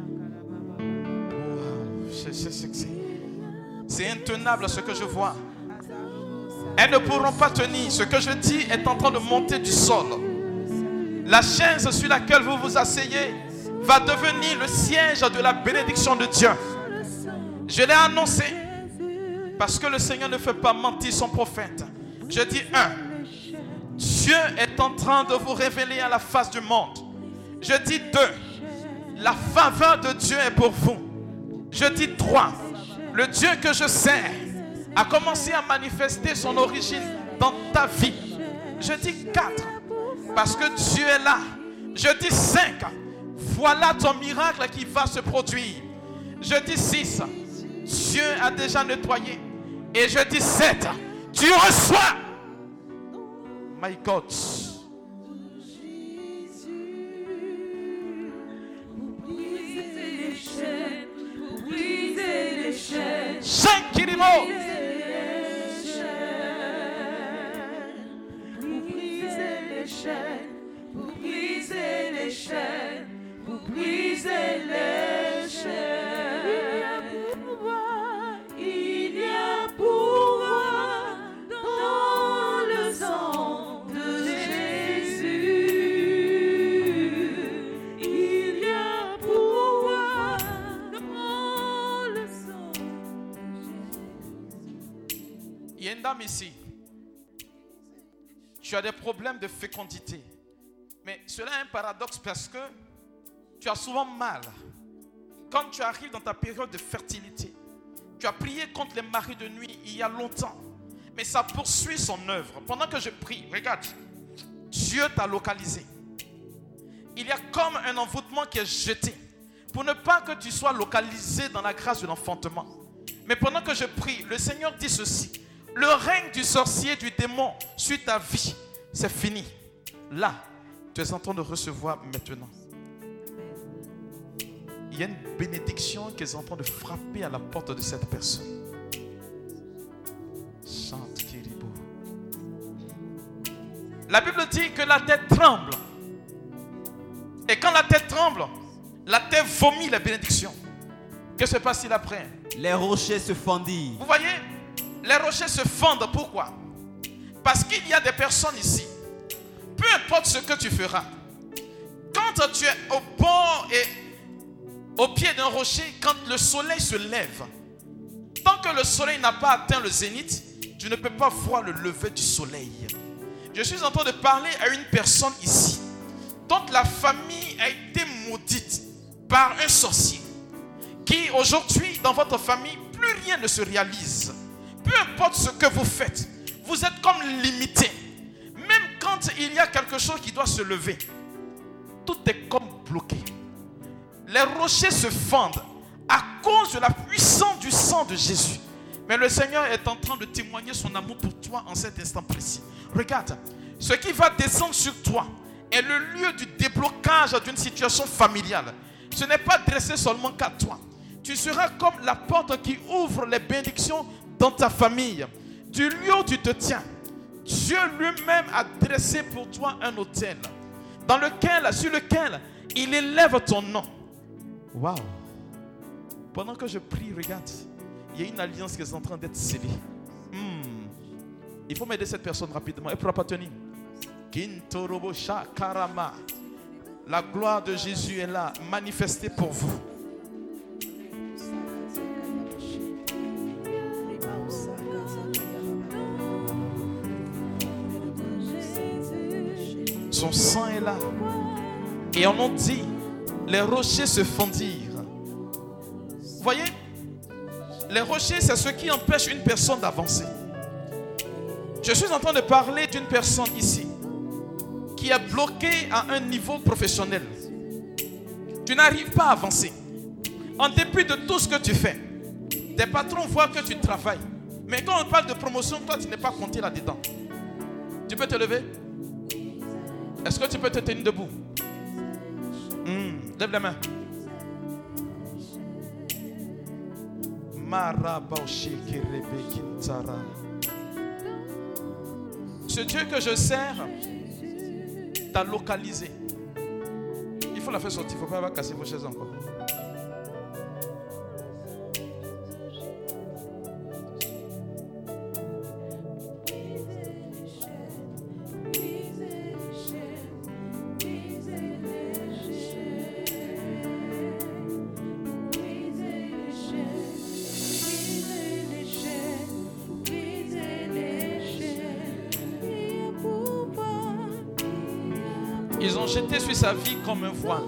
C'est intenable ce que je vois. Elles ne pourront pas tenir. Ce que je dis est en train de monter du sol. La chaise sur laquelle vous vous asseyez va devenir le siège de la bénédiction de Dieu. Je l'ai annoncé parce que le Seigneur ne fait pas mentir son prophète. Je dis un, Dieu est en train de vous révéler à la face du monde. Je dis deux, la faveur de Dieu est pour vous. Je dis trois, le Dieu que je sers a commencé à manifester son origine dans ta vie. Je dis quatre, parce que Dieu est là. Je dis cinq, voilà ton miracle qui va se produire. Je dis six, Dieu a déjà nettoyé. Et je dis sept, tu reçois. My God. Cinq kilomètres. Pour briser les chaînes, pour briser les chaînes, pour briser les chaînes. Il y a pouvoir dans le sang de Jésus. Il y a pouvoir dans le sang de Jésus. Il y a une dame ici. Tu as des problèmes de fécondité. Mais cela est un paradoxe parce que tu as souvent mal. Quand tu arrives dans ta période de fertilité, tu as prié contre les maris de nuit il y a longtemps. Mais ça poursuit son œuvre. Pendant que je prie, regarde, Dieu t'a localisé. Il y a comme un envoûtement qui est jeté pour ne pas que tu sois localisé dans la grâce de l'enfantement. Mais pendant que je prie, le Seigneur dit ceci. Le règne du sorcier, du démon sur ta vie, c'est fini. Là, tu es en train de recevoir maintenant. Il y a une bénédiction qui est en train de frapper à la porte de cette personne. Chante Kiribo. La Bible dit que la terre tremble. Et quand la terre tremble, la terre vomit les bénédictions. Que se passe-t-il après? Les rochers se fendirent. Vous voyez, les rochers se fendent. Pourquoi? Parce qu'il y a des personnes ici. Peu importe ce que tu feras, quand tu es au bord et au pied d'un rocher, quand le soleil se lève, tant que le soleil n'a pas atteint le zénith, tu ne peux pas voir le lever du soleil. Je suis en train de parler à une personne ici dont la famille a été maudite par un sorcier, qui aujourd'hui dans votre famille, plus rien ne se réalise. Peu importe ce que vous faites, vous êtes comme limité. Même quand il y a quelque chose qui doit se lever, tout est comme bloqué. Les rochers se fendent à cause de la puissance du sang de Jésus. Mais le Seigneur est en train de témoigner son amour pour toi en cet instant précis. Regarde, ce qui va descendre sur toi est le lieu du déblocage d'une situation familiale. Ce n'est pas dressé seulement qu'à toi. Tu seras comme la porte qui ouvre les bénédictions dans ta famille. Du lieu où tu te tiens, Dieu lui-même a dressé pour toi un autel dans lequel, sur lequel il élève ton nom. Waouh! Pendant que je prie, regarde, il y a une alliance qui est en train d'être scellée. Hmm. Il faut m'aider cette personne rapidement. Elle ne pourra pas tenir. Kintorobo Shakarama. La gloire de Jésus est là, manifestée pour vous. Son sang est là. Et on a dit, les rochers se fondirent. Vous voyez, les rochers, c'est ce qui empêche une personne d'avancer. Je suis en train de parler d'une personne ici qui est bloquée à un niveau professionnel. Tu n'arrives pas à avancer. En dépit de tout ce que tu fais, tes patrons voient que tu travailles. Mais quand on parle de promotion, toi, tu n'es pas compté là-dedans. Tu peux te lever? Est-ce que tu peux te tenir debout? Mmh. Lève les mains. Ce Dieu que je sers t'a localisé. Il faut la faire sortir, il ne faut pas casser vos chaises encore. Ils ont jeté sur sa vie comme un voile.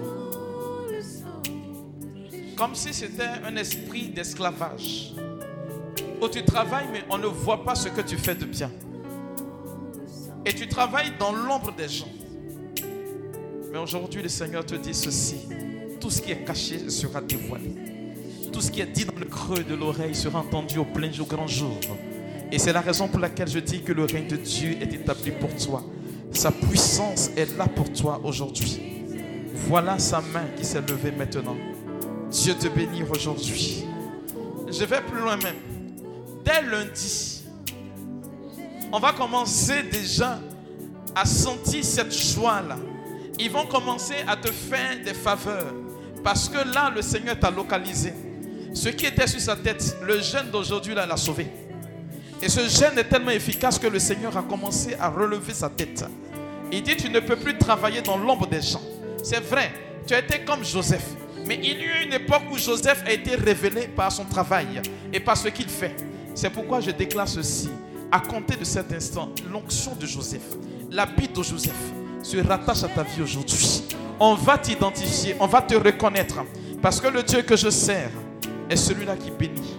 Comme si c'était un esprit d'esclavage. Où tu travailles mais on ne voit pas ce que tu fais de bien. Et tu travailles dans l'ombre des gens. Mais aujourd'hui le Seigneur te dit ceci. Tout ce qui est caché sera dévoilé. Tout ce qui est dit dans le creux de l'oreille sera entendu au plein jour, grand jour. Et c'est la raison pour laquelle je dis que le règne de Dieu est établi pour toi. Sa puissance est là pour toi aujourd'hui. Voilà sa main qui s'est levée maintenant. Dieu te bénit aujourd'hui. Je vais plus loin même. Dès lundi, on va commencer déjà à sentir cette joie-là. Ils vont commencer à te faire des faveurs. Parce que là, le Seigneur t'a localisé. Ce qui était sur sa tête, le jeûne d'aujourd'hui là l'a sauvé. Et ce jeûne est tellement efficace que le Seigneur a commencé à relever sa tête. Il dit, tu ne peux plus travailler dans l'ombre des gens. C'est vrai, tu as été comme Joseph. Mais il y a eu une époque où Joseph a été révélé par son travail et par ce qu'il fait. C'est pourquoi je déclare ceci. À compter de cet instant, l'onction de Joseph, l'habit de Joseph se rattache à ta vie aujourd'hui. On va t'identifier, on va te reconnaître. Parce que le Dieu que je sers est celui-là qui bénit.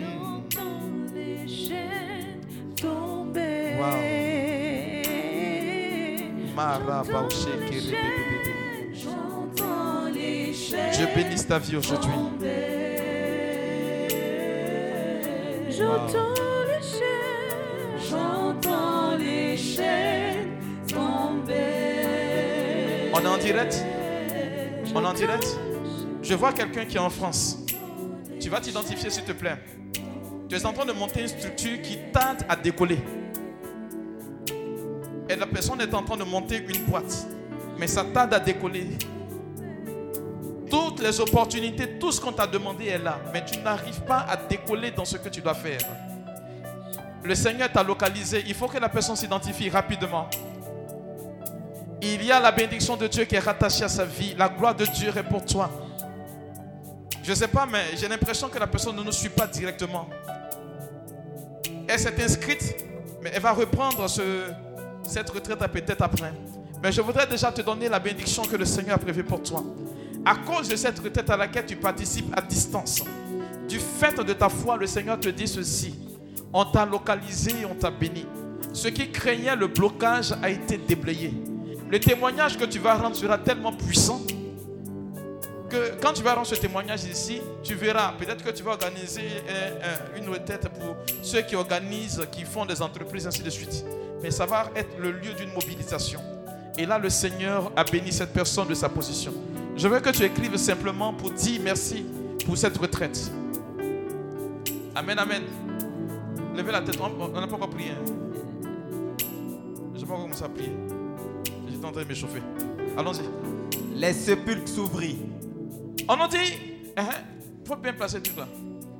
Wow. Je bénisse ta vie aujourd'hui. J'entends les chaînes, j'entends les chaînes tomber. On est en direct? On est en direct? Je vois quelqu'un qui est en France. Tu vas t'identifier s'il te plaît. Tu es en train de monter une structure qui tarde à décoller. Et la personne est en train de monter une boîte. Mais ça tarde à décoller. Toutes les opportunités, tout ce qu'on t'a demandé est là. Mais tu n'arrives pas à décoller dans ce que tu dois faire. Le Seigneur t'a localisé. Il faut que la personne s'identifie rapidement. Il y a la bénédiction de Dieu qui est rattachée à sa vie. La gloire de Dieu est pour toi. Je ne sais pas, mais j'ai l'impression que la personne ne nous suit pas directement. Elle s'est inscrite, mais elle va reprendre ce, cette retraite peut-être après. Mais je voudrais déjà te donner la bénédiction que le Seigneur a prévue pour toi. À cause de cette retraite à laquelle tu participes à distance, du fait de ta foi, le Seigneur te dit ceci. On t'a localisé et on t'a béni. Ce qui craignait le blocage a été déblayé. Le témoignage que tu vas rendre sera tellement puissant que quand tu vas rendre ce témoignage ici, tu verras, peut-être que tu vas organiser un, un, une retraite pour ceux qui organisent, qui font des entreprises, ainsi de suite. Mais ça va être le lieu d'une mobilisation. Et là, le Seigneur a béni cette personne de sa position. Je veux que tu écrives simplement pour dire merci pour cette retraite. Amen, amen. Levez la tête, on n'a pas encore prié. Je n'ai pas encore commencé à prier. J'étais en train de m'échauffer. Allons-y. Les sépulcres s'ouvrirent. On nous dit, il uh-huh, faut bien placer le truc là.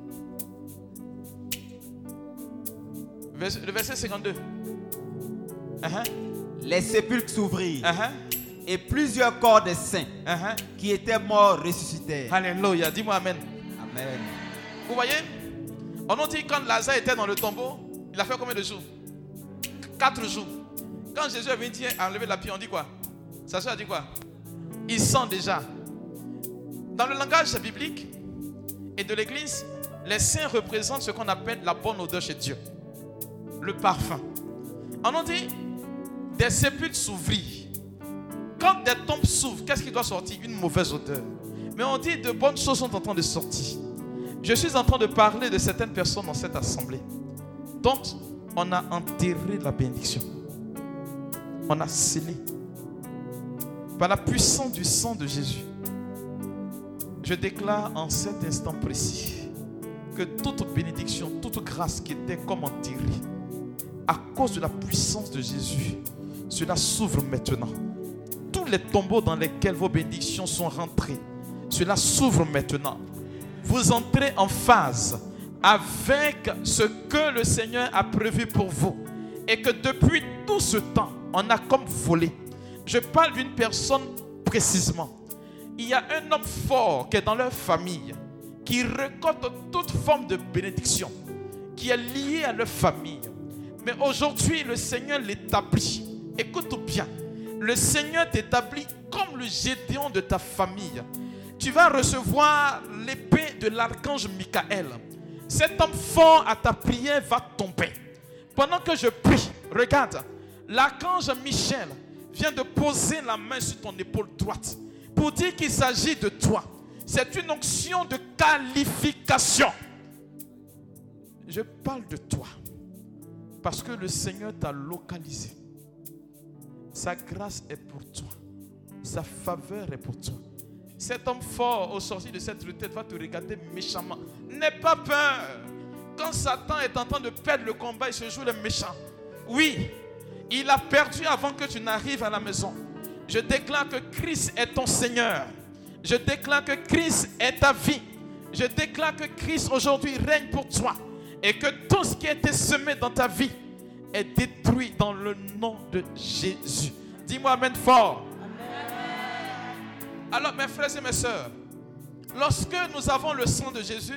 Le verset cinquante-deux. Uh-huh. Les sépulcres s'ouvrirent. Uh-huh. Et plusieurs corps de saints uh-huh. qui étaient morts ressuscitèrent. Alléluia, dis-moi amen. Amen. Vous voyez, on nous dit quand Lazare était dans le tombeau, il a fait combien de jours? Quatre jours. Quand Jésus est venu enlever la pierre, on dit quoi? Ça a dit quoi? Il sent déjà. Dans le langage biblique et de l'église, les saints représentent ce qu'on appelle la bonne odeur chez Dieu. Le parfum. On nous dit, des sépulcres s'ouvrirent. Quand des tombes s'ouvrent, qu'est-ce qui doit sortir? Une mauvaise odeur. Mais on dit, de bonnes choses sont en train de sortir. Je suis en train de parler de certaines personnes dans cette assemblée. Donc, on a enterré la bénédiction. On a scellé. Par la puissance du sang de Jésus, je déclare en cet instant précis que toute bénédiction, toute grâce qui était comme enterrée, à cause de la puissance de Jésus, cela s'ouvre maintenant. Tous les tombeaux dans lesquels vos bénédictions sont rentrées, cela s'ouvre maintenant. Vous entrez en phase avec ce que le Seigneur a prévu pour vous. Et que depuis tout ce temps, on a comme volé. Je parle d'une personne précisément. Il y a un homme fort qui est dans leur famille, qui récolte toute forme de bénédiction, qui est lié à leur famille. Mais aujourd'hui, le Seigneur l'établit. Écoute bien. Le Seigneur t'établit comme le Gédéon de ta famille. Tu vas recevoir l'épée de l'archange Michael. Cet homme fort à ta prière va tomber. Pendant que je prie, regarde, l'archange Michel vient de poser la main sur ton épaule droite pour dire qu'il s'agit de toi. C'est une onction de qualification. Je parle de toi parce que le Seigneur t'a localisé. Sa grâce est pour toi. Sa faveur est pour toi. Cet homme fort au sortir de cette retraite va te regarder méchamment. N'aie pas peur. Quand Satan est en train de perdre le combat, il se joue le méchant. Oui, il a perdu avant que tu n'arrives à la maison. Je déclare que Christ est ton Seigneur. Je déclare que Christ est ta vie. Je déclare que Christ aujourd'hui règne pour toi. Et que tout ce qui a été semé dans ta vie est détruit dans le nom de Jésus. Dis-moi amen fort. Amen. Alors mes frères et mes sœurs, lorsque nous avons le sang de Jésus,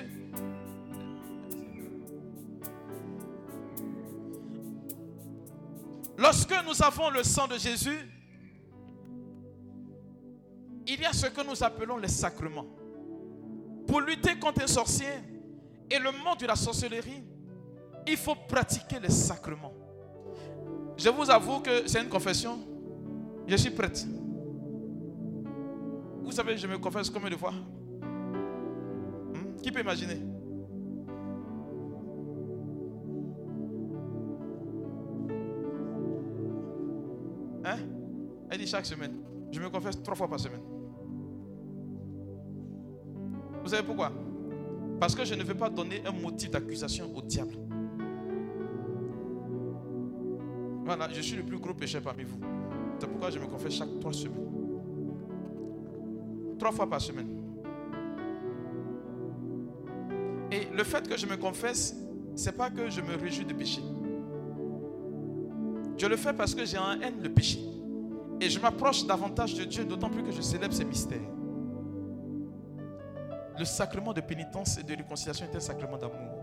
lorsque nous avons le sang de Jésus, il y a ce que nous appelons les sacrements. Pour lutter contre un sorcier et le monde de la sorcellerie, il faut pratiquer les sacrements. Je vous avoue que c'est une confession. Je suis prête. Vous savez, je me confesse combien de fois? hmm? Qui peut imaginer? Hein? Elle dit chaque semaine. Je me confesse trois fois par semaine. Vous savez pourquoi? Parce que je ne veux pas donner un motif d'accusation au diable. Voilà, je suis le plus gros pécheur parmi vous. C'est pourquoi je me confesse chaque trois semaines. Trois fois par semaine. Et le fait que je me confesse, ce n'est pas que je me réjouis de pécher. Je le fais parce que j'ai en haine le péché. Et je m'approche davantage de Dieu, d'autant plus que je célèbre ses mystères. Le sacrement de pénitence et de réconciliation est un sacrement d'amour.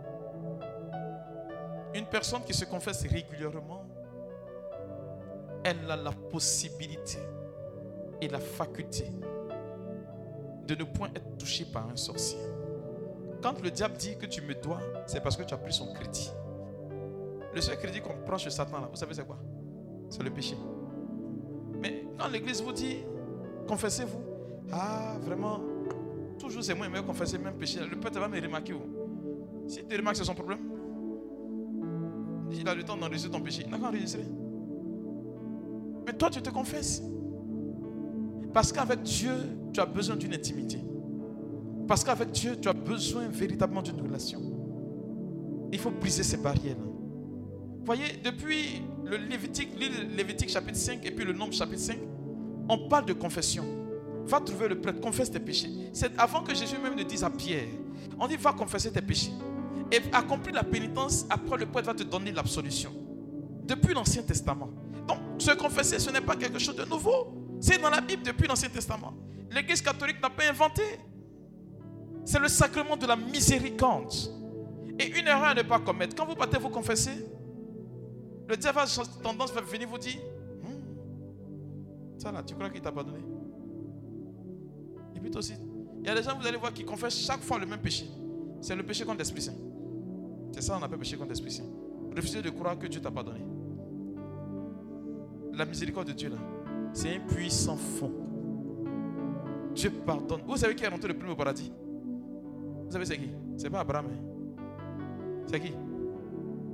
Une personne qui se confesse régulièrement, elle a la possibilité et la faculté de ne point être touchée par un sorcier. Quand le diable dit que tu me dois, c'est parce que tu as pris son crédit. Le seul crédit qu'on prend chez Satan, là, vous savez c'est quoi? C'est le péché. Mais quand l'église vous dit, confessez-vous, ah vraiment, toujours c'est moi qui vais confesser le même péché. Le peuple va me remarquer. Si tu remarques, c'est son problème. Il a le temps d'enregistrer ton péché. Il n'a qu'à enregistrer. Mais toi, tu te confesses. Parce qu'avec Dieu, tu as besoin d'une intimité. Parce qu'avec Dieu, tu as besoin véritablement d'une relation. Il faut briser ces barrières. Vous voyez, depuis le Lévitique, Lévitique chapitre cinq et puis le Nombre chapitre cinq, on parle de confession. Va trouver le prêtre, confesse tes péchés. C'est avant que Jésus même ne dise à Pierre, on dit va confesser tes péchés. Et accomplir la pénitence, après le prêtre va te donner l'absolution. Depuis l'Ancien Testament. Donc, se confesser, ce n'est pas quelque chose de nouveau. C'est dans la Bible depuis l'Ancien Testament. L'Église catholique n'a pas inventé. C'est le sacrement de la miséricorde. Et une erreur à ne pas commettre. Quand vous partez vous confesser, le diable a tendance à venir vous dire hm, ça là, tu crois qu'il t'a pardonné? Et puis toi aussi, il y a des gens, vous allez voir, qui confessent chaque fois le même péché. C'est le péché contre l'Esprit Saint. C'est ça qu'on appelle péché contre l'Esprit Saint. Refuser de croire que Dieu t'a pardonné. La miséricorde de Dieu là, c'est un puissant fond. Dieu pardonne. Vous savez qui est rentré le premier au paradis? Vous savez c'est qui? C'est pas Abraham. Hein? C'est qui?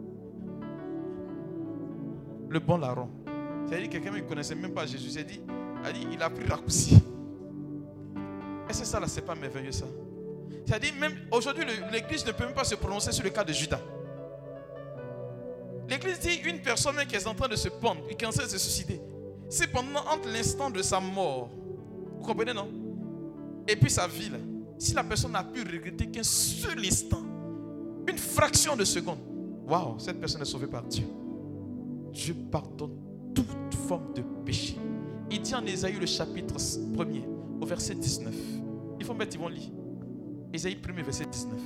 Le bon larron. C'est-à-dire que quelqu'un ne connaissait même pas Jésus. Il s'est dit, Elle dit, il a pris raccourci. Est-ce que ça là, c'est pas merveilleux ça? C'est-à-dire, même aujourd'hui, l'église ne peut même pas se prononcer sur le cas de Judas. L'église dit une personne qui est en train de se pendre, qui est en train de se suicider. C'est pendant entre l'instant de sa mort. Vous comprenez, non? Et puis sa vie, là. Si la personne n'a pu regretter qu'un seul instant, une fraction de seconde, waouh, cette personne est sauvée par Dieu. Dieu pardonne toute forme de péché. Il dit en Ésaïe le chapitre premier, au verset dix-neuf. Il faut mettre, ils vont lire. Ésaïe premier, verset dix-neuf.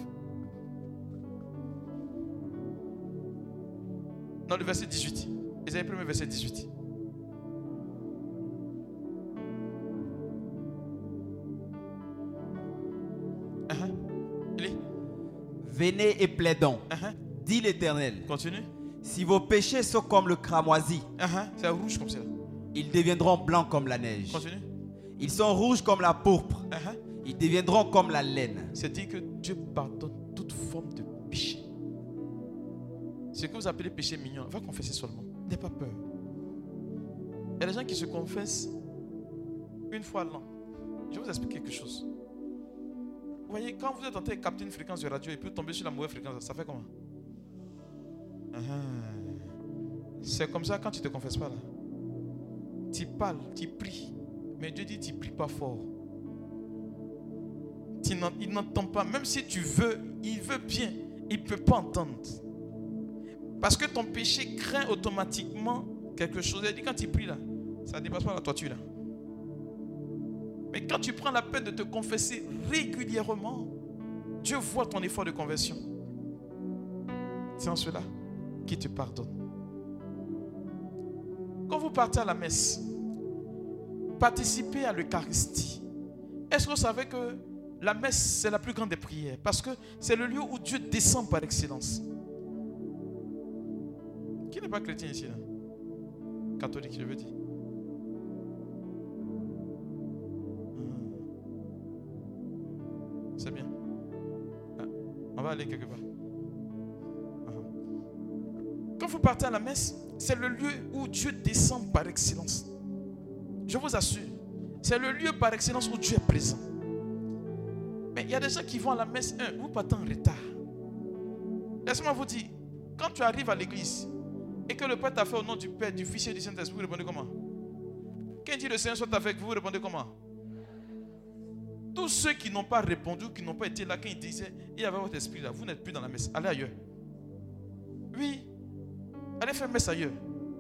Non, le verset dix-huit. Ésaïe premier, verset dix-huit. Uh-huh. Il est. Venez et plaidons, Uh-huh. dit l'Éternel. Continue. Si vos péchés sont comme le cramoisi, Uh-huh. C'est rouge comme ça. ils deviendront blancs comme la neige. Continue. Ils sont rouges comme la pourpre. Uh-huh. Ils deviendront comme la laine. C'est dit que Dieu pardonne toute forme de péché. Ce que vous appelez péché mignon, va confesser seulement. N'aie pas peur. Il y a des gens qui se confessent une fois l'an. Je vais vous expliquer quelque chose. Vous voyez, quand vous êtes en train de capter une fréquence de radio et puis tomber sur la mauvaise fréquence, ça fait comment? Uh-huh. C'est comme ça quand tu ne te confesses pas là. Tu parles, tu pries. Mais Dieu dit tu ne pries pas fort. Il n'entend pas. Même si tu veux, il veut bien. Il ne peut pas entendre. Parce que ton péché craint automatiquement quelque chose. Il dit quand tu pries là, ça ne dépasse pas la toiture là. Mais quand tu prends la peine de te confesser régulièrement, Dieu voit ton effort de conversion. C'est en cela qu'il te pardonne. Quand vous partez à la messe, participez à l'Eucharistie. Est-ce que vous savez que la messe, c'est la plus grande des prières? Parce que c'est le lieu où Dieu descend par excellence. Qui n'est pas chrétien ici là? Catholique, je veux dire. C'est bien. Ah, on va aller quelque part. Ah. Quand vous partez à la messe, c'est le lieu où Dieu descend par excellence. Je vous assure, c'est le lieu par excellence où Dieu est présent. Mais il y a des gens qui vont à la messe, un, vous partez en retard. Laissez-moi vous dire, quand tu arrives à l'église et que le prêtre t'a fait au nom du Père, du Fils et du Saint-Esprit, vous répondez comment? Quand il dit le Seigneur soit avec vous, vous répondez comment? Tous ceux qui n'ont pas répondu, qui n'ont pas été là, quand il disait, il y avait votre esprit là, vous n'êtes plus dans la messe, allez ailleurs. Oui, allez faire messe ailleurs.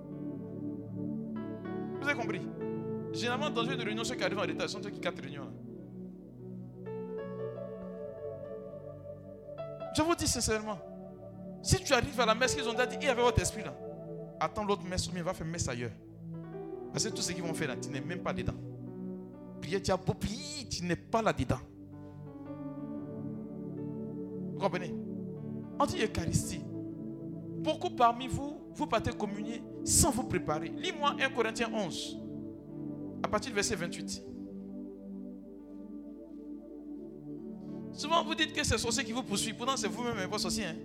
Vous avez compris? Généralement, dans une réunion, ceux qui arrivent en retard sont ceux qui quatre réunions là. Je vous dis sincèrement, si tu arrives à la messe, qu'ils ont dit, il y avait votre esprit là, attends l'autre messe, ou bien va faire messe ailleurs. Parce que tout ce qu'ils vont faire là, tu n'es même pas dedans. Prier, tu as beau prier, tu n'es pas là-dedans. Vous comprenez? On dit Eucharistie. Beaucoup parmi vous, vous partez communier sans vous préparer. Lis-moi un Corinthiens onze, à partir du verset vingt-huit. Souvent vous dites que c'est le sorcier qui vous poursuit, pourtant c'est vous-même votre sorcier. Hein?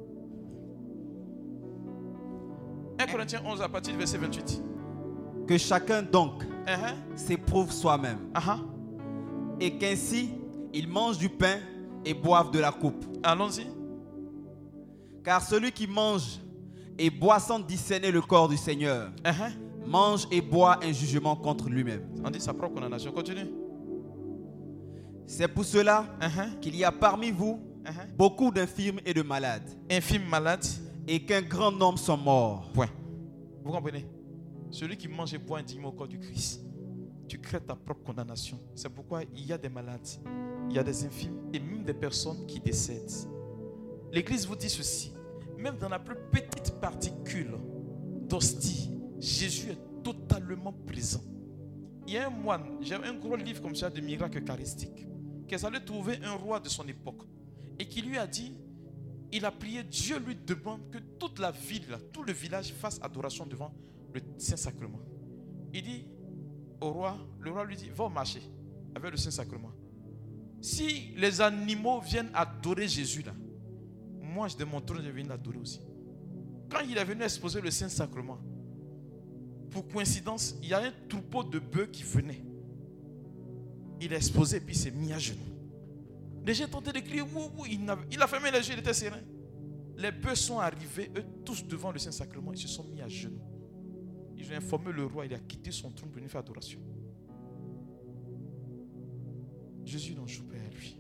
un Corinthiens onze, à partir du verset vingt-huit. Que chacun donc uh-huh. s'éprouve soi-même. Uh-huh. Et qu'ainsi, il mange du pain et boive de la coupe. Allons-y. Car celui qui mange et boit sans discerner le corps du Seigneur, uh-huh. mange et boit un jugement contre lui-même. On dit sa propre condamnation. Continue. C'est pour cela uh-huh. qu'il y a parmi vous uh-huh. beaucoup d'infirmes et de malades. Infirmes, malades. Et qu'un grand nombre sont morts. Point. Vous comprenez? Celui qui mange et boit indignement au corps du Christ, tu crées ta propre condamnation. C'est pourquoi il y a des malades, il y a des infirmes et même des personnes qui décèdent. L'Église vous dit ceci, même dans la plus petite particule d'hostie, Jésus est totalement présent. Il y a un moine, j'ai un gros livre comme ça de miracles eucharistiques, qui est allé trouver un roi de son époque et qui lui a dit, il a prié, Dieu lui demande que toute la ville, tout le village fasse adoration devant le Saint-Sacrement. Il dit au roi, le roi lui dit, va au marché avec le Saint-Sacrement. Si les animaux viennent adorer Jésus là, moi je de mon trône je vais venir l'adorer aussi. Quand il est venu exposer le Saint-Sacrement, pour coïncidence, il y a un troupeau de bœufs qui venait. Il a explosé et puis il s'est mis à genoux. Les gens tentaient de crier, ouh, ouh, il, a, il a fermé les yeux, il était serein. Les bœufs sont arrivés, eux tous devant le Saint-Sacrement, ils se sont mis à genoux. Ils ont informé le roi, il a quitté son trône pour venir faire adoration. Jésus n'en joue pas à lui.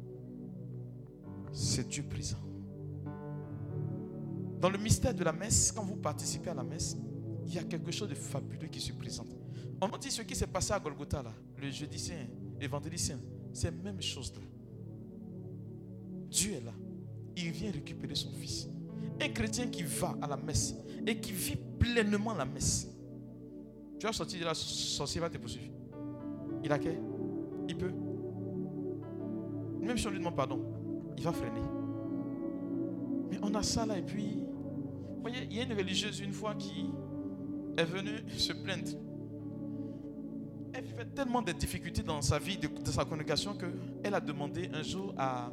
C'est Dieu présent. Dans le mystère de la messe, quand vous participez à la messe, il y a quelque chose de fabuleux qui se présente. On nous dit ce qui s'est passé à Golgotha, là, le jeudi saint, le vendredi saint, c'est la même chose là. Dieu est là. Il vient récupérer son fils. Un chrétien qui va à la messe et qui vit pleinement la messe. Tu vas sortir de la sorcière va te poursuivre. Il a qu'est? Il peut. Même si on lui demande pardon, il va freiner. Mais on a ça là et puis, vous voyez, il y a une religieuse une fois qui est venue se plaindre. Elle vivait tellement de difficultés dans sa vie, de, de sa congrégation, qu'elle a demandé un jour à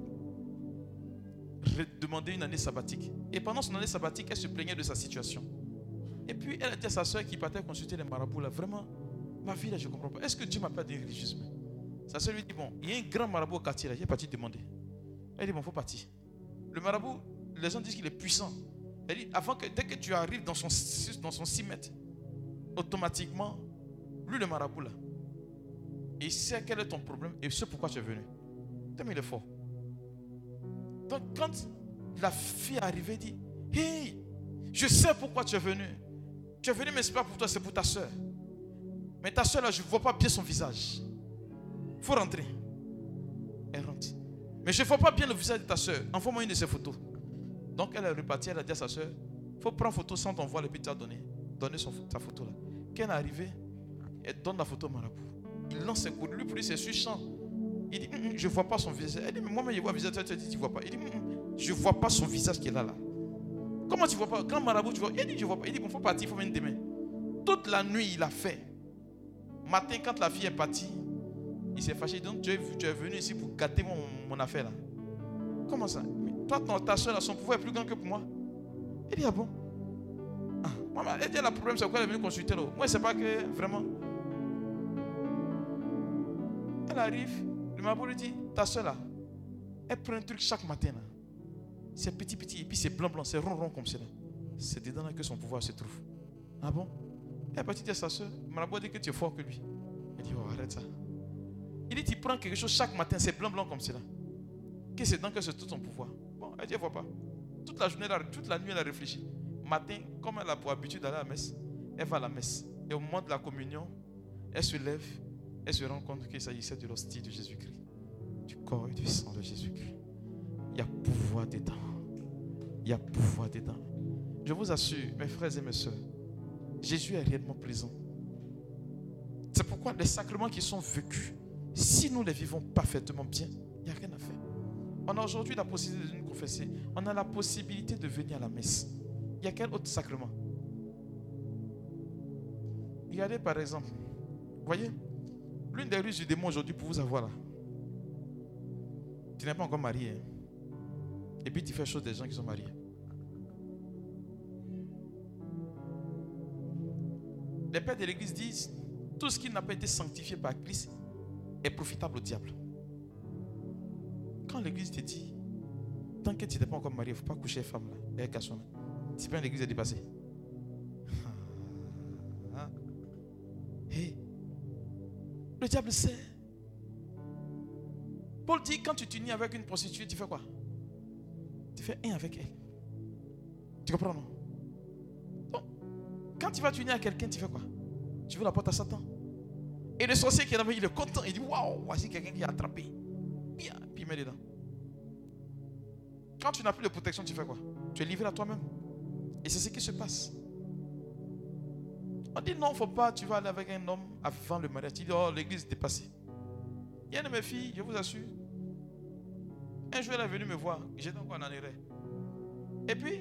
demander une année sabbatique. Et pendant son année sabbatique, elle se plaignait de sa situation. Et puis elle a dit à sa soeur qui partait consulter les marabouts là, vraiment, ma vie là, je ne comprends pas. Est-ce que Dieu m'a pas dit religieusement? Sa soeur lui dit, bon, il y a un grand marabout au quartier là, il est parti demander. Elle dit, bon, il faut partir. Le marabout, les gens disent qu'il est puissant. Elle dit, avant que, dès que tu arrives dans son, dans son six mètres, automatiquement, lui le marabout là, il sait quel est ton problème et ce pourquoi tu es venu. Tellement il est fort. Donc quand la fille est arrivée, dit, hey, je sais pourquoi tu es venu. Tu es venu, mais ce n'est pas pour toi, c'est pour ta soeur. Mais ta soeur là, je ne vois pas bien son visage. Il faut rentrer. Elle rentre. Mais je ne vois pas bien le visage de ta soeur. Envoie-moi une de ses photos. Donc elle est repartie, elle a dit à sa soeur, il faut prendre photo sans ton voile et puis tu as donné, donné son, sa photo là. Quand elle est arrivée, elle donne la photo au marabout. Il lance ses coups. Lui, pour lui, c'est sur champ. Il dit, mm, mm, je ne vois pas son visage. Elle dit, mais moi-même, je vois le visage. Tu dis, tu ne vois pas. Il dit, mm, mm, je ne vois pas son visage qui est là, là. Comment tu ne vois pas? Quand marabout, tu vois. Il dit, je ne vois pas. Il dit, bon, il faut partir, il faut venir demain. Toute la nuit, il a fait. Matin, quand la fille est partie, il s'est fâché. Donc, tu es, tu es venu ici pour gâter mon, mon affaire, là. Comment ça? Mais toi, ton, ta soeur, là, son pouvoir est plus grand que pour moi. Il dit, ah bon? Ah, maman, elle dit, le problème, c'est pourquoi elle est venue consulter, là. Moi, c'est pas que, vraiment. Elle arrive, le marabout lui dit, ta soeur là, elle prend un truc chaque matin là. C'est petit petit et puis c'est blanc blanc, c'est rond rond comme ça là. C'est dedans là que son pouvoir se trouve. Ah bon? Elle est partie dire à sa soeur, le marabout dit que tu es fort que lui. Elle dit, oh arrête ça. Il dit, tu prends quelque chose chaque matin, c'est blanc blanc comme ça là. Que c'est dedans que se trouve ton pouvoir. Bon, elle dit, elle ne voit pas. Toute la journée, toute la nuit, elle a réfléchi. Matin, comme elle a pour habitude d'aller à la messe, elle va à la messe. Et au moment de la communion, elle se lève. Elle se rend compte qu'il s'agissait de l'hostie de Jésus-Christ, du corps et du sang de Jésus-Christ. Il y a pouvoir dedans. Il y a pouvoir dedans. Je vous assure, mes frères et mes soeurs, Jésus est réellement présent. C'est pourquoi les sacrements qui sont vécus, si nous les vivons parfaitement bien, il n'y a rien à faire. On a aujourd'hui la possibilité de nous confesser. On a la possibilité de venir à la messe. Il y a quel autre sacrement? Regardez par exemple, vous voyez, l'une des ruses du démon aujourd'hui pour vous avoir là. Tu n'es pas encore marié. Hein? Et puis tu fais chose des gens qui sont mariés. Les pères de l'église disent, tout ce qui n'a pas été sanctifié par Christ est profitable au diable. Quand l'église te dit, tant que tu n'es pas encore marié, il ne faut pas coucher les femmes là, avec garçons là. C'est pas une église est dépassée. Ah. Hey. Le diable sait. Paul dit, quand tu t'unis avec une prostituée, tu fais quoi? Tu fais un avec elle. Tu comprends, non? Donc, quand tu vas t'unir à quelqu'un, tu fais quoi? Tu veux la porte à Satan. Et le sorcier qui est là, il est content. Il dit, waouh, voici quelqu'un qui a attrapé. Bien, puis il met dedans. Quand tu n'as plus de protection, tu fais quoi? Tu es livré à toi-même. Et c'est ce qui se passe. On dit non, il ne faut pas, tu vas aller avec un homme avant le mariage. Tu dis, oh, l'église est dépassée. Il y a une de mes filles, je vous assure. Un jour, elle est venue me voir. J'étais encore en arrêt. Et puis,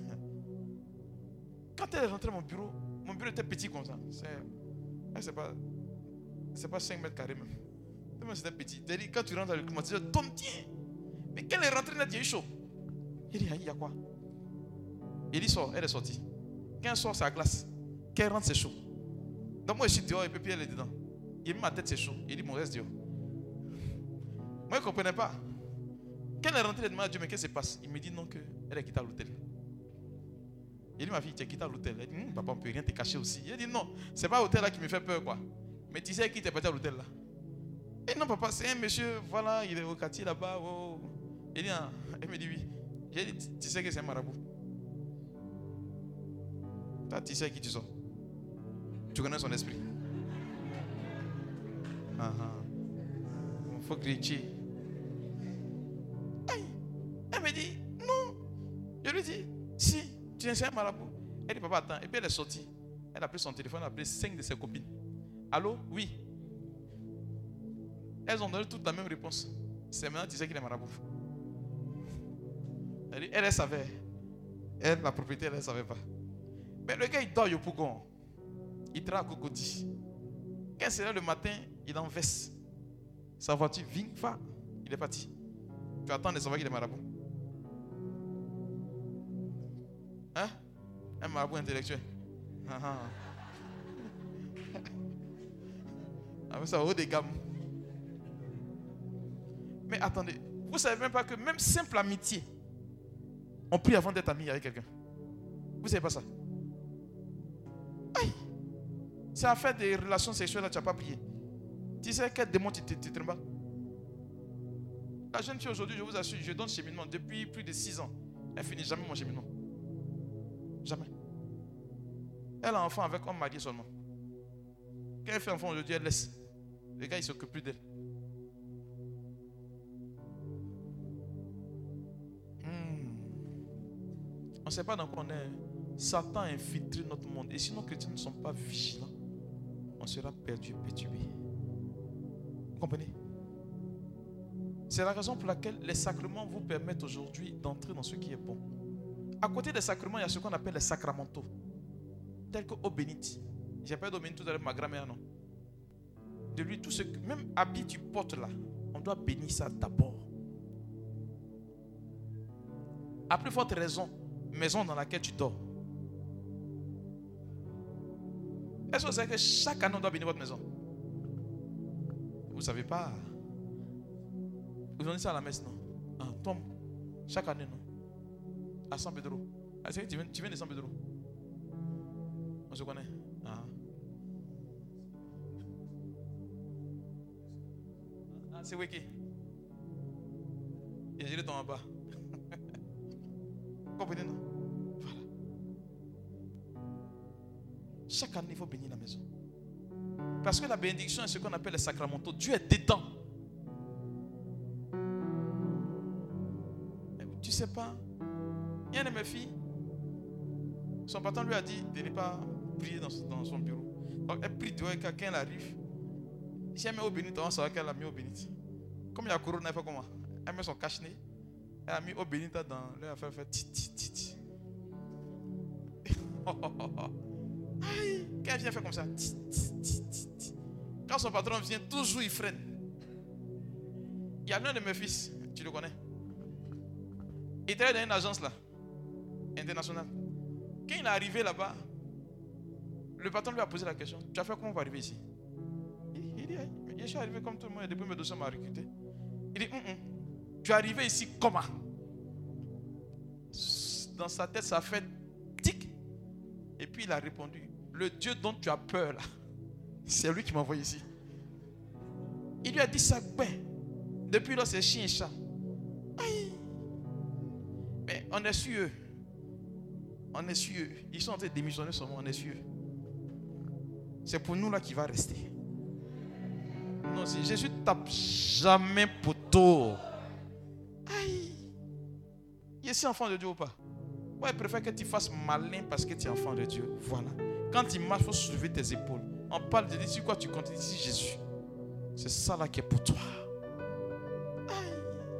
quand elle est rentrée à mon bureau, mon bureau était petit comme ça. C'est, c'est pas, c'est pas cinq mètres carrés même. C'était petit. Quand tu rentres dans le climatiseur, ton tien. Mais quand elle est rentrée, elle a dit, chaud. Il dit, il y a quoi? Il dit, sort, elle est sortie. Quand elle sort, c'est à glace. qu'elle rentre, c'est chaud. Donc moi, je suis dehors et puis elle est dedans. Il met ma tête, c'est chaud. Il dit, mon reste dehors. Moi, je ne comprenais pas. Quand elle est rentrée, elle demande à Dieu, mais qu'est-ce qui se passe? Il me dit non, qu'elle est quittée à l'hôtel. Il dit, ma fille, tu es quittée à l'hôtel. Elle dit, hm, papa, on ne peut rien te cacher aussi. Il dit, non, ce n'est pas l'hôtel là qui me fait peur, quoi. Mais tu sais qui t'es parti à l'hôtel là? Et non, papa, c'est un monsieur, voilà, il est au quartier là-bas. Oh. Il dit, ah. Elle me dit, oui. J'ai dit, tu sais que c'est un marabout. Toi, tu sais qui tu sors. Tu connais son esprit. Ah ah. Il faut crier. Elle me dit, non. Je lui dis, si, tu es un marabout. Elle dit, papa, attends. Et puis elle est sortie. Elle a pris son téléphone, elle a appelé cinq de ses copines. Allô? Oui. Elles ont donné toutes la même réponse. C'est maintenant, tu sais qu'il est marabout. Elle dit, elle, elle savait. Elle, la propriétaire, elle ne savait pas. Mais le gars, il dort au Pougon. Il travaille à Cocody. Quand c'est là le matin, il en veste. Sa voiture, vient, va. Il est parti. Tu attends de savoir qu'il est marabout. Hein? Un marabout intellectuel. Ah ah. Ah, ça haut des gammes. Mais attendez, vous ne savez même pas que même simple amitié, on prie avant d'être ami avec quelqu'un. Vous ne savez pas ça? Aïe! C'est à faire des relations sexuelles là, tu n'as pas prié. Tu sais quel démon tu te trembles? La jeune fille aujourd'hui, je vous assure, je donne cheminement depuis plus de six ans. Elle finit jamais mon cheminement. Jamais. Elle a un enfant avec un mari seulement. Quand elle fait enfant aujourd'hui, elle laisse. Le gars, il ne s'occupe plus d'elle. Hmm. On ne sait pas dans quoi on est. Satan a infiltré notre monde. Et si nos chrétiens ne sont pas vigilants, on sera perdu et perturbé. Vous comprenez? C'est la raison pour laquelle les sacrements vous permettent aujourd'hui d'entrer dans ce qui est bon. À côté des sacrements, il y a ce qu'on appelle les sacramentaux. Tels que eau bénite. J'ai pas d'eau bénite tout à l'heure, ma grand-mère, non. De lui, tout ce que, même habit tu portes là, on doit bénir ça d'abord. À plus forte raison, maison dans laquelle tu dors. Est-ce que vous savez que chaque année on doit bénir votre maison? Vous ne savez pas. Vous donnez ça à la messe, non? Ah, tombe. Chaque année, non? À San Pedro. Ah, c'est que tu viens, tu viens de San Pedro? On se connaît? Ah. Ah, c'est Wiki. Et je tombe en bas. Vous comprenez, non? Voilà. Chaque année, il faut bénir la maison. Parce que la bénédiction est ce qu'on appelle les sacramentaux. Dieu est dedans. Tu sais pas, il y a une de mes filles, son patron lui a dit de ne pas prier dans, dans son bureau. Donc elle prie dehors et quand elle arrive, si elle met eau bénite, on va savoir qu'elle a mis eau bénite. Comme il y a corona, elle fait comment? Elle met son cache-nez, elle a mis eau bénite dans elle a fait faire tit tit tit. Aïe, quand elle vient faire comme ça, tit, tit, tit, tit. Quand son patron vient, toujours il freine. Il y a l'un de mes fils, tu le connais? Il était dans une agence là, internationale. Quand il est arrivé là-bas, le patron lui a posé la question, tu as fait comment pour arriver ici? Il, il dit, je suis arrivé comme tout le monde, et depuis mes dossiers m'ont recruté. Il dit, mm -mm. Tu es arrivé ici comment? Dans sa tête, ça a fait tic. Et puis il a répondu, le Dieu dont tu as peur là, c'est lui qui m'a envoyé ici. Il lui a dit ça, ben, depuis là c'est chien et chat. Aïe. Mais on est sur eux. On est sur eux. Ils sont en train de démissionner seulement, on est sur eux. C'est pour nous là qui va rester. Non, si Jésus tape jamais poteau. Aïe. Il est enfant de Dieu ou pas? Ouais, il préfère que tu fasses malin parce que tu es enfant de Dieu. Voilà. Quand tu marches, il faut soulever tes épaules. On parle de dire quoi tu comptes ici, Jésus. C'est ça là qui est pour toi. Aïe.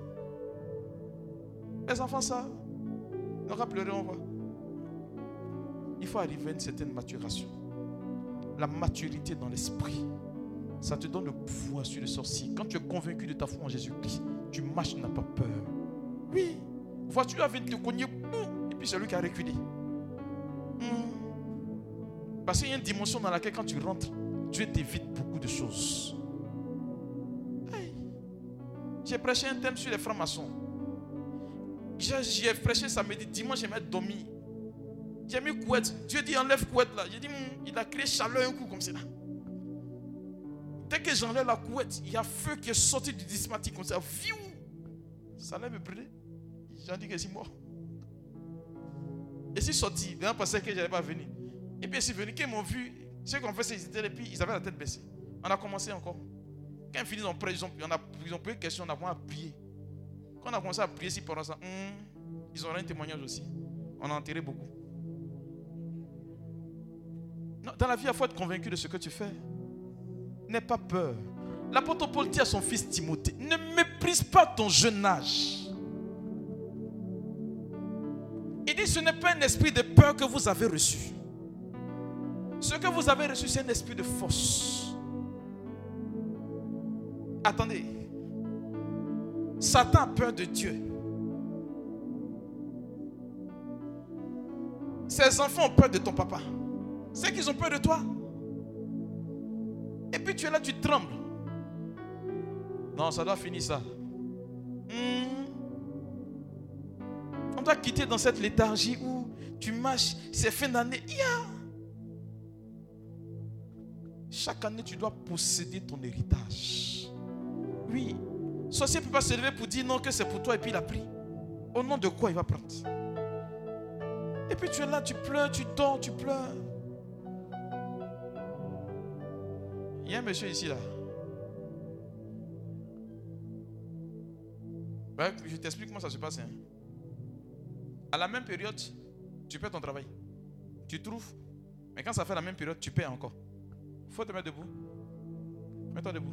Les enfants, ça, on va pleurer, on va. Il faut arriver à une certaine maturation. La maturité dans l'esprit, ça te donne le pouvoir sur les sorciers. Quand tu es convaincu de ta foi en Jésus-Christ, tu marches, tu n'as pas peur. Oui. Voiture vient te cogner, et puis c'est lui qui a reculé. Hmm. Parce qu'il y a une dimension dans laquelle quand tu rentres, Dieu t'évite beaucoup de choses. Hey. J'ai prêché un thème sur les francs-maçons. J'ai, j'ai prêché samedi, dimanche, j'ai mis dormi. J'ai mis couette. Dieu dit enlève couette là. J'ai dit, il a créé chaleur un coup comme ça. Dès que j'enlève la couette, il y a feu qui est sorti du dismatique comme ça. Viou! Ça allait me brûler. J'ai dit que c'est mort. Et je suis sorti. Les gens pensaient que je n'allais pas venir. Et puis ils sont venus. Quand ils m'ont vu, ceux qui ont fait ça, ils étaient et puis ils avaient la tête baissée. On a commencé encore. Quand ils finissent, on prêt, ils ont, on a, ils ont posé une question, on a commencé à prier. Quand on a commencé à prier, si pendant ça, hum, ils auraient un témoignage aussi. On a enterré beaucoup. Non, dans la vie, il faut être convaincu de ce que tu fais. N'aie pas peur. L'apôtre Paul dit à son fils Timothée, ne méprise pas ton jeune âge. Il dit, ce n'est pas un esprit de peur que vous avez reçu. Ce que vous avez reçu, c'est un esprit de force. Attendez. Satan a peur de Dieu. Ses enfants ont peur de ton papa. C'est qu'ils ont peur de toi. Et puis tu es là, tu trembles. Non, ça doit finir ça. Hmm. On doit quitter dans cette léthargie où tu marches, c'est fin d'année. Yeah. Chaque année, tu dois posséder ton héritage. Oui. Sorcier ne peut pas se lever pour dire non, que c'est pour toi et puis il a pris. Au nom de quoi il va prendre? Et puis tu es là, tu pleures, tu dors, tu pleures. Il y a un monsieur ici là. Ouais, je t'explique comment ça se passe. Hein. À la même période, tu perds ton travail. Tu trouves. Mais quand ça fait la même période, tu perds encore. Il faut te mettre debout. Mets-toi debout.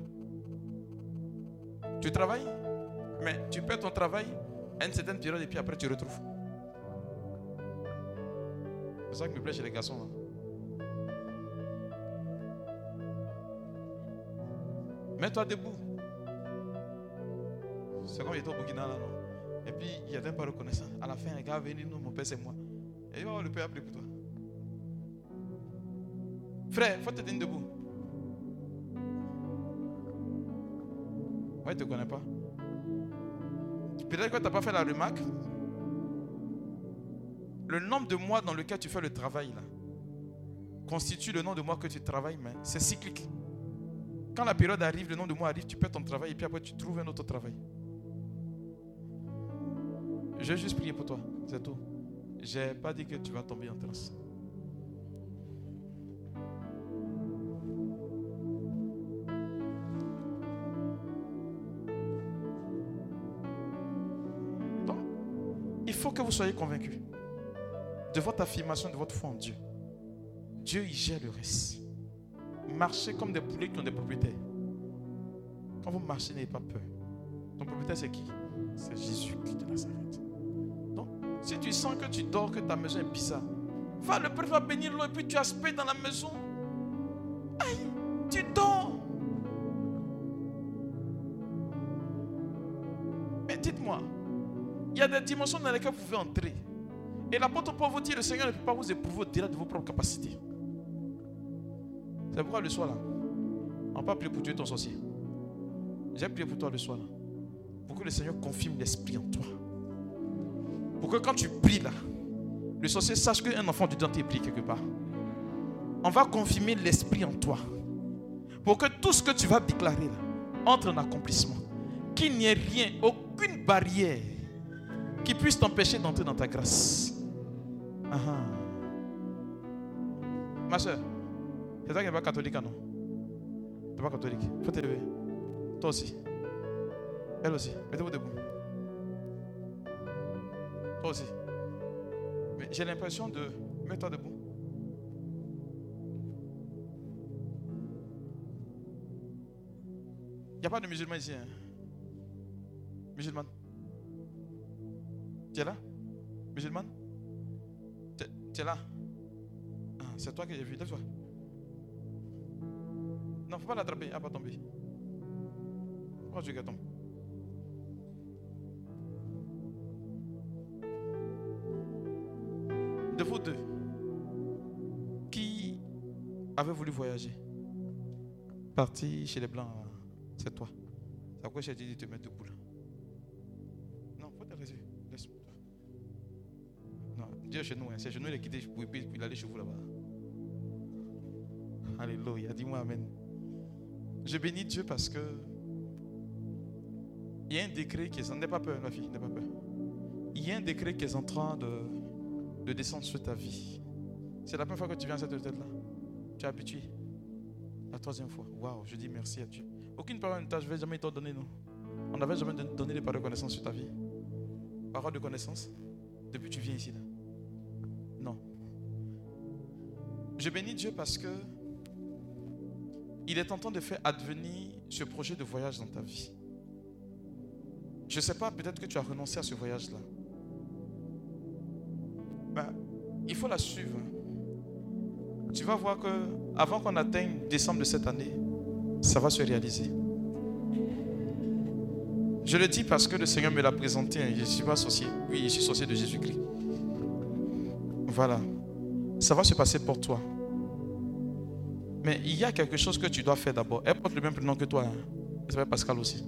Tu travailles, mais tu perds ton travail à une certaine période et puis après tu retrouves. C'est ça qui me plaît chez les garçons. Hein. Mets-toi debout. C'est comme il était au Burkina là, non? Et puis il n'y avait pas de reconnaissance. À la fin, un gars est venu, non, mon père c'est moi. Et il va avoir le père après pour toi. Frère, il faut te tenir debout. Ouais, il ne te connaît pas. Peut-être que tu n'as pas fait la remarque. Le nombre de mois dans lequel tu fais le travail là, constitue le nombre de mois que tu travailles, mais c'est cyclique. Quand la période arrive, le nombre de mois arrive, tu perds ton travail et puis après tu trouves un autre travail. Je vais juste prier pour toi, c'est tout. Je n'ai pas dit que tu vas tomber en transe. Donc, il faut que vous soyez convaincus de votre affirmation, de votre foi en Dieu. Dieu, il gère le reste. Marchez comme des poulets qui ont des propriétaires. Quand vous marchez, n'ayez pas peur. Ton propriétaire, c'est qui? C'est Jésus-Christ de Nazareth. Donc, si tu sens que tu dors, que ta maison est bizarre, va, le Père va bénir l'eau et puis tu aspires dans la maison. Aïe, tu dors. Mais dites-moi, il y a des dimensions dans lesquelles vous pouvez entrer. Et l'apôtre Paul vous dit, le Seigneur ne peut pas vous éprouver au-delà de vos propres capacités. C'est pourquoi le soir là, on va pas prier pour tuer ton sorcier. J'ai prié pour toi le soir là, pour que le Seigneur confirme l'esprit en toi. Pour que quand tu pries là, le sorcier sache qu'un enfant du dentier prie quelque part. On va confirmer l'esprit en toi. Pour que tout ce que tu vas déclarer là, entre en accomplissement. Qu'il n'y ait rien, aucune barrière qui puisse t'empêcher d'entrer dans ta grâce. Uh-huh. Ma soeur, c'est toi qui n'es pas catholique, non? Tu n'es pas catholique. Il faut te lever. Toi aussi. Elle aussi. Mettez-vous debout. Toi aussi. Mais j'ai l'impression de... Mets-toi debout. Il n'y a pas de musulmans ici. Hein? Musulmane. Tu es là? Musulmane? Tu es là? Ah, c'est toi que j'ai vu. Lève-toi. Non, il ne faut pas l'attraper. Elle ne va pas tomber. Pourquoi tu veux qu'elle tombe? De vous deux, qui avait voulu voyager. Parti chez les Blancs, c'est toi. C'est pourquoi j'ai dit de te mettre debout là. Non, faut te résoudre. Laisse-moi. Non, Dieu est chez nous. Hein. C'est chez nous, il est quitté pour il aller chez vous là-bas. Alléluia. Dis-moi amen. Je bénis Dieu parce que il y a un décret qui est... N'aie pas peur, ma fille, n'aie pas peur. Il y a un décret qui est en train de, de descendre sur ta vie. C'est la première fois que tu viens à cette retraite-là. Tu es habitué. La troisième fois. Waouh, je dis merci à Dieu. Aucune parole ne t'a jamais été donnée, non? On n'avait jamais donné des paroles de connaissance sur ta vie. Parole de connaissance depuis que tu viens ici, là. Non. Je bénis Dieu parce que il est en train de faire advenir ce projet de voyage dans ta vie. Je ne sais pas, peut-être que tu as renoncé à ce voyage-là. Ben, il faut la suivre. Tu vas voir que avant qu'on atteigne décembre de cette année, ça va se réaliser. Je le dis parce que le Seigneur me l'a présenté. Je ne suis pas associé. Oui, je suis associé de Jésus-Christ. Voilà. Ça va se passer pour toi. Mais il y a quelque chose que tu dois faire d'abord. Elle porte le même prénom que toi. Hein. Elle s'appelle Pascal aussi.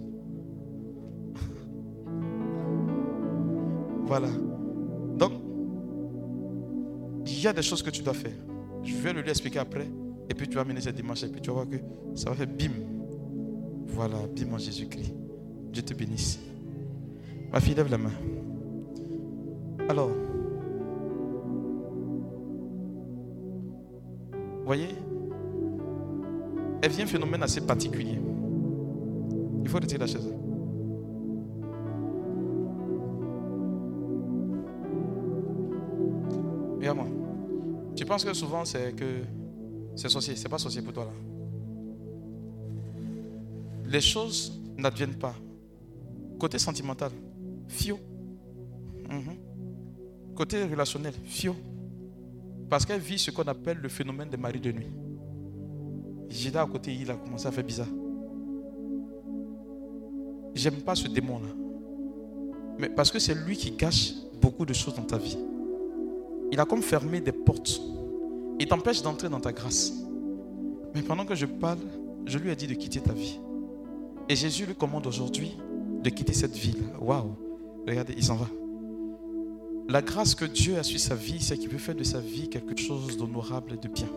Voilà. Donc, il y a des choses que tu dois faire. Je vais le lui expliquer après. Et puis tu vas mener cette dimanche. Et puis tu vas voir que ça va faire bim. Voilà, bim en Jésus-Christ. Dieu te bénisse. Ma fille, lève la main. Alors, vous voyez, elle vient un phénomène assez particulier. Il faut retirer la chaise. Regarde-moi. Tu penses que souvent c'est que c'est sorcier. C'est pas sorcier pour toi là. Les choses n'adviennent pas. Côté sentimental, fio. Mm-hmm. Côté relationnel, fio. Parce qu'elle vit ce qu'on appelle le phénomène des maris de nuit. J'étais à côté, il a commencé à faire bizarre. J'aime pas ce démon-là. Mais parce que c'est lui qui cache beaucoup de choses dans ta vie. Il a comme fermé des portes. Il t'empêche d'entrer dans ta grâce. Mais pendant que je parle, je lui ai dit de quitter ta vie. Et Jésus lui commande aujourd'hui de quitter cette ville. Waouh! Regardez, il s'en va. La grâce que Dieu a sur sa vie, c'est qu'il veut faire de sa vie quelque chose d'honorable et de bien.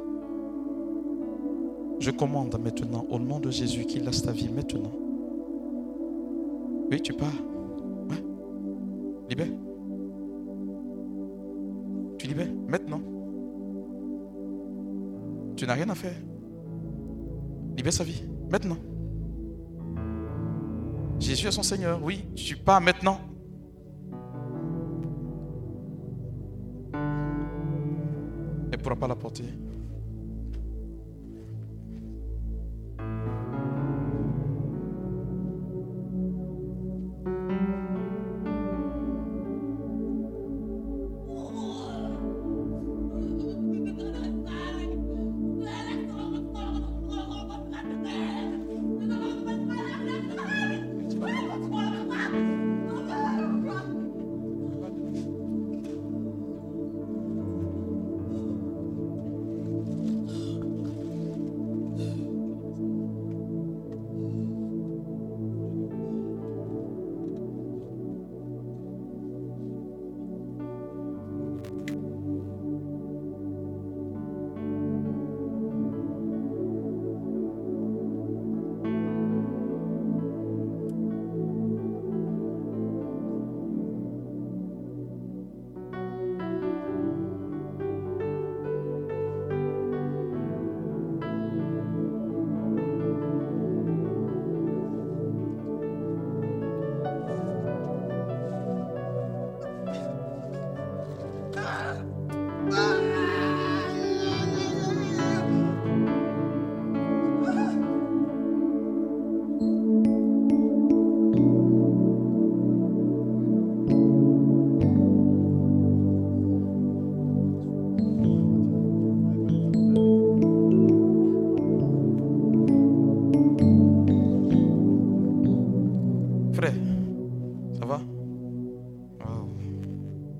Je commande maintenant, au nom de Jésus, qu'il laisse ta vie maintenant. Oui, tu pars. Ouais. Libère. Tu libères maintenant. Tu n'as rien à faire. Libère sa vie maintenant. Jésus est son Seigneur. Oui, tu pars maintenant. Elle ne pourra pas la porter.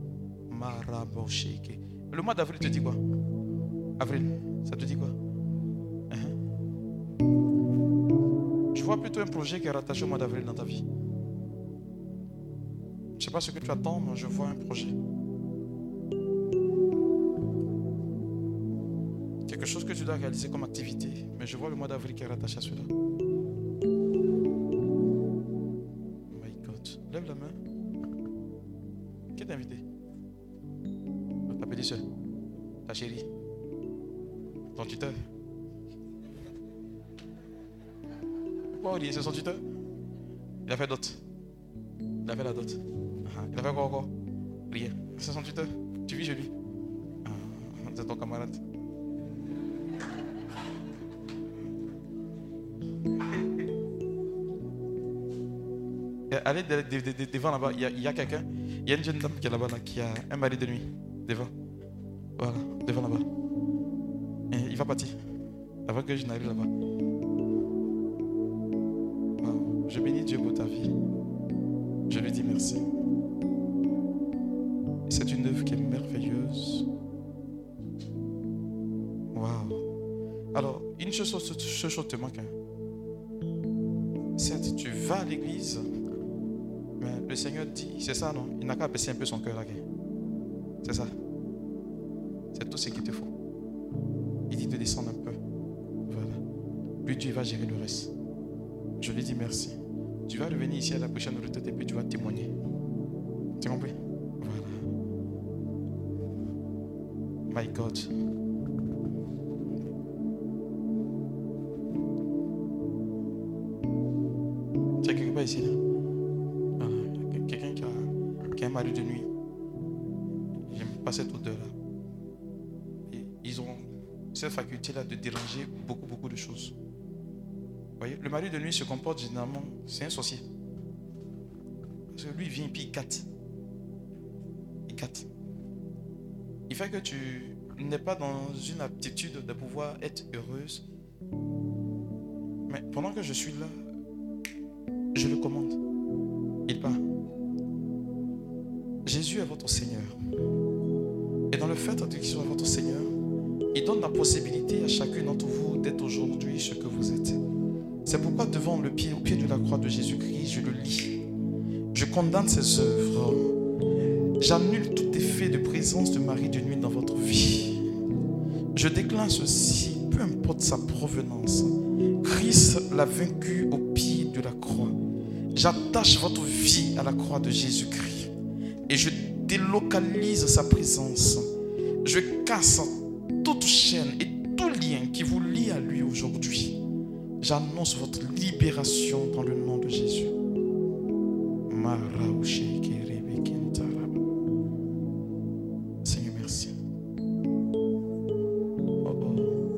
Le mois d'avril te dit quoi? Avril, ça te dit quoi? Je vois plutôt un projet qui est rattaché au mois d'avril dans ta vie. Je ne sais pas ce que tu attends, mais je vois un projet. Quelque chose que tu dois réaliser comme activité, mais je vois le mois d'avril qui est rattaché à cela. My God. Lève la main. Qui t'a invité? Ta petite soeur, ta chérie, ton tuteur. Pourquoi Olivier, c'est son tuteur? Il a fait d'autres. Il a fait la dot. Ah, il a fait quoi encore? Rien. C'est son tuteur. Tu vis chez lui. Ah, c'est ton camarade. Allez devant là-bas, il y a, y a quelqu'un. Il y a une jeune dame qui est là-bas, là, qui a un mari de nuit. Devant. Voilà, devant là-bas. Et il va partir. Avant que je n'arrive là-bas. Wow. Je bénis Dieu pour ta vie. Je lui dis merci. C'est une œuvre qui est merveilleuse. Waouh. Alors, une chose, ce chose te manque. Hein. Certes, tu vas à l'église, mais le Seigneur dit, c'est ça, non? Il n'a qu'à baisser un peu son cœur là. C'est ça. C'est tout ce qu'il te faut. Il dit de descendre un peu. Voilà. Puis Dieu va gérer le reste. Je lui dis merci. Tu vas revenir ici à la prochaine retraite et puis tu vas témoigner. Tu as compris? Voilà. My God. Tu as quelque part ici là? Voilà. Quelqu'un qui a, qui a un mari de nuit. J'aime pas cette odeur-là. Ils ont cette faculté-là de déranger beaucoup, beaucoup de choses. Vous voyez, le mari de nuit se comporte généralement, c'est un sorcier. Parce que lui, il vient et puis il gâte. Il gâte. Il fait que tu n'es pas dans une aptitude de pouvoir être heureuse. Mais pendant que je suis là, je le commande. Il part. Jésus est votre Seigneur. Et dans le fait qu'il soit votre Seigneur, il donne la possibilité à chacun d'entre vous d'être aujourd'hui ce que vous êtes. C'est pourquoi devant le pied, au pied de la croix de Jésus-Christ, je le lis. Je condamne ses œuvres. J'annule tout effet de présence de mari de nuit dans votre vie. Je déclare ceci, peu importe sa provenance. Christ l'a vaincu au pied de la croix. J'attache votre vie à la croix de Jésus-Christ. Et je délocalise sa présence. Je casse toute chaîne et tout lien qui vous lie à lui aujourd'hui. J'annonce votre libération dans le nom de Jésus. Seigneur, merci. Oh oh.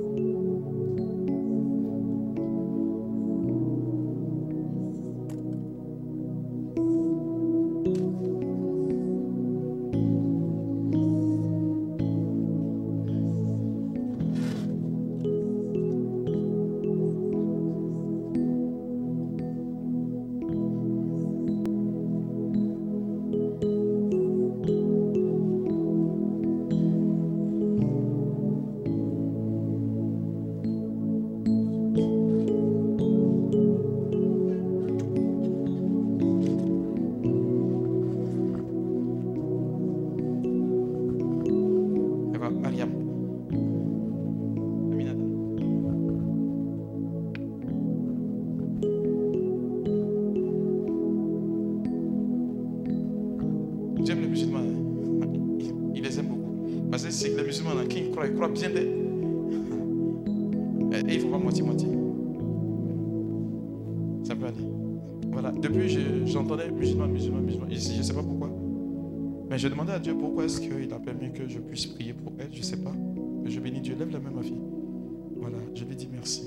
Bien d'être. Et il ne faut pas moitié-moitié. Ça peut aller. Voilà. Depuis, je, j'entendais musulman, musulman, musulman. Ici, je ne sais pas pourquoi. Mais je demandais à Dieu pourquoi est-ce qu'il a permis que je puisse prier pour elle. Je ne sais pas. Mais je bénis Dieu. Lève la main, ma fille. Voilà. Je lui dis merci.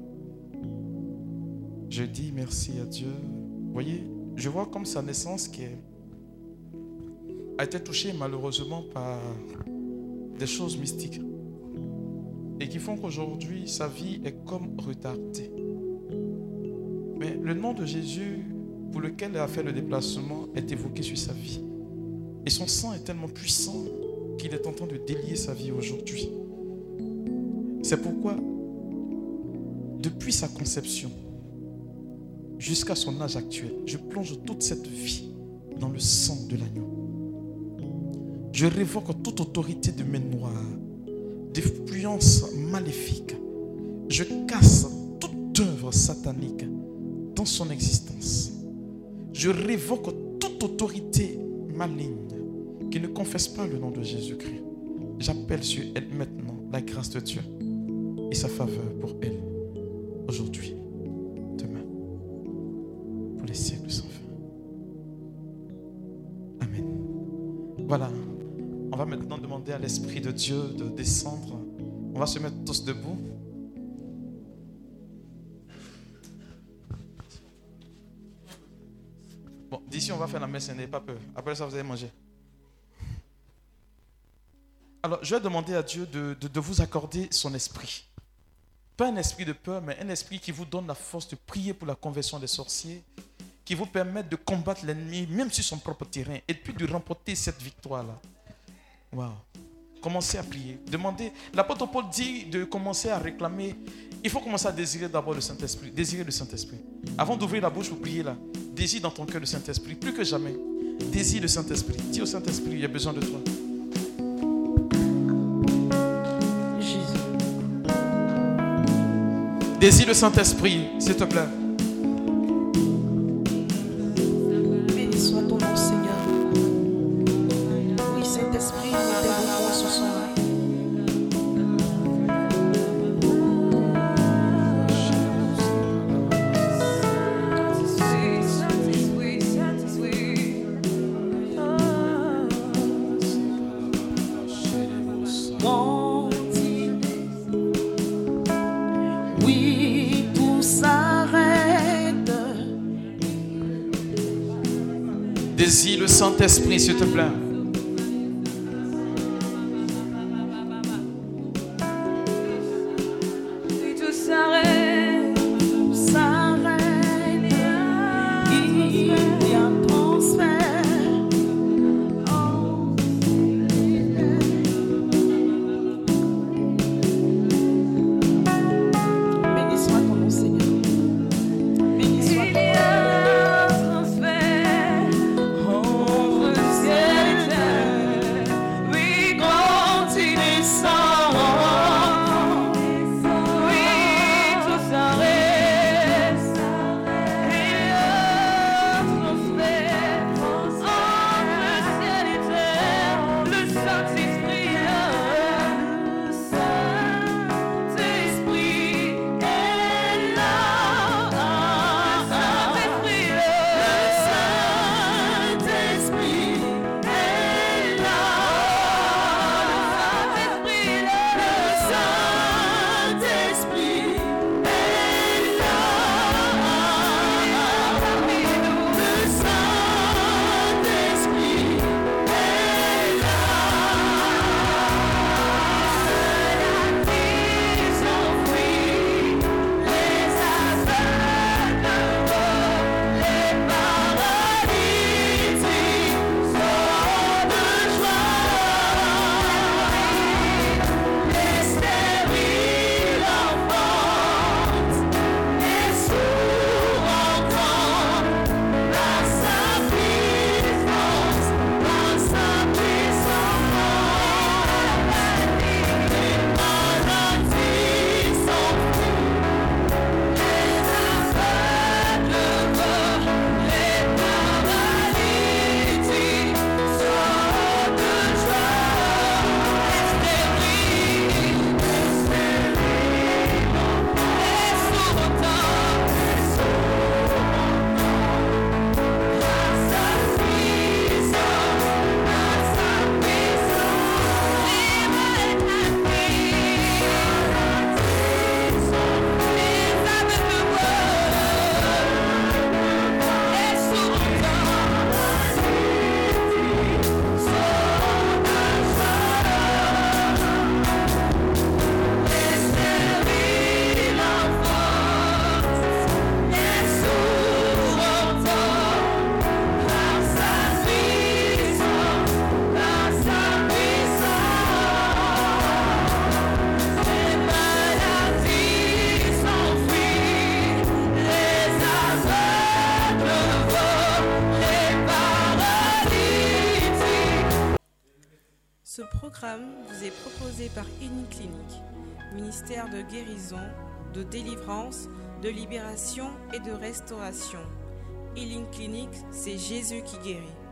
Je dis merci à Dieu. Vous voyez, je vois comme sa naissance qui est, a été touchée malheureusement par des choses mystiques. Et qui font qu'aujourd'hui, sa vie est comme retardée. Mais le nom de Jésus, pour lequel elle a fait le déplacement, est évoqué sur sa vie. Et son sang est tellement puissant qu'il est en train de délier sa vie aujourd'hui. C'est pourquoi depuis sa conception jusqu'à son âge actuel, je plonge toute cette vie dans le sang de l'agneau. Je révoque toute autorité de main noire, d'influence maléfique. Je casse toute œuvre satanique dans son existence. Je révoque toute autorité maligne qui ne confesse pas le nom de Jésus-Christ. J'appelle sur elle maintenant la grâce de Dieu et sa faveur pour elle, aujourd'hui, demain, pour les siècles sans fin. Amen. Voilà. On va maintenant demander à l'Esprit de Dieu de descendre. On va se mettre tous debout. Bon, d'ici on va faire la messe, n'ayez pas peur. Après ça, vous allez manger. Alors, je vais demander à Dieu de, de, de vous accorder son esprit. Pas un esprit de peur, mais un esprit qui vous donne la force de prier pour la conversion des sorciers, qui vous permette de combattre l'ennemi, même sur son propre terrain, et puis de remporter cette victoire-là. Wow. Commencez à prier. Demandez. L'apôtre Paul dit de commencer à réclamer. Il faut commencer à désirer d'abord le Saint-Esprit. Désirer le Saint-Esprit. Avant d'ouvrir la bouche pour prier là, désire dans ton cœur le Saint-Esprit. Plus que jamais. Désire le Saint-Esprit. Dis au Saint-Esprit, il y a besoin de toi. Jésus. Désire le Saint-Esprit, s'il te plaît. Béni soit ton nom, Seigneur. Oui, Saint-Esprit, nous t'invoquons ce soir. Oui, tout s'arrête. Désire le Saint-Esprit, s'il te plaît. Oui, tout s'arrête. Tout s'arrête. Il y a transfert. Oh. Béni soit ton nom, Seigneur. Béni soit Il ton y nom. a transfert. Entre ciel et Ce programme vous est proposé par Healing Clinic, ministère de guérison, de délivrance, de libération et de restauration. Healing Clinic, c'est Jésus qui guérit.